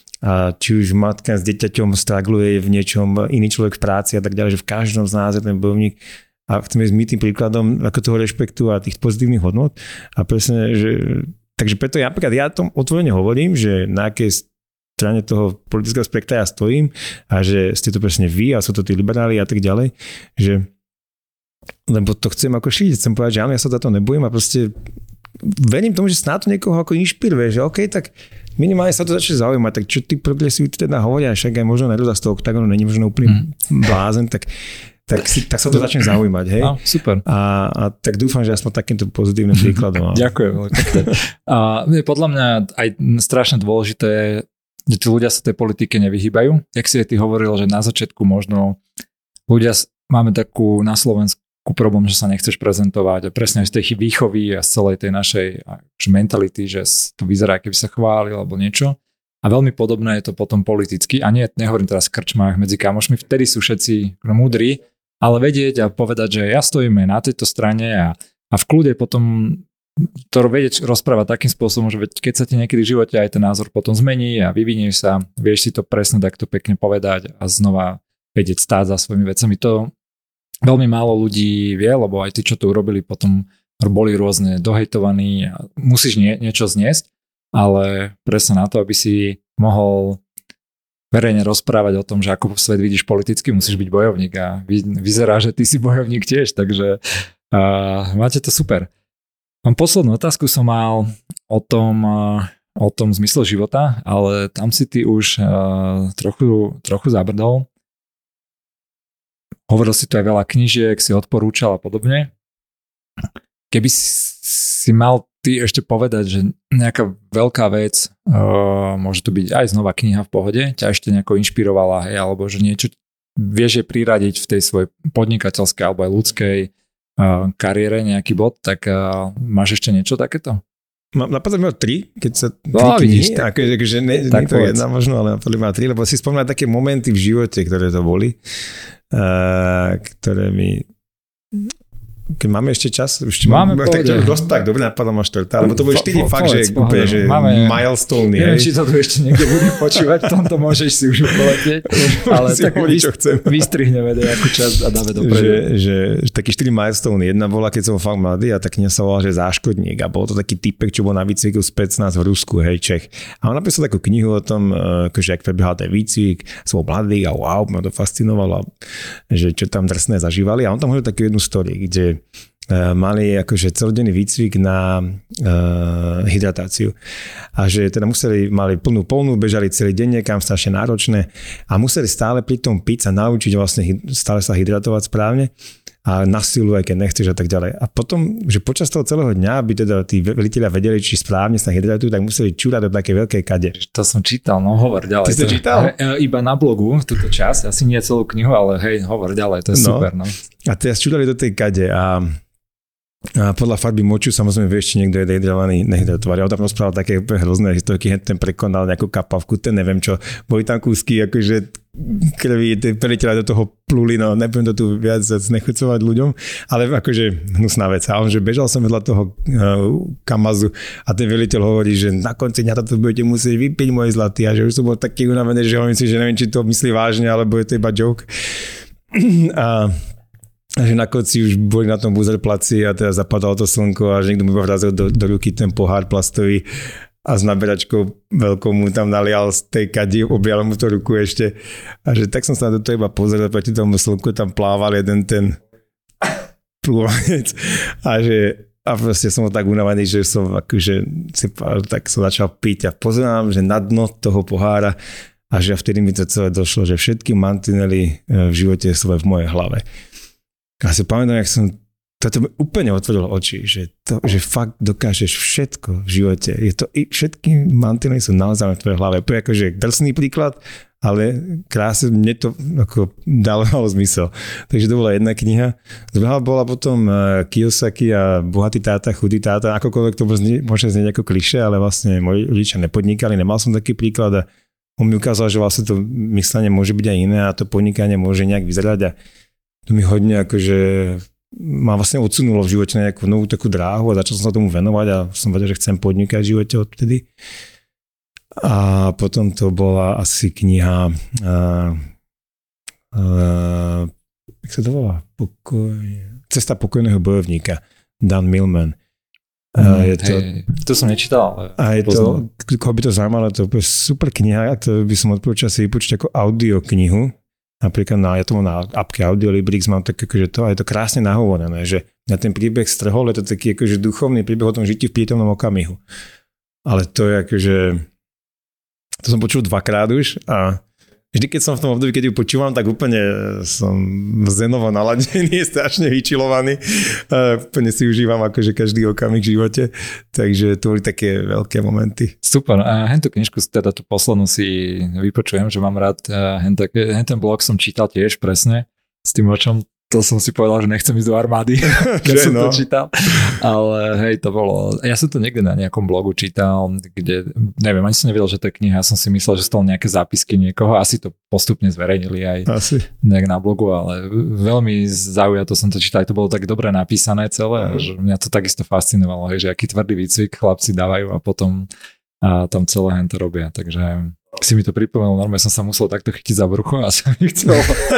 A či už matka s dieťaťom stragluje v niečom, iný človek v práci a tak ďalej, že v každom z nás je ten bojovník a chceme ísť my tým príkladom ako toho rešpektu a tých pozitívnych hodnot. A presne, že, takže preto ja, napríklad ja tom otvorene hovorím, že na akej strane toho politického spektra ja stojím a že ste to presne vy a sú to tí liberáli a tak ďalej, že lebo to chcem ako šíriť, chcem povedať, že áno, ja sa za to nebojím a proste verím tomu, že snáď to niekoho ako inšpiruje, že OK, tak minimálne sa to začne zaujímať, tak čo tí progresívci teda hovoria, však aj možno Neruda z toho Octagonu není možno úplný mm. blázen, tak, tak, si, tak sa to začne zaujímať, hej? No, super. A, a tak dúfam, že aspoň takýmto pozitívnym príkladom. Ďakujem. A podľa mňa aj strašne dôležité, že tí ľudia sa tej politike nevyhýbajú. Jak si aj ty hovoril, že na začiatku možno ľudia, máme takú na Slovensku problém, že sa nechceš prezentovať a presne z tej výchovy a z celej tej našej mentality, že to vyzerá, keby sa chválil alebo niečo. A veľmi podobné je to potom politicky. A nie, nehovorím teraz v krčmách medzi kamošmi, vtedy sú všetci múdri, ale vedieť a povedať, že ja stojíme na tejto strane a, a v kľude potom to vedieť rozprávať takým spôsobom, že keď sa ti niekedy v živote aj ten názor potom zmení a vyvinieš sa, vieš si to presne takto pekne povedať a znova vedieť stáť za svojimi vecami. To veľmi málo ľudí vie, lebo aj tí, čo to urobili, potom boli rôzne dohejtovaní a musíš nie, niečo zniesť, ale presne na to, aby si mohol verejne rozprávať o tom, že ako svet vidíš politicky, musíš byť bojovník a vyzerá, že ty si bojovník tiež, takže uh, máte to super. Mám poslednú otázku som mal o tom, uh, o tom zmysle života, ale tam si ty už uh, trochu, trochu zabrdol. Hovoril si tu aj veľa knížiek, si odporúčal a podobne. Keby si mal ty ešte povedať, že nejaká veľká vec, uh, môže to byť aj znova kniha v pohode, ťa ešte nejako inšpirovala, hej, alebo že niečo vieš je priradiť v tej svojej podnikateľskej alebo aj ľudskej uh, kariére nejaký bod, tak uh, máš ešte niečo takéto? Napadlo mi tri, keď sa tri no, knihy, akože akože ne, nie to jedna možno, ale napadlo mi tri, lebo si spomínam také momenty v živote, ktoré to boli, uh, ktoré mi... Keď máme ešte čas, ešte máme mám, tak, dosť tak, dobre, napadlo ma štvrtá, lebo to boli štyri fakt, že úplne, že milestone. Neviem, či to tu ešte niekde bude počúvať, v tomto môžeš si už upoletieť, ale tak vystrihneme nejakú časť a dáme dopredu. Že, že, že taký štyri milestone, jedna bola, keď som fakt mladý a tá kniha sa volala, že Záškodník a bol to taký typek, čo bol na výcviku specnaz v Rusku, hej, Čech. A on napísal takú knihu o tom, že ak prebiehal ten výcvik, som bol mladý a wow, ma to fascinovalo, že čo tam drsné zažívali a on tam hovoril takú jednu story, kde mali akože celodenný výcvik na uh, hydratáciu. A že teda museli, mali plnú polnú, bežali celý deň niekam, strašne náročné a museli stále pri tom piť sa naučiť vlastne stále sa hydratovať správne a na silu, aj keď nechceš a tak ďalej. A potom, že počas toho celého dňa, aby teda tí velitelia vedeli, či správne sa hydratujú, tak museli čúrať do také veľkej kade. To som čítal, no hovor ďalej. Ty si to čítal? Iba na blogu, túto časť, asi nie celú knihu, ale hej, hovor ďalej, to je no. super. No. A teraz čúrali do tej kade a A podľa farby moču samozrejme vieš, či niekto je dehydrovaný, nehydratovaný. On tam rozprával také hrozné historky, ten prekonal nejakú kapavku, ten neviem čo. Boli tam kúsky, akože krvi, tie veliteľa do toho pluli, no nebudem to tu viac znechucovať ľuďom, ale akože hnusná vec. A on, že bežal som vedľa toho uh, kamazu a ten veliteľ hovorí, že na konci dňa toto budete musieť vypiť, môj zlatý, a že už som bol taký unavený, že on myslí, že neviem, či to myslí vážne, alebo je to iba joke. A A že na konci už boli na tom buzerplaci a teda zapadalo to slnko a že niekto mi vrazil do, do ruky ten pohár plastový a s naberačkou veľkou mu tam nalial z tej kadi, objal mu to ruku ešte. A že tak som sa na to iba pozrel, proti tomu slnku tam plával jeden ten plúvanec a že a proste som bol tak unavený, že som akože si, tak som začal piť a pozerám, že na dno toho pohára a že vtedy mi to celé došlo, že všetky mantinely v živote sú v mojej hlave. A si pamätám, jak som, toto mi úplne otvorilo oči, že, to, že fakt dokážeš všetko v živote. Je to, všetky mantinely sú naozaj v tvojej hlave. To je akože drsný príklad, ale krásne mne to ako dalo zmysel. Takže to bola jedna kniha. Druhá bola potom Kiyosaki a Bohatý táta, chudý táta. Akokoľvek to môže znieť ako klišé, ale vlastne moji rodičia nepodnikali. Nemal som taký príklad a on mi ukázal, že vlastne to myslenie môže byť aj iné a to podnikanie môže nejak vyzerať a to mi hodne akože ma vlastne odsunulo v živote na nejakú novú takú dráhu a začal som sa tomu venovať a som vedel, že chcem podnikať v živote odtedy. A potom to bola asi kniha uh, uh, jak sa to volá? Pokoj... Cesta pokojného bojovníka. Dan Millman. Uh, je to, hej, to som nečítal. Ale a je poznám. To, koho by to zaujímalo, to je super kniha, to by som odporúčal si vypočuť ako audioknihu. Napríklad na, ja tomu na appke Audiolibrix mám tak akože to, a je to krásne nahovorené, že na ten príbeh strhol je to taký akože duchovný príbeh o tom žití v prítomnom okamihu. Ale to je akože, to som počul dvakrát už a vždy, keď som v tom období, keď ju počúvam, tak úplne som zenovo naladený, strašne vyčilovaný. A úplne si užívam akože každý okamih v živote. Takže to boli také veľké momenty. Super. A hentu knižku, teda tú poslednú si vypočujem, že mám rád. Hen ten blog som čítal tiež presne s tým, o čom to som si povedal, že nechcem ísť do armády, keď som no. to čítal. Ale hej, to bolo... Ja som to niekde na nejakom blogu čítal, kde... Neviem, ani som nevedel, že to je kniha. Ja som si myslel, že stalo nejaké zápisky niekoho. Asi to postupne zverejnili aj Asi. nejak na blogu, ale veľmi zaujato som to čítal. To bolo tak dobre napísané celé, že mňa to takisto fascinovalo, hej, že aký tvrdý výcvik chlapci dávajú a potom a tam celé hen to robia. Takže... si mi to pripomenul, normálne som sa musel takto chytiť za brucho a som mi chcel,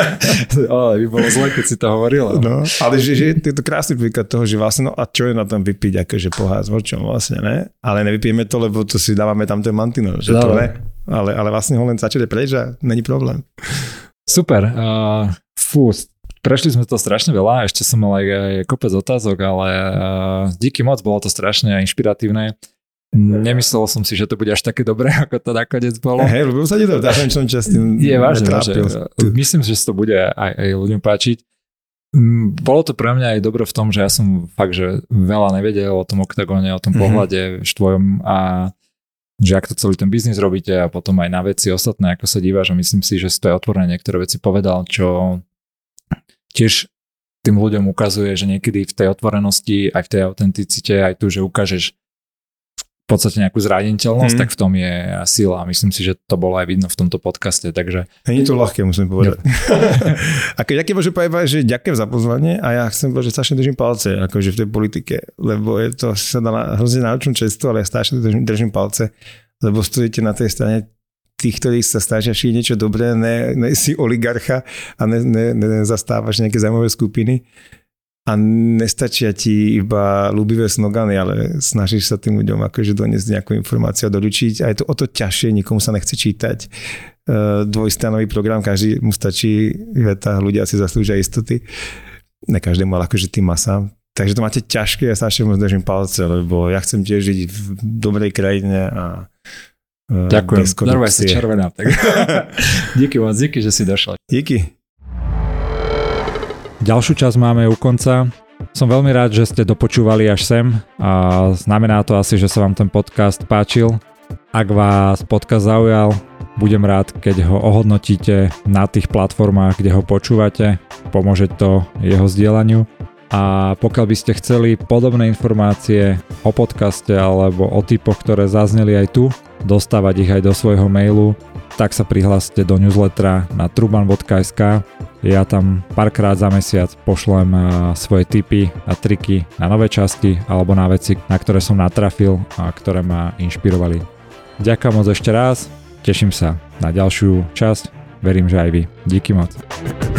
ale by bolo zle, keď si to hovoril. No, ale že, že je to krásny príklad toho, že vlastne, no a čo je na tom vypiť, akože pohár s vočom vlastne, ne? Ale nevypijeme to, lebo to si dávame tam ten mantinel, že to ne? Ale, ale vlastne ho len začali preč a není problém. Super. Uh, fú, prešli sme to strašne veľa, ešte som mal aj, aj kopec otázok, ale uh, díky moc, bolo to strašne inšpiratívne. Nemyslel som si, že to bude až také dobré, ako to nakoniec bolo. Hej, ľubil sa ti to v dažnečnom časti. Je vážne, že myslím, že to bude aj, aj ľuďom páčiť. Bolo to pre mňa aj dobre v tom, že ja som fakt, že veľa nevedel o tom oktagóne, o tom pohľade mm-hmm. štvojom a že ak to celý ten biznis robíte a potom aj na veci ostatné, ako sa dívaš a myslím si, že si to aj otvorené niektoré veci povedal, čo tiež tým ľuďom ukazuje, že niekedy v tej otvorenosti, aj v tej autenticite, aj tu, že ukážeš v podstate nejakú zraniteľnosť, mm. tak v tom je sila. Myslím si, že to bolo aj vidno v tomto podcaste, takže... Nie je to ľahké, musím povedať. A keď ja môžem povedať, že ďakujem za pozvanie a ja chcem povedať, že strašne držím palce akože v tej politike, lebo je to sa dá hrozne náročnú cestu, ale ja strašne držím, držím palce, lebo stojíte na tej strane tých, ktorí sa snažia šiť niečo dobré, ne, ne si oligarcha a ne, ne, ne zastávaš nejaké zaujímavé skupiny. A nestačia ti iba ľúbivé snogany, ale snažíš sa tým ľuďom akože doniesť nejakú informáciu a doručiť. A je to o to ťažšie, nikomu sa nechce čítať. Dvojstranový program, každý mu stačí veta, ľudia si zaslúžia istoty. Ne každému, ale akože tým masám. Takže to máte ťažké a strašne moc držím palce, lebo ja chcem tiež žiť v dobrej krajine a ďakujem, normálne si červená. Tak. Díky moc, díky, že si došla. Díky. Ďalšiu časť máme u konca. Som veľmi rád, že ste dopočúvali až sem a znamená to asi, že sa vám ten podcast páčil. Ak vás podcast zaujal, budem rád, keď ho ohodnotíte na tých platformách, kde ho počúvate. Pomôže to jeho zdieľaniu. A pokiaľ by ste chceli podobné informácie o podcaste alebo o typoch, ktoré zazneli aj tu, dostávať ich aj do svojho mailu, tak sa prihláste do newslettera na truban bodka es ká. Ja tam párkrát za mesiac pošlem svoje tipy a triky na nové časti alebo na veci, na ktoré som natrafil a ktoré ma inšpirovali. Ďakujem moc ešte raz, teším sa na ďalšiu časť, verím, že aj vy. Díky moc.